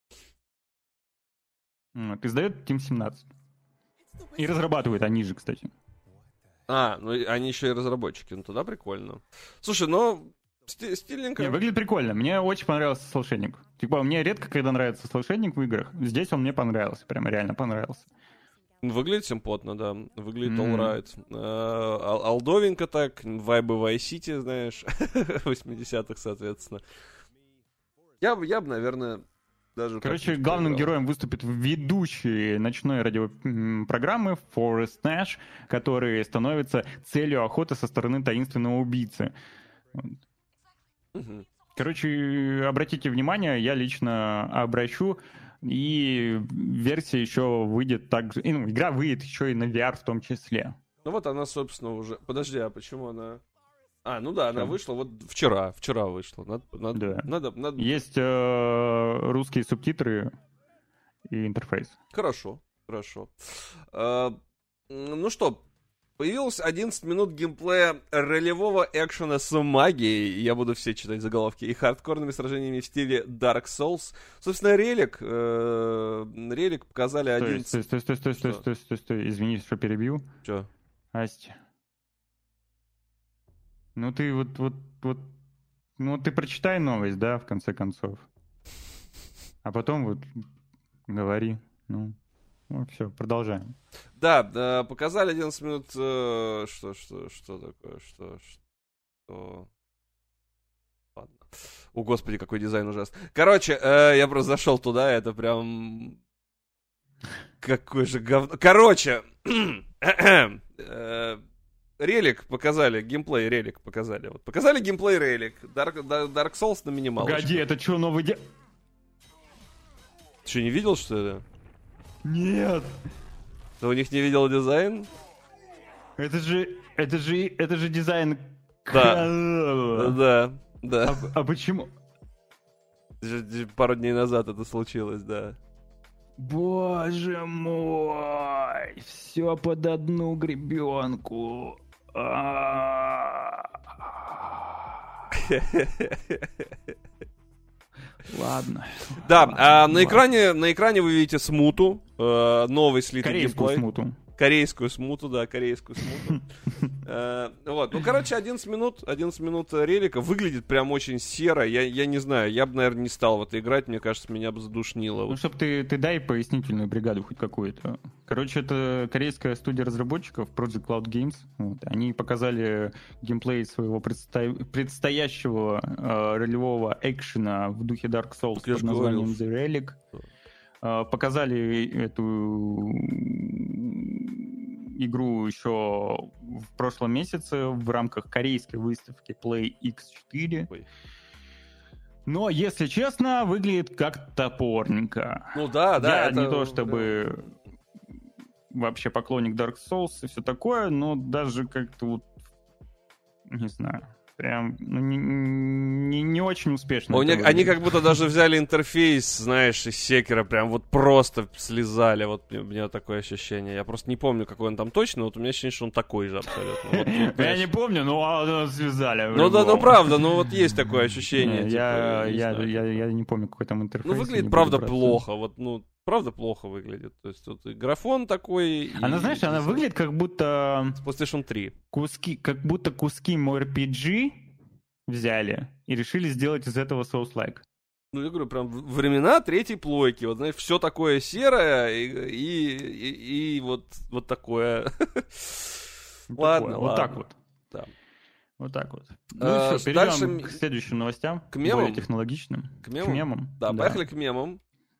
Speaker 2: Вот, издает Team семнадцать. И разрабатывают они же, кстати.
Speaker 1: А, ну они еще и разработчики. Ну, туда прикольно. Слушай, ну... Стильненько.
Speaker 2: Не, выглядит прикольно. Мне очень понравился селшейдинг. Типа, мне редко, когда нравится селшейдинг в играх. Здесь он мне понравился. Прям реально понравился.
Speaker 1: Выглядит симпотно, да. Выглядит all right. Mm. Алдовенько так. Вайбы Vice City, знаешь. восьмидесятых, соответственно. Я бы, я бы, наверное, даже...
Speaker 2: Короче, главным поиграл. Героем выступит ведущий ночной радиопрограммы Форест Нэш, который становится целью охоты со стороны таинственного убийцы.
Speaker 1: Угу.
Speaker 2: Короче, обратите внимание, я лично обращу, и версия еще выйдет также, и, ну, игра выйдет еще и на ви ар в том числе.
Speaker 1: Ну вот она, собственно, уже... Подожди, а почему она... А, ну да, она Чем? вышла вот вчера, вчера вышла. Надо, надо,
Speaker 2: да.
Speaker 1: надо, надо...
Speaker 2: Есть э, русские субтитры и интерфейс.
Speaker 1: Хорошо, хорошо. А, ну что... Появилось одиннадцать минут геймплея ролевого экшена с магией, я буду все читать заголовки, и хардкорными сражениями в стиле Dark Souls. Собственно, релик, э, релик показали одиннадцать...
Speaker 2: Стой, стой, стой, стой, стой, стой, стой, извини, что перебью.
Speaker 1: Че?
Speaker 2: Асти. Ну ты вот, вот, вот, ну ты прочитай новость, да, в конце концов. А потом вот говори, ну... Ну, все, продолжаем.
Speaker 1: Да, да, показали одиннадцать минут... Э, что, что, что такое? Что, что... Ладно. О, господи, какой дизайн ужасный. Короче, э, я просто зашел туда, это прям... Какой же говно... Короче, э, релик показали, геймплей релик показали. Вот, показали геймплей релик. Dark, Dark Souls на минималочку.
Speaker 2: Погоди, это что, новый... Де...
Speaker 1: Ты что, не видел, что это?
Speaker 2: Нет.
Speaker 1: Ты у них не видел дизайн?
Speaker 2: Это же, это же, это же дизайн.
Speaker 1: Да, да, да.
Speaker 2: А, а почему?
Speaker 1: Пару дней назад это случилось, да.
Speaker 2: Боже мой, все под одну гребенку. Ладно.
Speaker 1: Да,
Speaker 2: ладно,
Speaker 1: а
Speaker 2: ладно.
Speaker 1: на экране, на экране вы видите смуту, э, новый слитый
Speaker 2: корейскую
Speaker 1: геймплей.
Speaker 2: смуту.
Speaker 1: Корейскую смуту, да, корейскую смуту. Вот, ну, короче, одиннадцать минут, одиннадцать минут релика. Выглядит прям очень серо. Я, я не знаю, я бы, наверное, не стал в это играть. Мне кажется, меня бы задушнило.
Speaker 2: Ну, чтобы ты, ты дай пояснительную бригаду хоть какую-то. Короче, это корейская студия разработчиков Project Cloud Games. Вот. Они показали геймплей своего предсто... предстоящего э, ролевого экшена в духе Dark Souls под названием The Relic. Э, показали эту игру еще в прошлом месяце в рамках корейской выставки Play икс четыре. Ой. Но, если честно, выглядит как топорненько.
Speaker 1: Ну да, да.
Speaker 2: Я
Speaker 1: это...
Speaker 2: не то чтобы вообще поклонник Dark Souls и все такое, но даже как-то вот, не знаю, прям ну, не, не, не очень успешно.
Speaker 1: Не, они как будто даже взяли интерфейс, знаешь, из Секера, прям вот просто слезали. Вот у меня такое ощущение. Я просто не помню, какой он там точно, вот у меня ощущение, что он такой же абсолютно.
Speaker 2: Я не помню, но слезали.
Speaker 1: Ну да, ну правда, ну вот есть такое ощущение.
Speaker 2: Я не помню, какой там интерфейс.
Speaker 1: Ну выглядит, правда, плохо. Вот, ну, правда плохо выглядит. То есть вот графон такой.
Speaker 2: Она, знаешь, она выглядит как будто...
Speaker 1: PlayStation три.
Speaker 2: Куски, как будто куски эр пи джи взяли и решили сделать из этого Souls-like.
Speaker 1: Ну, я говорю, прям времена третьей плойки. Вот, знаешь, все такое серое и, и, и, и вот, вот такое.
Speaker 2: Вот
Speaker 1: ладно,
Speaker 2: такое.
Speaker 1: ладно.
Speaker 2: Вот так вот.
Speaker 1: Да.
Speaker 2: Вот так вот. Ну
Speaker 1: а,
Speaker 2: все, перейдем дальше... к следующим новостям.
Speaker 1: К мемам?
Speaker 2: Более технологичным.
Speaker 1: К мемам?
Speaker 2: К мемам.
Speaker 1: Да, да, поехали к мемам.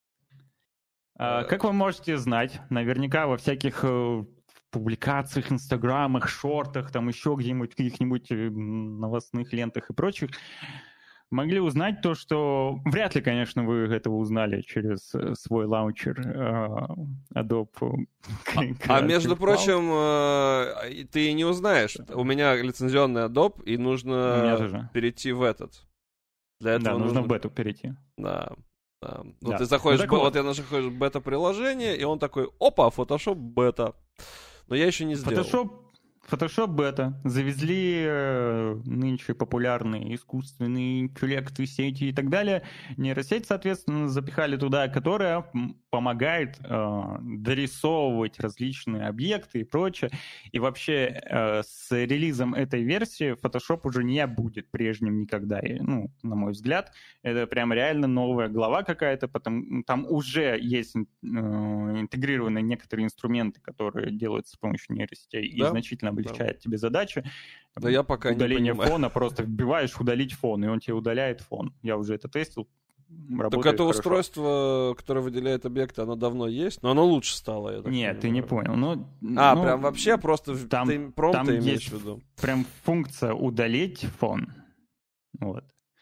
Speaker 2: А, как вы можете знать, наверняка во всяких э, публикациях, инстаграмах, шортах, там еще где-нибудь, каких-нибудь новостных лентах и прочих, могли узнать то, что... Вряд ли, конечно, вы этого узнали через свой лаунчер э, Adobe.
Speaker 1: А, а между прочим, э, ты не узнаешь. У меня лицензионный Adobe, и нужно перейти в этот.
Speaker 2: Для этого да, нужно, нужно в бету перейти.
Speaker 1: Да. Да. Ну, да. Ты заходишь, ну, в, вот. вот я нахожу бета-приложение, и он такой, опа, Photoshop бета. Но я еще не сделал.
Speaker 2: Photoshop, Photoshop бета. Завезли э, нынче популярные искусственные интеллекты, сети и так далее. Нейросеть, соответственно, запихали туда, которая помогает э, дорисовывать различные объекты и прочее. И вообще э, с релизом этой версии Photoshop уже не будет прежним никогда. И, ну, на мой взгляд, это прям реально новая глава какая-то. Потому, там уже есть э, интегрированы некоторые инструменты, которые делаются с помощью нейросетей да? и значительно облегчает да. тебе задачи.
Speaker 1: Да я пока
Speaker 2: Удаление
Speaker 1: не понимаю.
Speaker 2: фона, просто вбиваешь удалить фон, и он тебе удаляет фон. Я уже это тестил.
Speaker 1: Так это хорошо. Устройство, которое выделяет объекты, оно давно есть, но оно лучше стало. Я так
Speaker 2: Нет,
Speaker 1: понимаю.
Speaker 2: ты не понял. Ну,
Speaker 1: а,
Speaker 2: ну,
Speaker 1: прям вообще просто
Speaker 2: там,
Speaker 1: ты промпты
Speaker 2: там
Speaker 1: имеешь
Speaker 2: есть
Speaker 1: в виду?
Speaker 2: Прям функция удалить фон. Вот.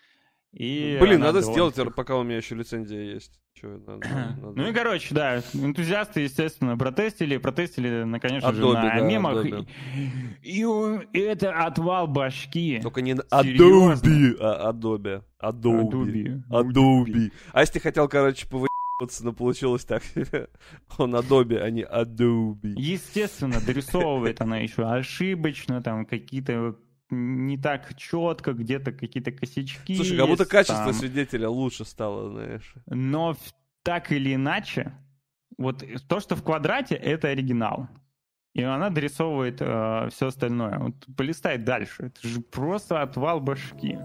Speaker 2: И
Speaker 1: Блин, надо сделать, всех... пока у меня еще лицензия есть. Че, надо, надо...
Speaker 2: Ну и, короче, да, энтузиасты, естественно, протестили, протестили, ну, конечно
Speaker 1: Adobe,
Speaker 2: же, на
Speaker 1: да,
Speaker 2: мемах.
Speaker 1: И,
Speaker 2: и, и это отвал башки.
Speaker 1: Только не Adobe, а Adobe. Adobe.
Speaker 2: Adobe.
Speaker 1: Adobe. Adobe. А если ты хотел, короче, повыебаться, но получилось так себе. Он Adobe, а не Adobe.
Speaker 2: Естественно, дорисовывает она еще ошибочно, там какие-то не так четко, где-то какие-то косячки.
Speaker 1: Слушай, как будто качество
Speaker 2: там.
Speaker 1: свидетеля лучше стало, знаешь.
Speaker 2: Но так или иначе, вот то, что в квадрате, это оригинал. И она дорисовывает э, все остальное. Вот полистай дальше. Это же просто отвал башки.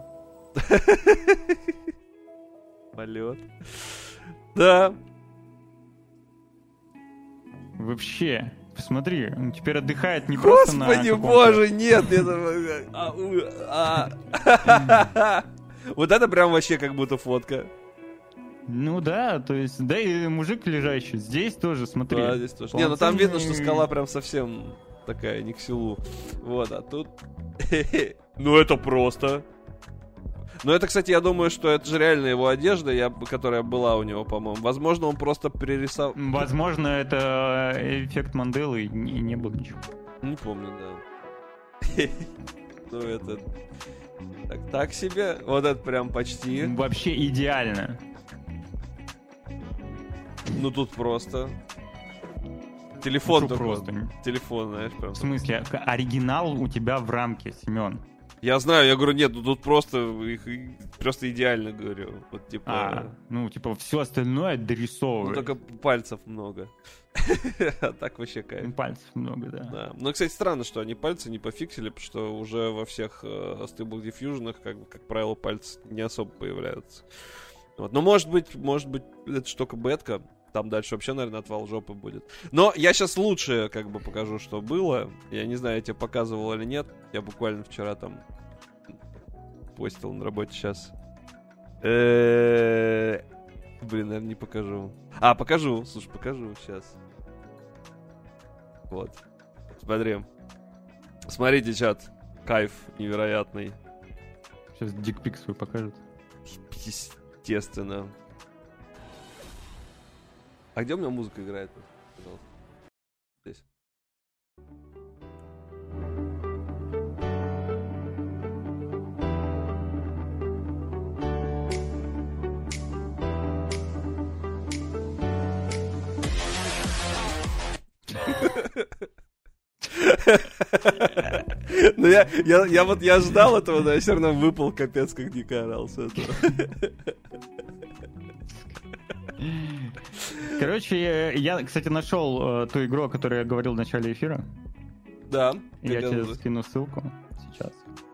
Speaker 1: Полет. Да.
Speaker 2: Вообще... Смотри, он теперь отдыхает не
Speaker 1: Господи,
Speaker 2: просто на...
Speaker 1: Господи, боже, нет! Вот это прям вообще как будто фотка.
Speaker 2: Ну да, то есть, да и мужик лежащий. Здесь тоже, смотри.
Speaker 1: Да, здесь тоже. Не, ну там видно, что скала прям совсем такая, не к селу. Вот, а тут... Ну это просто... Но это, кстати, я думаю, что это же реально его одежда, я, которая была у него, по-моему. Возможно, он просто перерисовал...
Speaker 2: Возможно, это эффект Манделы, и не было ничего.
Speaker 1: Не помню, да. Ну, это... Так, так себе. Вот это прям почти.
Speaker 2: Вообще идеально.
Speaker 1: Ну, тут просто... Телефон
Speaker 2: ну,
Speaker 1: только.
Speaker 2: Просто.
Speaker 1: Телефон, знаешь, прям.
Speaker 2: В смысле, оригинал у тебя в рамке, Семен.
Speaker 1: Я знаю, я говорю, нет, ну тут просто их просто идеально, говорю. Вот типа.
Speaker 2: А, ну, типа, все остальное дорисовывает.
Speaker 1: Ну, только пальцев много. А так вообще кайф.
Speaker 2: Пальцев много, да.
Speaker 1: Да. Ну, кстати, странно, что они пальцы не пофиксили, потому что уже во всех э, Stable Diffusion, как, как правило, пальцы не особо появляются. Вот. Но может быть, может быть, это ж только бетка. Там дальше вообще, наверное, отвал жопы будет. Но я сейчас лучше как бы покажу, что было. Я не знаю, я тебе показывал или нет. Я буквально вчера там постил на работе сейчас. Блин, наверное, не покажу. А, покажу. Слушай, покажу сейчас. Вот. Смотри. Смотрите, чат. Кайф невероятный.
Speaker 2: Сейчас дикпик свой покажут.
Speaker 1: Естественно. А где у меня музыка играет? Пожалуйста. Здесь. Ну я, я, я вот я ждал этого, но я все равно выпал, капец, как дико орал с этого.
Speaker 2: Короче, я, кстати, нашел э, ту игру, о которой я говорил в начале эфира.
Speaker 1: Да.
Speaker 2: Я тебе уже скину ссылку сейчас.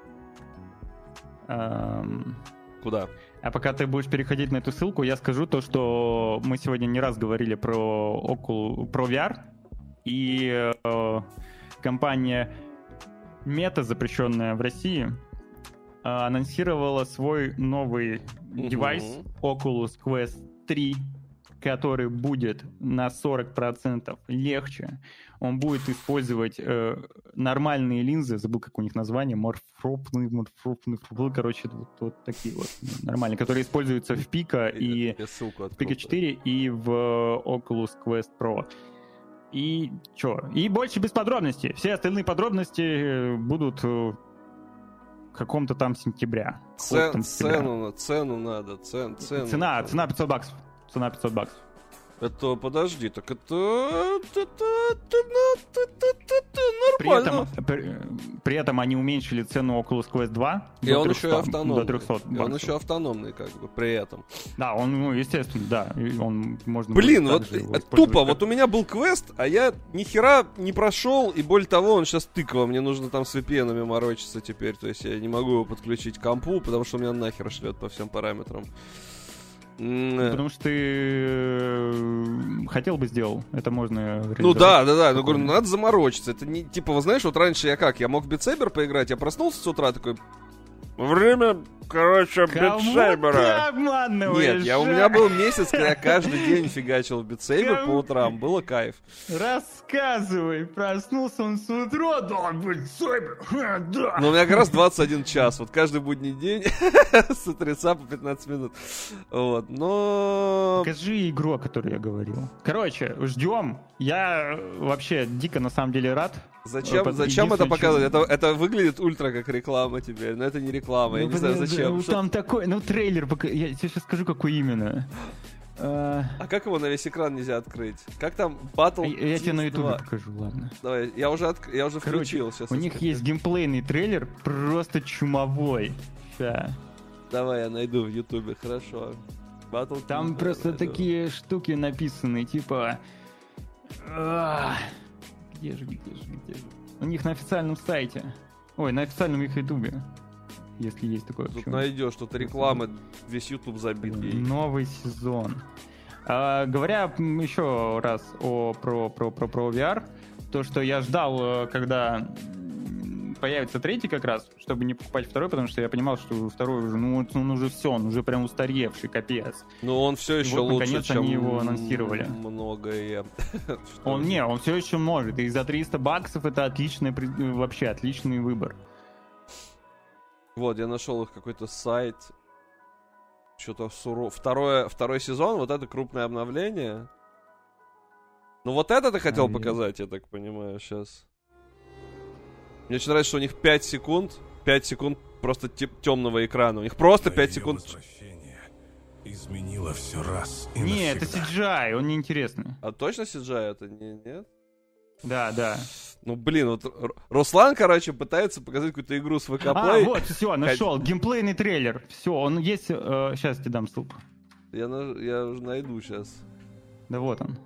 Speaker 2: Эм...
Speaker 1: Куда?
Speaker 2: А пока ты будешь переходить на эту ссылку, я скажу то, что мы сегодня не раз говорили про Oculus, про ви ар, и э, компания Meta, запрещенная в России, э, анонсировала свой новый uh-huh. девайс Oculus Quest три, который будет на сорок процентов легче. Он будет использовать э, нормальные линзы, забыл, как у них название, морфропные, морфропные, короче, вот, вот такие вот нормальные, которые используются в Pico и в Pico четыре и в Oculus Quest Pro. И чё? И больше без подробностей. Все остальные подробности будут в каком-то там сентября.
Speaker 1: Цен,
Speaker 2: там сентября.
Speaker 1: Цену, цену надо, цен, цену.
Speaker 2: Цена, цена пятьсот баксов. Цена пятьсот баксов.
Speaker 1: Это, подожди, так это... это, это, это, это, это нормально.
Speaker 2: При этом, при, при этом они уменьшили цену Oculus Quest два
Speaker 1: и он еще и автономный.
Speaker 2: До трехсот
Speaker 1: и он еще автономный, как бы, при этом.
Speaker 2: Да, он, ну, естественно, да. Он можно
Speaker 1: Блин, вот тупо, как... вот у меня был квест, а я ни хера не прошел, и более того, он сейчас тыково, мне нужно там с ви пи эн-ами морочиться теперь, то есть я не могу его подключить к компу, потому что у меня нахер шлет по всем параметрам.
Speaker 2: Потому что ты хотел бы сделал, это можно реализовать.
Speaker 1: Ну да, да, да, но говорю, ну, надо заморочиться. Это не, типа, вы знаешь, вот раньше я как, я мог в Beat Saber поиграть, я проснулся с утра такой, время, короче, Beat Saber. Нет, я, у меня был месяц, когда я каждый день фигачил в Beat Saber по утрам, было кайф.
Speaker 2: Рассказывай, проснулся он с утра, да, Beat Saber, да.
Speaker 1: Но у меня как раз двадцать один час, вот каждый будний день с утреца по пятнадцать минут. Вот, но...
Speaker 2: Покажи игру, о которой я говорил. Короче, ждем. Я вообще дико на самом деле рад.
Speaker 1: Зачем, зачем это показывать? Это, это выглядит ультра как реклама теперь, но это не реклама, ну, я не знаю зачем.
Speaker 2: Ну там такой, ну трейлер, я тебе сейчас скажу, какой именно.
Speaker 1: А, а как его на весь экран нельзя открыть? Как там Battle
Speaker 2: Я, я тебе на ютубе покажу, ладно.
Speaker 1: Давай, я уже, от... я уже
Speaker 2: Короче,
Speaker 1: включил. Сейчас
Speaker 2: у них скажу. Есть геймплейный трейлер, просто чумовой. Ща.
Speaker 1: Давай, я найду в ютубе, хорошо.
Speaker 2: Battle там King, просто найду. Такие штуки написаны, типа... Где же, где же, где же? У них на официальном сайте. Ой, на официальном их ютубе. Если есть такое.
Speaker 1: Тут найдешь, что-то рекламы, весь ютуб забит.
Speaker 2: Новый сезон. А, говоря еще раз о, про, про, про, про ви ар, то, что я ждал, когда появится третий как раз, чтобы не покупать второй, потому что я понимал, что второй уже, ну, он уже все, он уже прям устаревший, капец.
Speaker 1: Но он все еще вот, лучше,
Speaker 2: наконец,
Speaker 1: чем
Speaker 2: они его анонсировали.
Speaker 1: Многое.
Speaker 2: Он, не, он все еще может, и за триста баксов это отличный, вообще отличный выбор.
Speaker 1: Вот, я нашел их какой-то сайт. Что-то суров. Второе, второй сезон, вот это крупное обновление. Ну вот это ты хотел а показать, я так понимаю, сейчас. Мне очень нравится, что у них пять секунд. пять секунд просто темного экрана. У них просто пять секунд.
Speaker 3: Изменило все раз и
Speaker 2: Не, это си джи ай, он неинтересный.
Speaker 1: А точно си джи ай это не, нет?
Speaker 2: Да, да.
Speaker 1: Ну, блин, вот Р- Руслан, короче, пытается показать какую-то игру с ВК
Speaker 2: А,
Speaker 1: Play.
Speaker 2: вот, все, нашел. Геймплейный трейлер. Все, он есть. э, сейчас тебе дам ссылку.
Speaker 1: Я, на- я уже найду сейчас.
Speaker 2: Да вот он.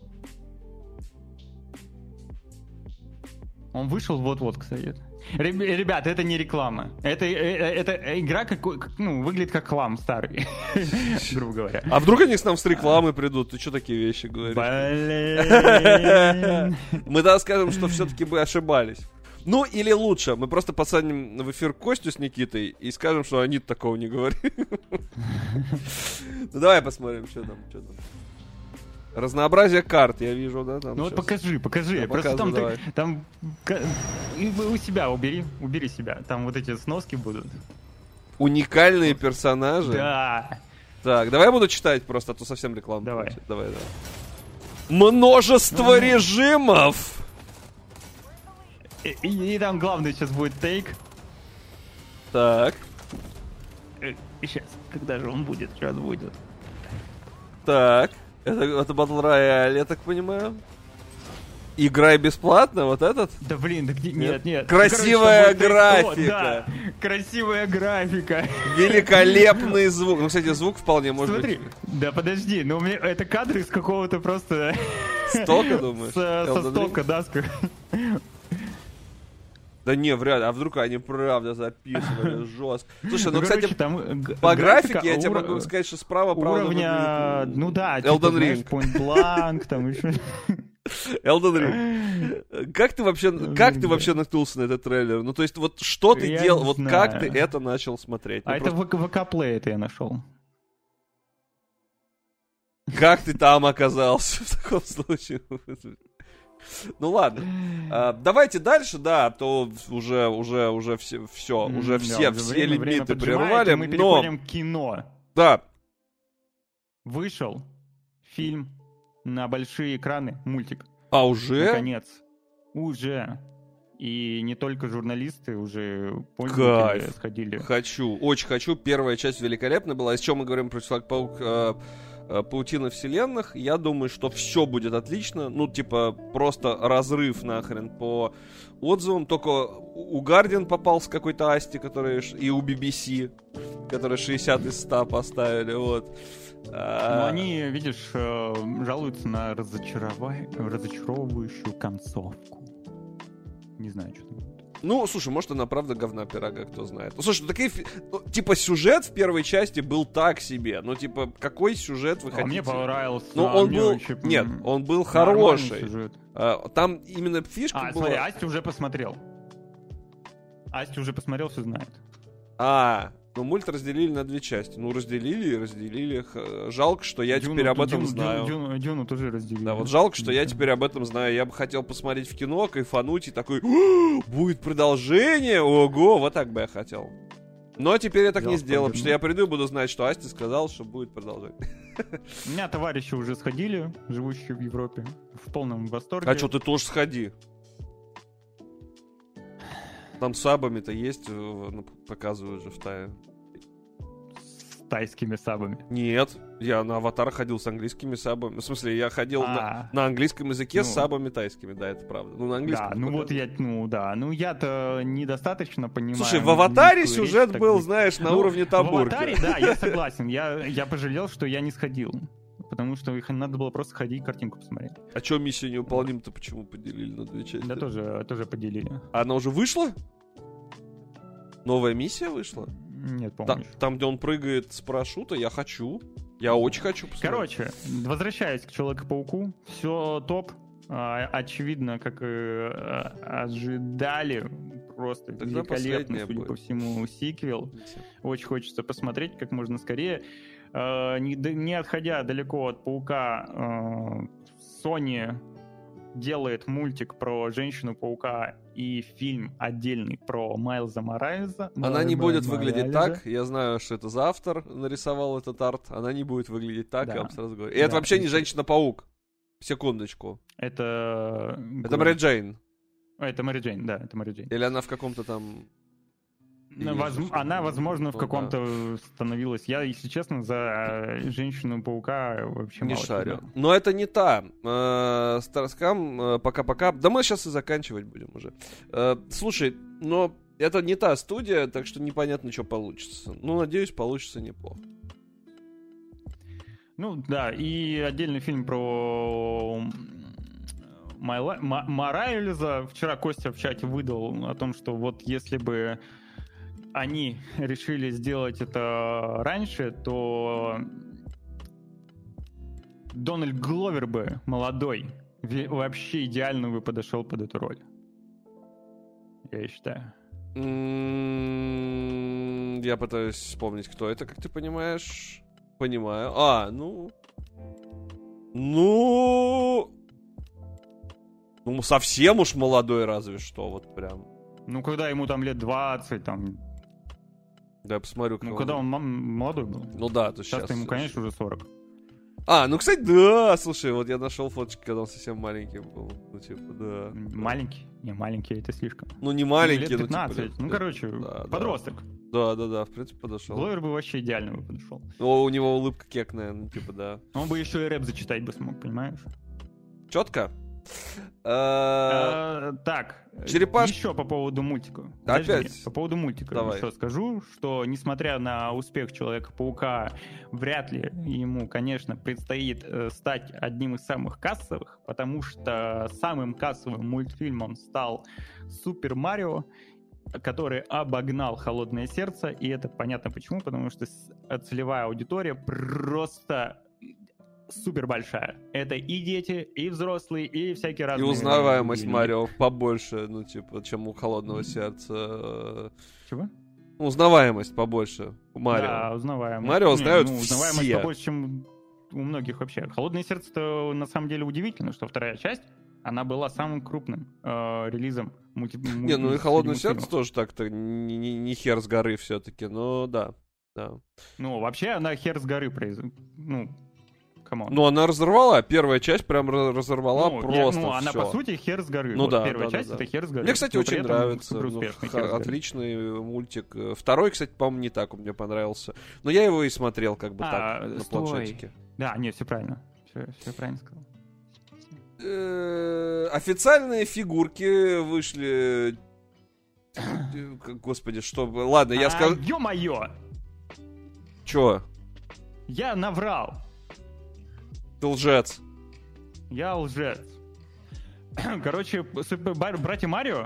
Speaker 2: Он вышел вот-вот, кстати. Реб- Ребята, это не реклама. Это, э, э, это игра какой, как- ну, выглядит как хлам старый, грубо говоря.
Speaker 1: А вдруг они с нам с рекламы придут? Ты что такие вещи говоришь?
Speaker 2: Блин.
Speaker 1: Мы тогда скажем, что все-таки бы ошибались. Ну, или лучше, мы просто посадим в эфир Костю с Никитой и скажем, что они такого не говорили. Ну, давай посмотрим, что там, что там. Разнообразие карт, я вижу, да? Там
Speaker 2: Ну вот
Speaker 1: щас.
Speaker 2: покажи, покажи.
Speaker 1: Да,
Speaker 2: Просто там,
Speaker 1: показывай,
Speaker 2: ты- там ка- и у себя убери, убери себя. Там вот эти сноски будут.
Speaker 1: Уникальные персонажи.
Speaker 2: Да.
Speaker 1: Так, давай я буду читать просто, а то совсем рекламу.
Speaker 2: Давай.
Speaker 1: получит. Давай, давай. Множество режимов!
Speaker 2: И, и- и там главный сейчас будет тейк.
Speaker 1: Так,
Speaker 2: Сейчас, когда же он будет? Сейчас будет.
Speaker 1: так. Это, это Battle Royale, я так понимаю. Играй бесплатно, вот этот?
Speaker 2: Да блин, да где... Нет, нет.
Speaker 1: Красивая
Speaker 2: Короче, там будет тейк.
Speaker 1: графика.
Speaker 2: Вот, да. Красивая графика.
Speaker 1: Великолепный звук. Ну, кстати, звук вполне может
Speaker 2: Смотри,
Speaker 1: быть.
Speaker 2: да подожди, ну у меня это кадры из какого-то просто...
Speaker 1: Стока, думаешь?
Speaker 2: С- Со
Speaker 1: Elden Ring?
Speaker 2: стока, да, с ка-
Speaker 1: Да не, вряд ли. А вдруг они правда записывали жестко. Слушай, ну,
Speaker 2: Ну,
Speaker 1: кстати,
Speaker 2: короче, там г-
Speaker 1: по
Speaker 2: графика
Speaker 1: графике я тебе
Speaker 2: уро-
Speaker 1: могу сказать, что справа, правда,
Speaker 2: уровня,
Speaker 1: выглядит,
Speaker 2: ну да,
Speaker 1: Elden
Speaker 2: типа, знаешь,
Speaker 1: Ring.
Speaker 2: Point Blank, там еще...
Speaker 1: Elden Ring. Как ты вообще, как ты вообще наткнулся на этот трейлер? Ну, то есть, вот что ты
Speaker 2: Я
Speaker 1: делал,
Speaker 2: не
Speaker 1: вот
Speaker 2: знаю.
Speaker 1: как ты это начал смотреть? Ну,
Speaker 2: А это
Speaker 1: просто
Speaker 2: в ВК-плей это я нашел.
Speaker 1: Как ты там оказался в таком случае? Ну ладно. А, давайте дальше, да, а то уже, уже, уже все, все,
Speaker 2: М,
Speaker 1: уже
Speaker 2: да,
Speaker 1: все,
Speaker 2: уже
Speaker 1: все
Speaker 2: время- время
Speaker 1: лимиты
Speaker 2: поджимает,
Speaker 1: прервали,
Speaker 2: и мы
Speaker 1: но,
Speaker 2: переходим к кино.
Speaker 1: да,
Speaker 2: Вышел фильм на большие экраны, мультик.
Speaker 1: а уже?
Speaker 2: Наконец. Уже. И не только журналисты, уже пользователи
Speaker 1: Кайф.
Speaker 2: сходили.
Speaker 1: Хочу, очень хочу. Первая часть великолепная была. Если мы говорим про Человек-паук, э, э, Паутина вселенных, я думаю, что все будет отлично. Ну, типа, просто разрыв нахрен по отзывам. Только у Guardian попался какой-то Асти, который ш- и у би би си, которые шестьдесят из ста поставили, вот. А,
Speaker 2: Но они, видишь, э, жалуются на разочарова- разочаровывающую концовку. Не знаю, что там.
Speaker 1: Ну, слушай, может, она правда говна пирога, кто знает. Ну, слушай, ну, такие... фи- ну, типа, сюжет в первой части был так себе. Ну, типа, какой сюжет вы
Speaker 2: А
Speaker 1: хотите?
Speaker 2: мне понравился.
Speaker 1: Ну,
Speaker 2: а
Speaker 1: он
Speaker 2: мне
Speaker 1: был...
Speaker 2: вообще, м,
Speaker 1: Нет, он был
Speaker 2: нормальный
Speaker 1: хороший.
Speaker 2: сюжет.
Speaker 1: А, там именно фишка
Speaker 2: А,
Speaker 1: была...
Speaker 2: смотри, Асти уже посмотрел. Асти уже посмотрел, все знает.
Speaker 1: А, ну, мульт разделили на две части. Ну, разделили и разделили. Х- Жалко, что я
Speaker 2: Дюну-
Speaker 1: теперь об этом
Speaker 2: Дюну-
Speaker 1: знаю.
Speaker 2: Дюну, Дюну тоже разделили.
Speaker 1: Да, вот жалко, что я теперь об этом знаю. Я бы хотел посмотреть в кино, кайфануть и такой, «О, будет продолжение, ого, вот так бы я хотел. Но теперь я так не
Speaker 2: Взял
Speaker 1: сделал, потому
Speaker 2: спойлер,
Speaker 1: что
Speaker 2: ну.
Speaker 1: я приду и буду знать, что Асти сказал, что будет продолжение.
Speaker 2: У меня товарищи уже сходили, живущие в Европе, в полном восторге.
Speaker 1: А что, ты тоже сходи. Там сабами-то есть, э, ну, показывают же в Тае.
Speaker 2: С тайскими сабами.
Speaker 1: Нет, я на Аватар ходил с английскими сабами. В смысле, я ходил на,
Speaker 2: А,
Speaker 1: на английском языке с
Speaker 2: ну.
Speaker 1: сабами тайскими, да, это правда. Ну, на английском.
Speaker 2: да, ну вот я, ну да, ну я-то недостаточно понимаю.
Speaker 1: Слушай, в Аватаре
Speaker 2: английскую
Speaker 1: сюжет
Speaker 2: речь, так
Speaker 1: был,
Speaker 2: быть.
Speaker 1: знаешь, на
Speaker 2: Ну,
Speaker 1: уровне
Speaker 2: В
Speaker 1: табурки.
Speaker 2: Аватаре, да, я согласен. Я, я пожалел, что я не сходил. Потому что их надо было просто ходить, картинку посмотреть.
Speaker 1: А чё миссию невыполнима-то почему поделили на две части?
Speaker 2: Да, тоже, тоже поделили.
Speaker 1: А она уже вышла? Новая миссия вышла?
Speaker 2: Нет,
Speaker 1: Та-
Speaker 2: помню.
Speaker 1: там, где он прыгает с парашюта, я хочу. Я очень хочу посмотреть.
Speaker 2: Короче, возвращаясь к Человеку-пауку, все топ. А, очевидно, как и а, ожидали. Просто
Speaker 1: Тогда
Speaker 2: великолепно,
Speaker 1: последняя
Speaker 2: судя
Speaker 1: будет.
Speaker 2: по всему, сиквел. Очень хочется посмотреть как можно скорее. А, не, д- не отходя далеко от Паука, а, Sony делает мультик про Женщину-паука и фильм отдельный про Майлза Моралеса.
Speaker 1: Она не будет выглядеть
Speaker 2: Моралеса.
Speaker 1: так. Я знаю, что это за автор нарисовал этот арт. Она не будет выглядеть так,
Speaker 2: Да.
Speaker 1: я вам сразу говорю. И это
Speaker 2: Да,
Speaker 1: вообще не
Speaker 2: и-
Speaker 1: Женщина-паук. Секундочку.
Speaker 2: Это...
Speaker 1: Это Мэри Джейн.
Speaker 2: А, это Мэри Джейн, да, это Мэри Джейн.
Speaker 1: Или она в каком-то там... И
Speaker 2: Воз...
Speaker 1: что-то
Speaker 2: Она, возможно, в
Speaker 1: ну,
Speaker 2: каком-то да. становилась. Я, если честно, за Женщину-паука вообще
Speaker 1: не
Speaker 2: мало
Speaker 1: шарю.
Speaker 2: чего.
Speaker 1: Но это не та. Э, Старскам, э, пока-пока. Да мы сейчас и заканчивать будем уже. Э, слушай, но это не та студия, так что непонятно, что получится. Ну, надеюсь, получится неплохо.
Speaker 2: Ну, да, и отдельный фильм про Майла... Ма... Морайлиза. Вчера Костя в чате выдал о том, что вот если бы они решили сделать это раньше, то Дональд Гловер бы, молодой, вообще идеально бы подошел под эту роль. Я считаю.
Speaker 1: Mm-hmm. Я пытаюсь вспомнить, кто это, как ты понимаешь. Понимаю. А, ну... Ну... Ну, совсем уж молодой, разве что, вот прям.
Speaker 2: Ну, когда ему там лет двадцать, там...
Speaker 1: Да, я посмотрю.
Speaker 2: Ну, когда он м- молодой был.
Speaker 1: Ну да, то сейчас...
Speaker 2: Сейчас ему, конечно, уже сорок.
Speaker 1: А, ну, кстати, да, слушай, вот я нашел фоточки, когда он совсем маленький был. Ну, типа, да.
Speaker 2: Маленький? Не, маленький, это слишком.
Speaker 1: Ну, не маленький,
Speaker 2: ну, лет пятнадцать.
Speaker 1: Ну, типа,
Speaker 2: ну
Speaker 1: лет...
Speaker 2: короче,
Speaker 1: да,
Speaker 2: подросток.
Speaker 1: Да, да, да, в принципе, подошел.
Speaker 2: Гловер бы вообще идеально бы подошел.
Speaker 1: О, у него улыбка кекная, ну, типа, да.
Speaker 2: Он бы еще и рэп зачитать бы смог, понимаешь?
Speaker 1: Четко?
Speaker 2: Так,
Speaker 1: Черепашки.
Speaker 2: Еще по поводу мультика.
Speaker 1: Опять?
Speaker 2: По поводу мультика.
Speaker 1: Давай.
Speaker 2: Что скажу, что несмотря на успех Человека-паука, вряд ли ему, конечно, предстоит стать одним из самых кассовых, потому что самым кассовым мультфильмом стал Супер Марио, который обогнал «Холодное сердце», и это понятно почему, потому что целевая аудитория просто супер большая. Это и дети, и взрослые, и всякие разные.
Speaker 1: И узнаваемость
Speaker 2: люди.
Speaker 1: Марио побольше, ну, типа, чем у «Холодного сердца».
Speaker 2: Чего?
Speaker 1: Узнаваемость побольше у Марио.
Speaker 2: Да, узнаваемость.
Speaker 1: Марио знают
Speaker 2: ну, узнаваемость
Speaker 1: все.
Speaker 2: побольше, чем у многих вообще. «Холодное сердце»-то на самом деле удивительно, что вторая часть, она была самым крупным э, релизом мульти...
Speaker 1: Не, ну и «Холодное сердце» тоже так-то не, не, не хер с горы все-таки, но да, да.
Speaker 2: Ну, вообще она хер с горы произвела. Ну,
Speaker 1: Ну, она разорвала, первая часть прям разорвала
Speaker 2: ну,
Speaker 1: просто
Speaker 2: я, Ну, она,
Speaker 1: всё.
Speaker 2: по сути, хер с горы.
Speaker 1: Ну
Speaker 2: вот
Speaker 1: да,
Speaker 2: первая
Speaker 1: да,
Speaker 2: часть
Speaker 1: да,
Speaker 2: — это
Speaker 1: да.
Speaker 2: хер с горы.
Speaker 1: Мне, кстати,
Speaker 2: Но
Speaker 1: очень нравится. Ну, х- отличный мультик. Второй, кстати, по-моему, не так мне понравился. Но я его и смотрел как бы
Speaker 2: а,
Speaker 1: так, на
Speaker 2: стой.
Speaker 1: планшетике.
Speaker 2: Да, не, все правильно. Все, все правильно сказал.
Speaker 1: Э, Официальные фигурки вышли... Господи, что... Ладно, я скажу...
Speaker 2: Ё-моё!
Speaker 1: Чё?
Speaker 2: Я наврал.
Speaker 1: Ты лжец.
Speaker 2: Я лжец. Короче, братья Марио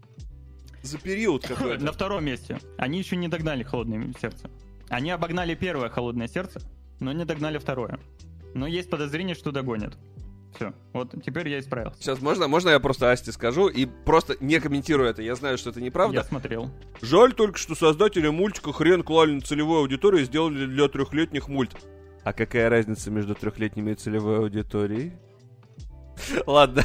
Speaker 1: За период какой-то.
Speaker 2: на втором месте. Они еще не догнали «Холодное сердце». Они обогнали первое «Холодное сердце», но не догнали второе. Но есть подозрение, что догонят. Все, вот теперь я исправился.
Speaker 1: Сейчас можно, можно я просто Асте скажу и просто не комментирую это. Я знаю, что это неправда.
Speaker 2: Я смотрел.
Speaker 1: Жаль только, что создатели мультика хрен клали на целевую аудиторию и сделали для трехлетних мульт. А какая разница между трехлетними и целевой аудиторией? Ладно.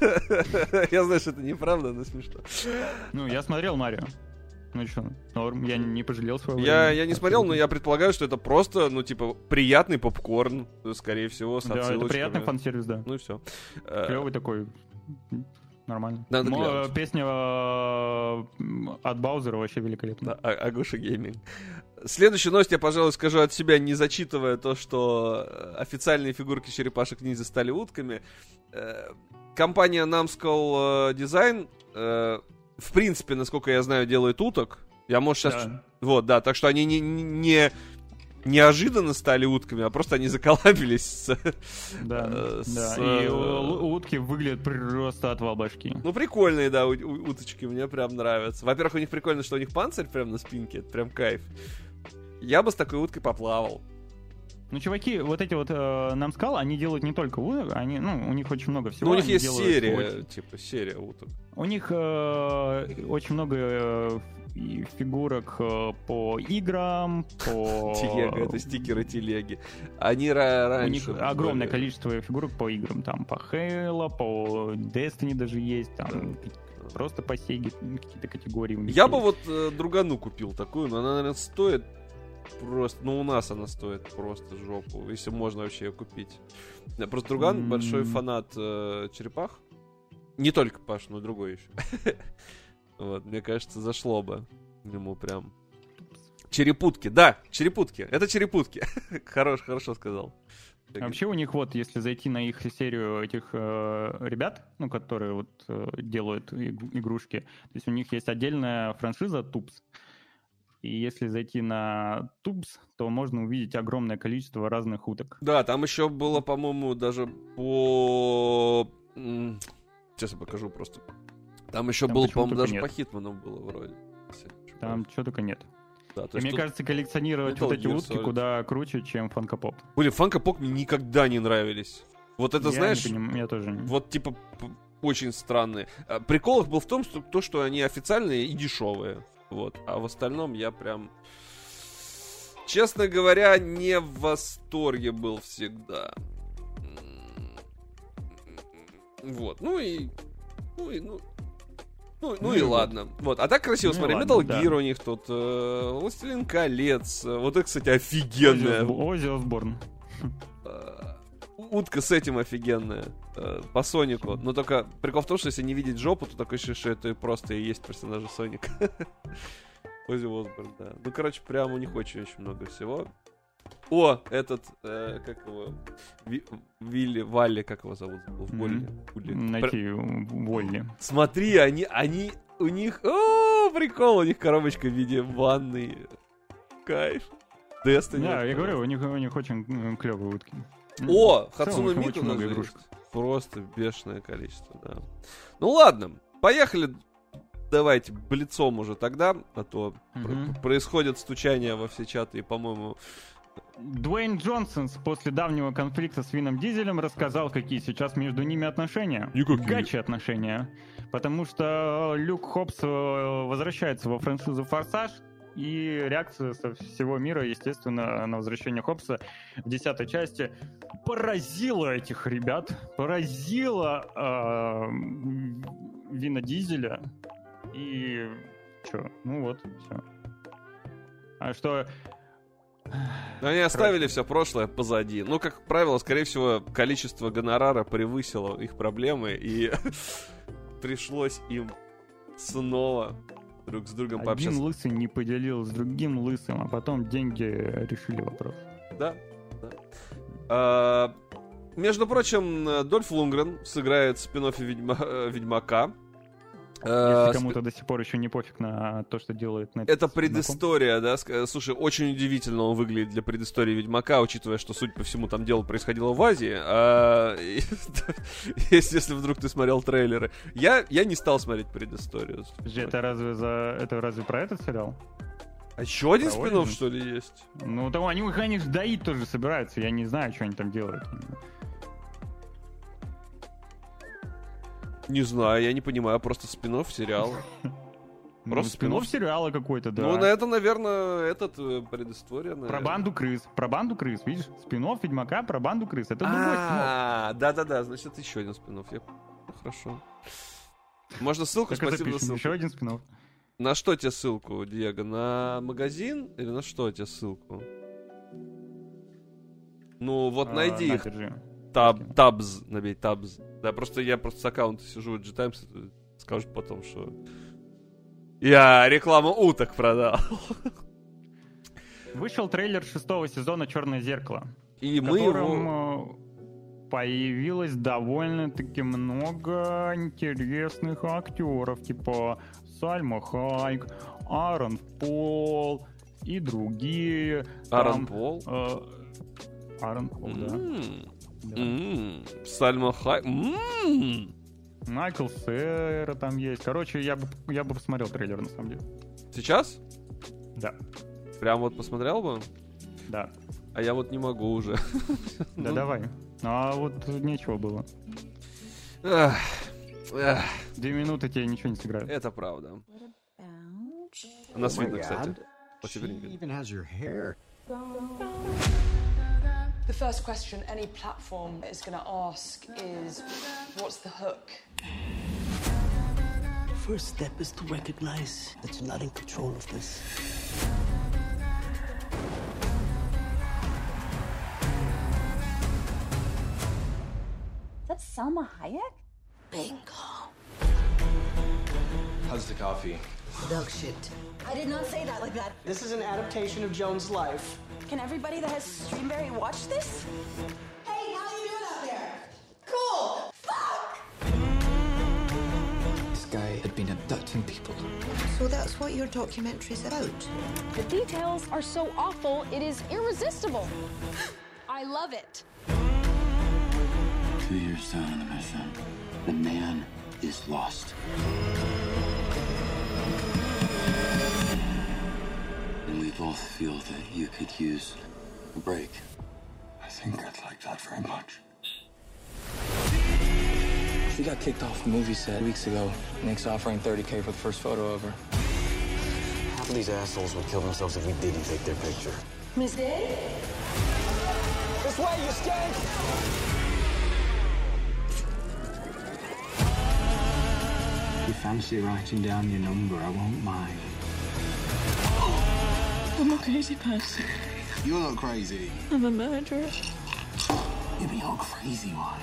Speaker 1: Я знаю, что это неправда, но смешно.
Speaker 2: Ну, я смотрел «Марио». Ну что, норм, я не пожалел своего
Speaker 1: Я,
Speaker 2: времени.
Speaker 1: я не смотрел, но я предполагаю, что это просто, ну, типа, приятный попкорн, скорее всего, с
Speaker 2: Да,
Speaker 1: отсылочками.
Speaker 2: это приятный фан-сервис, да.
Speaker 1: Ну и все.
Speaker 2: Клевый такой, нормально.
Speaker 1: Надо
Speaker 2: Но,
Speaker 1: глянуть.
Speaker 2: песня э, от Баузера вообще великолепная.
Speaker 1: Да, А- Агуша Гейминг. Следующую новость я, пожалуй, скажу от себя, не зачитывая то, что официальные фигурки черепашек ниндзя стали утками. Э, Компания Numskull Design, э, в принципе, насколько я знаю, делает уток. Я, может, сейчас...
Speaker 2: Да.
Speaker 1: Вот, да, так что они не, не неожиданно стали утками, а просто они заколабились с...
Speaker 2: Да,
Speaker 1: э,
Speaker 2: да.
Speaker 1: с,
Speaker 2: И
Speaker 1: э,
Speaker 2: у- утки выглядят просто отвал башки.
Speaker 1: Ну, прикольные, да, у- у- уточки, мне прям нравятся. Во-первых, у них прикольно, что у них панцирь прям на спинке, это прям кайф. Я бы с такой уткой поплавал.
Speaker 2: Ну, чуваки, вот эти вот э, Numskull, они делают не только уток, они, ну, у них очень много всего.
Speaker 1: Ну, у них
Speaker 2: они
Speaker 1: есть
Speaker 2: делают
Speaker 1: серия,
Speaker 2: очень-
Speaker 1: типа, серия уток.
Speaker 2: У них э, очень много э, и фигурок э, по играм, по...
Speaker 1: Телега, это стикеры телеги. Они ра-
Speaker 2: У
Speaker 1: раньше...
Speaker 2: них огромное
Speaker 1: были.
Speaker 2: количество фигурок по играм. Там по Halo, по Destiny даже есть. Там просто по Sega какие-то категории у них
Speaker 1: Я
Speaker 2: есть.
Speaker 1: бы вот э, другану купил такую, но она, наверное, стоит просто... Ну, у нас она стоит просто жопу, если можно вообще ее купить. Да, просто друган
Speaker 2: М.
Speaker 1: большой фанат э, черепах. Не только Паш, но и другой еще. Вот, мне кажется, зашло бы. ему прям. Черепутки, да, черепутки. Это черепутки. Хорош, хорошо сказал.
Speaker 2: Вообще у них вот, если зайти на их серию этих э, ребят, ну, которые вот э, делают игрушки, то есть у них есть отдельная франшиза Tubes. И если зайти на Tubes, то можно увидеть огромное количество разных уток.
Speaker 1: Да, там еще было, по-моему, даже по... Сейчас я покажу просто. Там еще там было, по-моему, даже нет. По Хитману было вроде.
Speaker 2: Там что только нет.
Speaker 1: Да,
Speaker 2: и мне кажется, коллекционировать вот эти утки Solid. Куда круче, чем Funko Pop.
Speaker 1: Блин, Funko Pop мне никогда не нравились. Вот это,
Speaker 2: я
Speaker 1: знаешь...
Speaker 2: Не поним... Я тоже не.
Speaker 1: Вот, типа, очень странные. Прикол их был в том, что, то, что они официальные и дешевые. Вот. А в остальном я прям... Честно говоря, не в восторге был всегда. Вот. Ну и... Ну и... Ну... Ну, ну, ну и, и ладно. Вот. вот. А так красиво, ну смотри, Metal Gear да. у них тут, э, Властелин колец. Вот это, кстати, офигенная.
Speaker 2: Оззи Осборн.
Speaker 1: Утка с этим офигенная. Э, по Сонику. Но только прикол в том, что если не видеть жопу, то такой ощущение, что это просто и есть персонажи Соника. Оззи Осборн, да. Ну, короче, прям у них очень-очень много всего. О, этот, э, как его, Ви, Вилли, Валли, как его зовут? В Волли.
Speaker 2: Найти Волли.
Speaker 1: Смотри, они, они, у них, о, прикол, у них коробочка в виде ванны. Кайф. Destiny.
Speaker 2: Да, я говорю, у них, у них очень клевые утки.
Speaker 1: О, Хацуна Миту много игрушек. Просто бешеное количество, да. Ну ладно, поехали. Давайте блицом уже тогда, а то mm-hmm. происходит стучание во все чаты и, по-моему...
Speaker 2: Дуэйн Джонсон после давнего конфликта с Вином Дизелем рассказал, какие сейчас между ними отношения.
Speaker 1: Никакие.
Speaker 2: Гачи отношения. Потому что Люк Хопс возвращается во франшизу «Форсаж», и реакция со всего мира, естественно, на возвращение Хопса в десятой части поразила этих ребят, поразила э, Вина Дизеля. И чё? Ну вот, все. А что...
Speaker 1: Они оставили все прошлое позади. Ну, как правило, скорее всего, количество гонорара превысило их проблемы, и пришлось им снова друг с другом пообщаться.
Speaker 2: Один лысый не поделил с другим лысым, а потом деньги решили вопрос.
Speaker 1: Да, да. А, между прочим, Дольф Лундгрен сыграет в спин-оффе Ведьма... Ведьмака.
Speaker 2: Если кому-то до сих пор еще не пофиг на то, что делает Netflix.
Speaker 1: Это предыстория, да? Слушай, очень удивительно он выглядит для предыстории Ведьмака, учитывая, что, судя по всему, там дело происходило в Азии. А... Если вдруг ты смотрел трейлеры. Я, я не стал смотреть предысторию.
Speaker 2: Это разве за это разве про этот сериал?
Speaker 1: А еще один спин-офф, что ли, есть?
Speaker 2: Ну, там они, они же доить тоже собираются. Я не знаю, что они там делают.
Speaker 1: Не знаю, я не понимаю, просто спин-офф сериала.
Speaker 2: Просто спин-офф сериала какой-то, да.
Speaker 1: Ну, это, наверное, этот предыстория. Наверное.
Speaker 2: Про банду крыс. Про банду крыс, видишь? Спин-офф Ведьмака про банду крыс. Это другой спин-офф.
Speaker 1: А, да-да-да, значит, это еще один спин-офф. Хорошо. Можно ссылку? Спасибо за ссылку.
Speaker 2: Еще один спин-офф.
Speaker 1: На что тебе ссылку, Диего? На магазин или на что тебе ссылку? Ну, вот найди их. Таб, табз, набей табз. Да, просто я просто с аккаунта сижу в джи таймс, скажу потом, что я рекламу уток продал.
Speaker 2: Вышел трейлер шестого сезона «Черное зеркало»,
Speaker 1: и
Speaker 2: в
Speaker 1: мы
Speaker 2: котором
Speaker 1: его...
Speaker 2: появилось довольно-таки много интересных актеров, типа Сальма Хайек, Аарон Пол и другие.
Speaker 1: Аарон Пол?
Speaker 2: Э, Аарон Пол, да.
Speaker 1: Mm. Да. Mm-hmm. Сальма Хайек. Mm-hmm.
Speaker 2: Майкл Сера там есть. Короче, я бы, я бы посмотрел трейлер, на самом деле.
Speaker 1: Сейчас?
Speaker 2: Да.
Speaker 1: Прям вот посмотрел бы?
Speaker 2: Да.
Speaker 1: А я вот не могу уже.
Speaker 2: Да давай. А вот нечего было. Две минуты тебе ничего не сыграют.
Speaker 1: Это правда. Нас видно, кстати. По тебе не видно.
Speaker 3: The first question any platform is going to ask is, what's the hook?
Speaker 4: First step is to recognize that you're not in control of this.
Speaker 5: Is that Salma Hayek?
Speaker 4: Bingo.
Speaker 6: How's the coffee?
Speaker 4: Dog shit.
Speaker 6: I did not say that like that.
Speaker 4: This is an adaptation of Joan's life.
Speaker 5: Can everybody that has Streamberry watch this?
Speaker 6: Hey, how you doing out there? Cool. Fuck!
Speaker 7: This guy had been abducting people.
Speaker 6: So that's what your documentary's about?
Speaker 8: The details are so awful, it is irresistible. I love it.
Speaker 7: Two years down on the mission, the man is lost. And we both feel that you could use a break. I think I'd like that very much. She got kicked off the movie set weeks ago. Nick's offering thirty K for the first photo of her. Half of these assholes would kill themselves if we didn't take their picture.
Speaker 6: Miss Day?
Speaker 7: This way, you skank! If you fancy writing down your number, I won't mind.
Speaker 8: I'm a crazy person.
Speaker 9: You're not crazy.
Speaker 8: I'm a murderer.
Speaker 7: You're the old crazy one.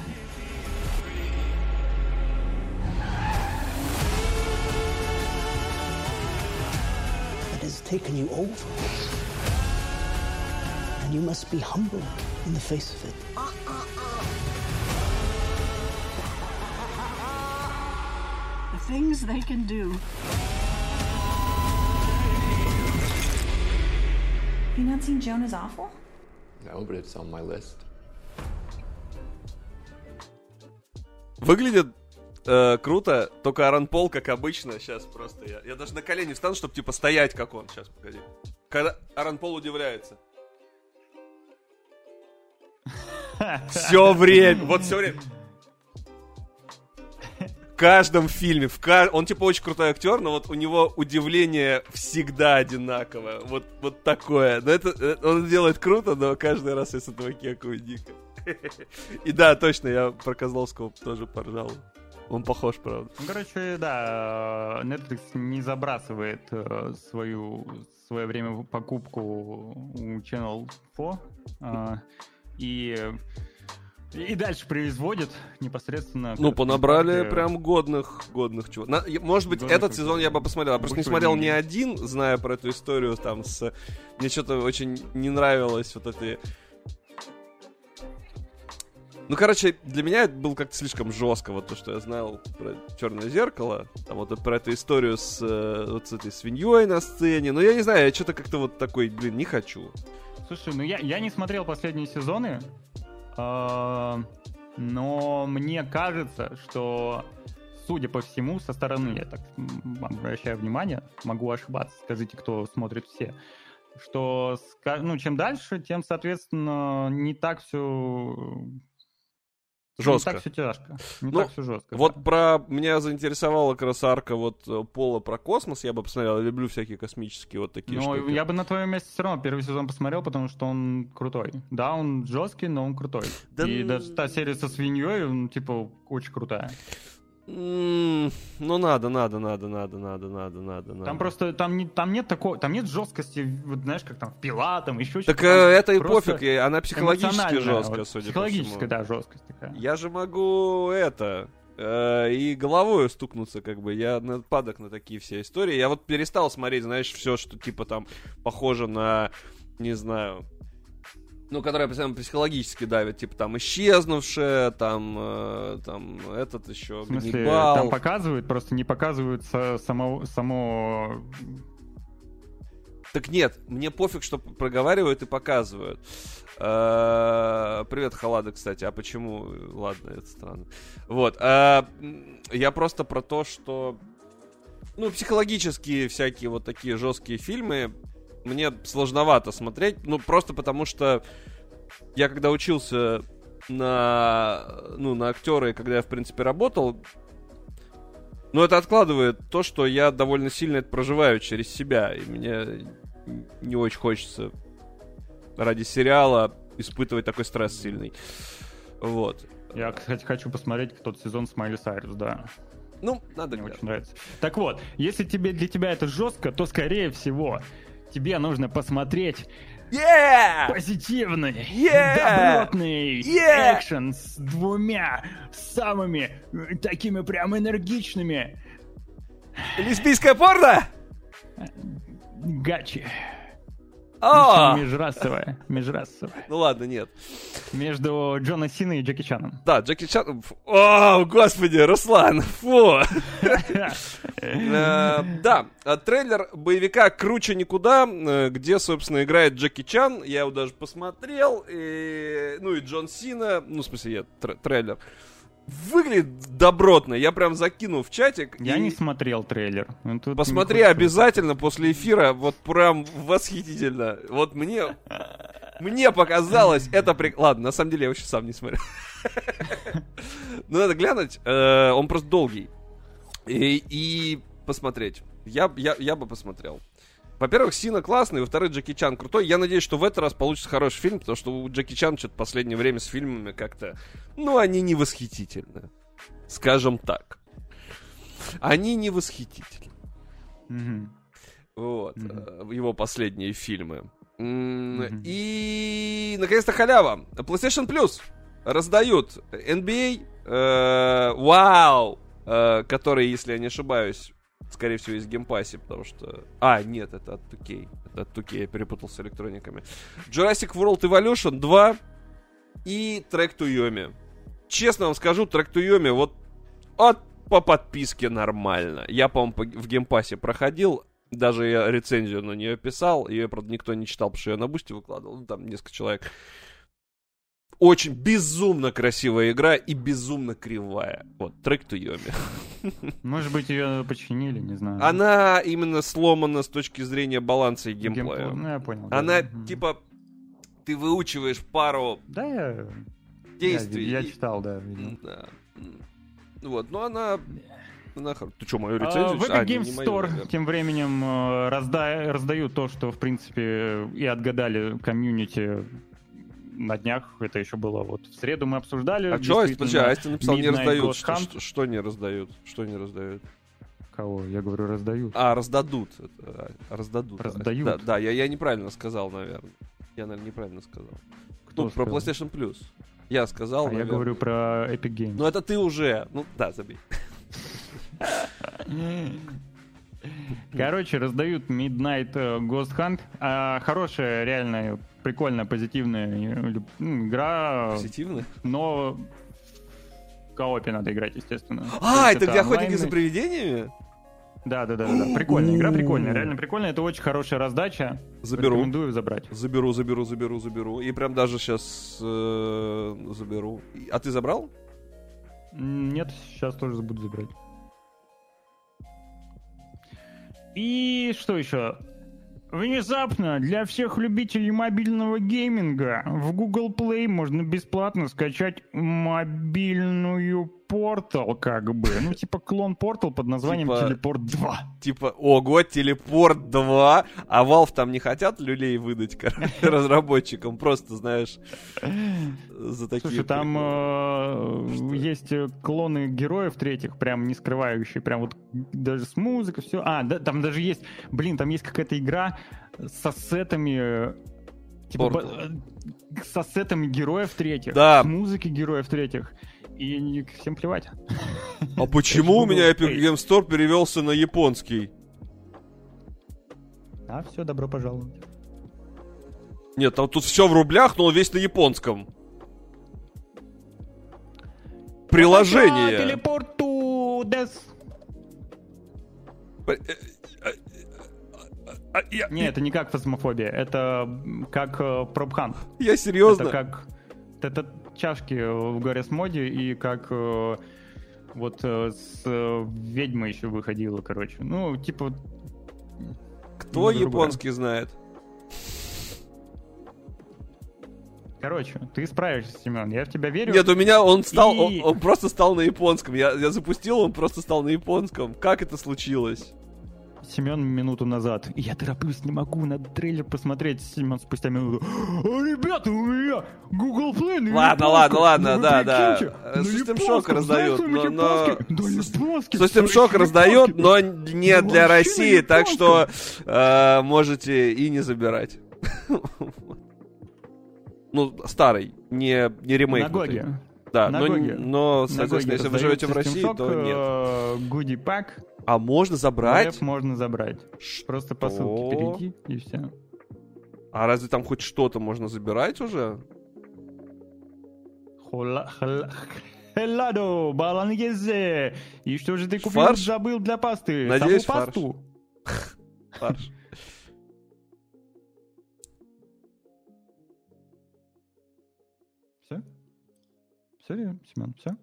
Speaker 4: It has taken you over. And you must be humble in the face of it.
Speaker 6: Uh, uh, uh.
Speaker 8: The things they can do.
Speaker 5: You not seen Joan is Awful?
Speaker 7: No, but it's on my list.
Speaker 1: Выглядит э, круто, только Аарон Пол, как обычно, сейчас просто я, я даже на колени встану, чтобы типа стоять, как он. Сейчас, погоди. Когда Аарон Пол удивляется. Все время, вот все время. В каждом фильме, в ка... он типа очень крутой актер, но вот у него удивление всегда одинаковое. Вот, вот такое. Но это, это, он делает круто, но каждый раз я с этого кекаю дико. И да, точно, я про Козловского тоже поржал. Он похож, правда.
Speaker 2: Ну, короче, да, Netflix не забрасывает э, свою, свое время в покупку у Channel четыре. Э, и... И дальше производит непосредственно...
Speaker 1: Ну, понабрали прям годных, годных чего. На, может быть, годных этот сезон я бы посмотрел. Я просто не смотрел ни один, зная про эту историю. Там с... Мне что-то очень не нравилось вот это... Ну, короче, для меня это было как-то слишком жестко. Вот то, что я знал про «Черное зеркало». Там вот про эту историю с, вот с этой свиньей на сцене. Ну, я не знаю, я что-то как-то вот такой, блин, не хочу.
Speaker 2: Слушай, ну я, я не смотрел последние сезоны. Но мне кажется, что, судя по всему, со стороны, я так обращаю внимание, могу ошибаться, скажите, кто смотрит все, что ну, чем дальше, тем, соответственно, не так все...
Speaker 1: Жестко.
Speaker 2: Не так все тяжко. Не
Speaker 1: ну,
Speaker 2: так все жестко.
Speaker 1: Вот
Speaker 2: да.
Speaker 1: про... Меня заинтересовала как раз арка вот Пола про космос. Я бы посмотрел. Я люблю всякие космические вот такие
Speaker 2: но
Speaker 1: штуки.
Speaker 2: Я бы на твоем месте все равно первый сезон посмотрел, потому что он крутой. Да, он жесткий, но он крутой. Да... И даже та серия со свиньей, ну, типа, очень крутая.
Speaker 1: Mm, ну надо, надо, надо, надо, надо, надо, надо.
Speaker 2: Там
Speaker 1: надо.
Speaker 2: просто там не там нет такого, там нет жесткости, вот знаешь, как там в Пила, там еще
Speaker 1: так
Speaker 2: что-то.
Speaker 1: Так это и пофиг, она психологически жесткая,
Speaker 2: вот,
Speaker 1: судя
Speaker 2: психологическая,
Speaker 1: по всему.
Speaker 2: да, жесткость такая.
Speaker 1: Я же могу это э, и головой стукнуться, как бы. Я падок на такие все истории. Я вот перестал смотреть, знаешь, все, что типа там похоже на, не знаю. Ну, которая постоянно психологически давит, типа там исчезнувшая, там, э, там этот еще
Speaker 2: в смысле,
Speaker 1: Ганнибал.
Speaker 2: Там показывают, просто не показывают само, само...
Speaker 1: Так нет, мне пофиг, что проговаривают и показывают. Э-э- привет, Халада, кстати. А почему? Ладно, это странно. Вот. Э-э- я просто про то, что... Ну, психологические всякие вот такие жесткие фильмы мне сложновато смотреть, ну, просто потому что я когда учился на, ну, на актера, и когда я, в принципе, работал, ну, это откладывает то, что я довольно сильно это проживаю через себя, и мне не очень хочется ради сериала испытывать такой стресс сильный. Вот.
Speaker 2: Я, кстати, хочу посмотреть тот сезон с Майли Сайрус, да.
Speaker 1: Ну, надо.
Speaker 2: Мне очень нравится. Так вот, если тебе, для тебя это жестко, то, скорее всего, тебе нужно посмотреть
Speaker 1: yeah!
Speaker 2: позитивный,
Speaker 1: yeah!
Speaker 2: добротный
Speaker 1: yeah!
Speaker 2: экшен с двумя самыми такими прям энергичными.
Speaker 1: Лесбийское порно?
Speaker 2: гачи.
Speaker 1: А!
Speaker 2: Межрасовая. Межрасовая.
Speaker 1: Ну ладно, нет.
Speaker 2: Между Джона Синой и Джеки Чаном.
Speaker 1: Да, Джеки Чан... О, господи, Руслан, фу! Да, трейлер боевика «Круче никуда», где, собственно, играет Джеки Чан. Я его даже посмотрел. Ну и Джон Сина. Ну, в смысле, трейлер. Выглядит добротно, я прям закинул в чатик.
Speaker 2: Я
Speaker 1: и...
Speaker 2: не смотрел трейлер.
Speaker 1: Посмотри обязательно после эфира, вот прям восхитительно. Вот мне, мне показалось, это при... Ладно, на самом деле я вообще сам не смотрел. Но надо глянуть, он просто долгий. И посмотреть. Я бы посмотрел. Во-первых, Сина классный, во-вторых, Джеки Чан крутой. Я надеюсь, что в этот раз получится хороший фильм, потому что у Джеки Чан что-то в последнее время с фильмами как-то... Ну, они не восхитительны. Скажем так. Они не восхитительны. Mm-hmm. Вот. Mm-hmm. Его последние фильмы. Mm-hmm. И, наконец-то, халява. PlayStation Plus раздают эн би эй. Э, вау! Э, который, если я не ошибаюсь, скорее всего, есть в геймпассе, потому что... А, нет, это от ту кей. Это от ту кей, я перепутал с электрониками. Jurassic World Evolution два и Track to Yomi. Честно вам скажу, Track to Yomi вот от, по подписке нормально. Я, по-моему, в геймпассе проходил, даже я рецензию на нее писал, ее, правда, никто не читал, потому что я на Бусти выкладывал, ну, там несколько человек. Очень безумно красивая игра и безумно кривая. Вот, Track to Yomi.
Speaker 2: Может быть, ее починили, не знаю.
Speaker 1: Она именно сломана с точки зрения баланса и геймплея.
Speaker 2: Геймплей. Ну, я понял.
Speaker 1: Она,
Speaker 2: да.
Speaker 1: типа, ты выучиваешь пару
Speaker 2: да, я...
Speaker 1: действий.
Speaker 2: Я, я
Speaker 1: и...
Speaker 2: читал, да, видел.
Speaker 1: Да. Вот, но она... она... Ты что, мою рецензию?
Speaker 2: А, в Epic Games Store тем временем э, разда... раздают то, что, в принципе, и отгадали комьюнити на днях. Это еще было вот в среду мы обсуждали.
Speaker 1: А что, подожди, Асти написал, не раздают. Что,
Speaker 2: что,
Speaker 1: что не раздают? Что не раздают?
Speaker 2: Кого? Я говорю, раздают.
Speaker 1: А, раздадут. Это, раздадут.
Speaker 2: Раздают.
Speaker 1: Да, да я, я неправильно сказал, наверное. Я, наверное, неправильно сказал.
Speaker 2: Кто
Speaker 1: ну,
Speaker 2: сказал?
Speaker 1: Про PlayStation Plus. Я сказал,
Speaker 2: а
Speaker 1: наверное.
Speaker 2: я говорю про Epic Games.
Speaker 1: Ну, это ты уже. Ну, да, забей.
Speaker 2: Короче, раздают Midnight Ghost Hunt. А, хорошая, реально, прикольная, позитивная игра.
Speaker 1: Позитивная?
Speaker 2: Но в коопе надо играть, естественно.
Speaker 1: А, это где охотники за привидениями?
Speaker 2: Да, да, да, да. Прикольная игра, прикольная. Реально прикольная. Это очень хорошая раздача.
Speaker 1: Заберу.
Speaker 2: Рекомендую забрать.
Speaker 1: Заберу, заберу, заберу, заберу. И прям даже сейчас э, заберу. А ты забрал?
Speaker 2: Нет, сейчас тоже буду забирать. И что еще? Внезапно для всех любителей мобильного гейминга в Google Play можно бесплатно скачать мобильную Portal, как бы. Ну, типа клон Portal под названием
Speaker 1: типа,
Speaker 2: Телепорт два.
Speaker 1: Типа, ого, Телепорт два. А Valve там не хотят люлей выдать разработчикам? Просто, знаешь, за такие...
Speaker 2: Слушай, там э, есть клоны героев третьих, прям не скрывающие, прям вот даже с музыкой, все. А, да, там даже есть, блин, там есть какая-то игра с ассетами... Типа, б- с ассетами героев третьих,
Speaker 1: да.
Speaker 2: С музыкой героев третьих. И всем плевать.
Speaker 1: А почему у меня Epic Games Store перевелся на японский?
Speaker 2: А, все, добро пожаловать.
Speaker 1: Нет, там тут все в рублях, но он весь на японском. Приложение.
Speaker 2: Телепорту дес. Не, это не как фазмофобия, это как пробхан.
Speaker 1: Я серьезно?
Speaker 2: Это как... Это чашки в Гаррис-моде и как э, вот э, с э, ведьмой еще выходила, короче. Ну, типа...
Speaker 1: Кто японский знает?
Speaker 2: Короче, ты справишься, Семен, я в тебя верю.
Speaker 1: Нет, у меня он стал,
Speaker 2: и...
Speaker 1: он, он просто стал на японском. Я, я запустил, он просто стал на японском. Как это случилось?
Speaker 2: Семен минуту назад. Я тороплюсь, не могу, надо трейлер посмотреть. Семен спустя минуту. Ребята, у меня Google Play.
Speaker 1: Ладно, ладно, ладно, да, да. System Shock раздают, но... но... System Shock раздает, но не для России, так что э, можете и не забирать. Ну, старый, не, не ремейк.
Speaker 2: На Гоге.
Speaker 1: Да,
Speaker 2: на
Speaker 1: но,
Speaker 2: Гоге.
Speaker 1: но, соответственно, если вы живете в России, то нет.
Speaker 2: Гуди пак.
Speaker 1: А можно забрать?
Speaker 2: Можно забрать. Что? Просто по ссылке перейди, и все.
Speaker 1: А разве там хоть что-то можно забирать уже?
Speaker 2: Хола... Хола... Хелладо, балангезе. И что же ты купил?
Speaker 1: Фарш?
Speaker 2: Забыл для пасты.
Speaker 1: Надеюсь,
Speaker 2: саму
Speaker 1: фарш.
Speaker 2: пасту.
Speaker 1: Фарш.
Speaker 2: Все? Все, Семен, все?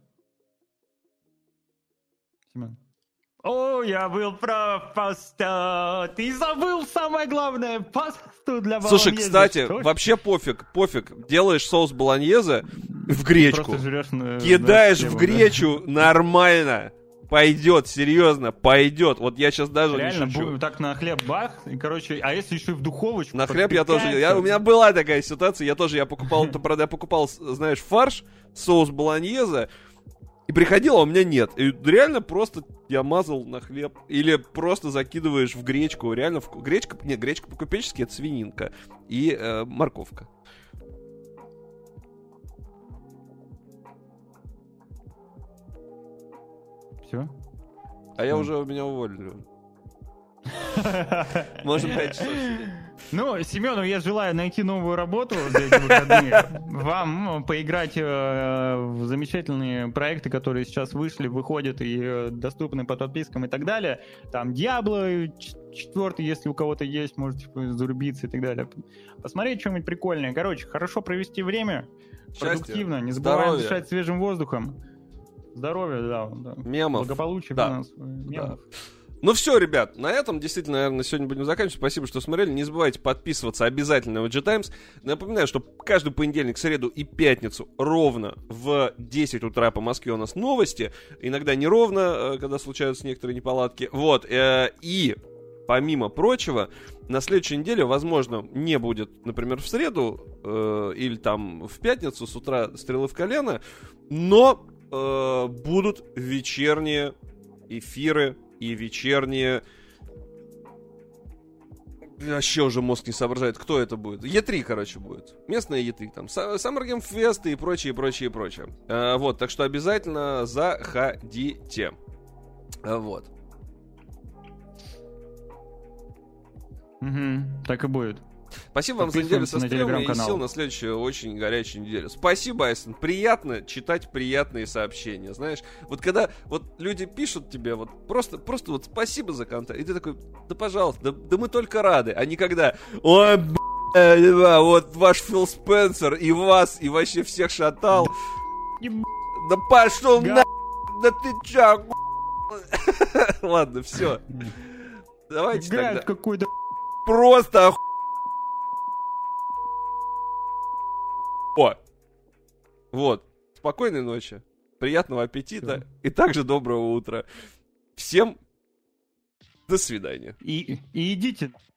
Speaker 2: Семен. О, я был прав, паста. Ты забыл самое главное, пасту для болоньезе.
Speaker 1: Слушай, кстати,
Speaker 2: Что?
Speaker 1: вообще пофиг, пофиг. Делаешь соус болоньезе в гречку.
Speaker 2: Просто жрешь на,
Speaker 1: Кидаешь
Speaker 2: на
Speaker 1: в
Speaker 2: хлебом,
Speaker 1: гречу, да? Нормально. Пойдет, серьезно, пойдет. Вот я сейчас даже
Speaker 2: реально,
Speaker 1: не шучу.
Speaker 2: Реально, так на хлеб бах, и, короче, а если еще и в духовочку?
Speaker 1: На хлеб я тоже... Я, у меня была такая ситуация, я тоже, я покупал, правда, я покупал, знаешь, фарш, соус болоньезе, и приходил, а у меня нет. И реально просто я мазал на хлеб. Или просто закидываешь в гречку. Реально, в... гречка... Нет, гречка по-купечески — это свининка. И э, морковка.
Speaker 2: Все?
Speaker 1: А я уже, меня уволили. Можем пять часов сидеть.
Speaker 2: Ну, Семену я желаю найти новую работу за эти выходные. Вам поиграть э, в замечательные проекты, которые сейчас вышли, выходят и э, доступны по подпискам и так далее. Там Diablo четвертый, если у кого-то есть, можете зарубиться и так далее. Посмотреть что-нибудь прикольное. Короче, хорошо провести время,
Speaker 1: Счастья,
Speaker 2: продуктивно, не забываем
Speaker 1: здоровья.
Speaker 2: дышать свежим воздухом. Здоровья, да. да.
Speaker 1: Мемов.
Speaker 2: Благополучия
Speaker 1: Да.
Speaker 2: финансового. Мемов.
Speaker 1: Да. Ну все, ребят, на этом действительно, наверное, сегодня будем заканчивать. Спасибо, что смотрели. Не забывайте подписываться обязательно на ви джи Times. Напоминаю, что каждый понедельник, среду и пятницу ровно в десять утра по Москве у нас новости. Иногда неровно, когда случаются некоторые неполадки. Вот. И, помимо прочего, на следующей неделе, возможно, не будет, например, в среду или там в пятницу с утра «Стрелы в колено», но будут вечерние эфиры и вечерние... Вообще уже мозг не соображает, кто это будет. и три, короче, будет. Местная и три. Там Summer Game Fest и прочее, прочее, прочее. А, вот, так что обязательно заходите. А, вот.
Speaker 2: Угу, так и будет.
Speaker 1: Спасибо вам за неделю со стримами и сил на следующую очень горячую неделю. Спасибо, Айсон. Приятно читать приятные сообщения, знаешь. Вот когда вот люди пишут тебе, вот просто, просто вот спасибо за контент, и ты такой, да пожалуйста, да, да мы только рады, а не когда, ой, б***ь, вот ваш Фил Спенсер и вас, и вообще всех шатал. Да пошел на... Да ты чё? Ладно, все. Давайте тогда.
Speaker 2: Какой-то...
Speaker 1: Просто оху... О! Вот. Спокойной ночи. Приятного аппетита. Все. И также доброго утра. Всем до свидания.
Speaker 2: И, и идите...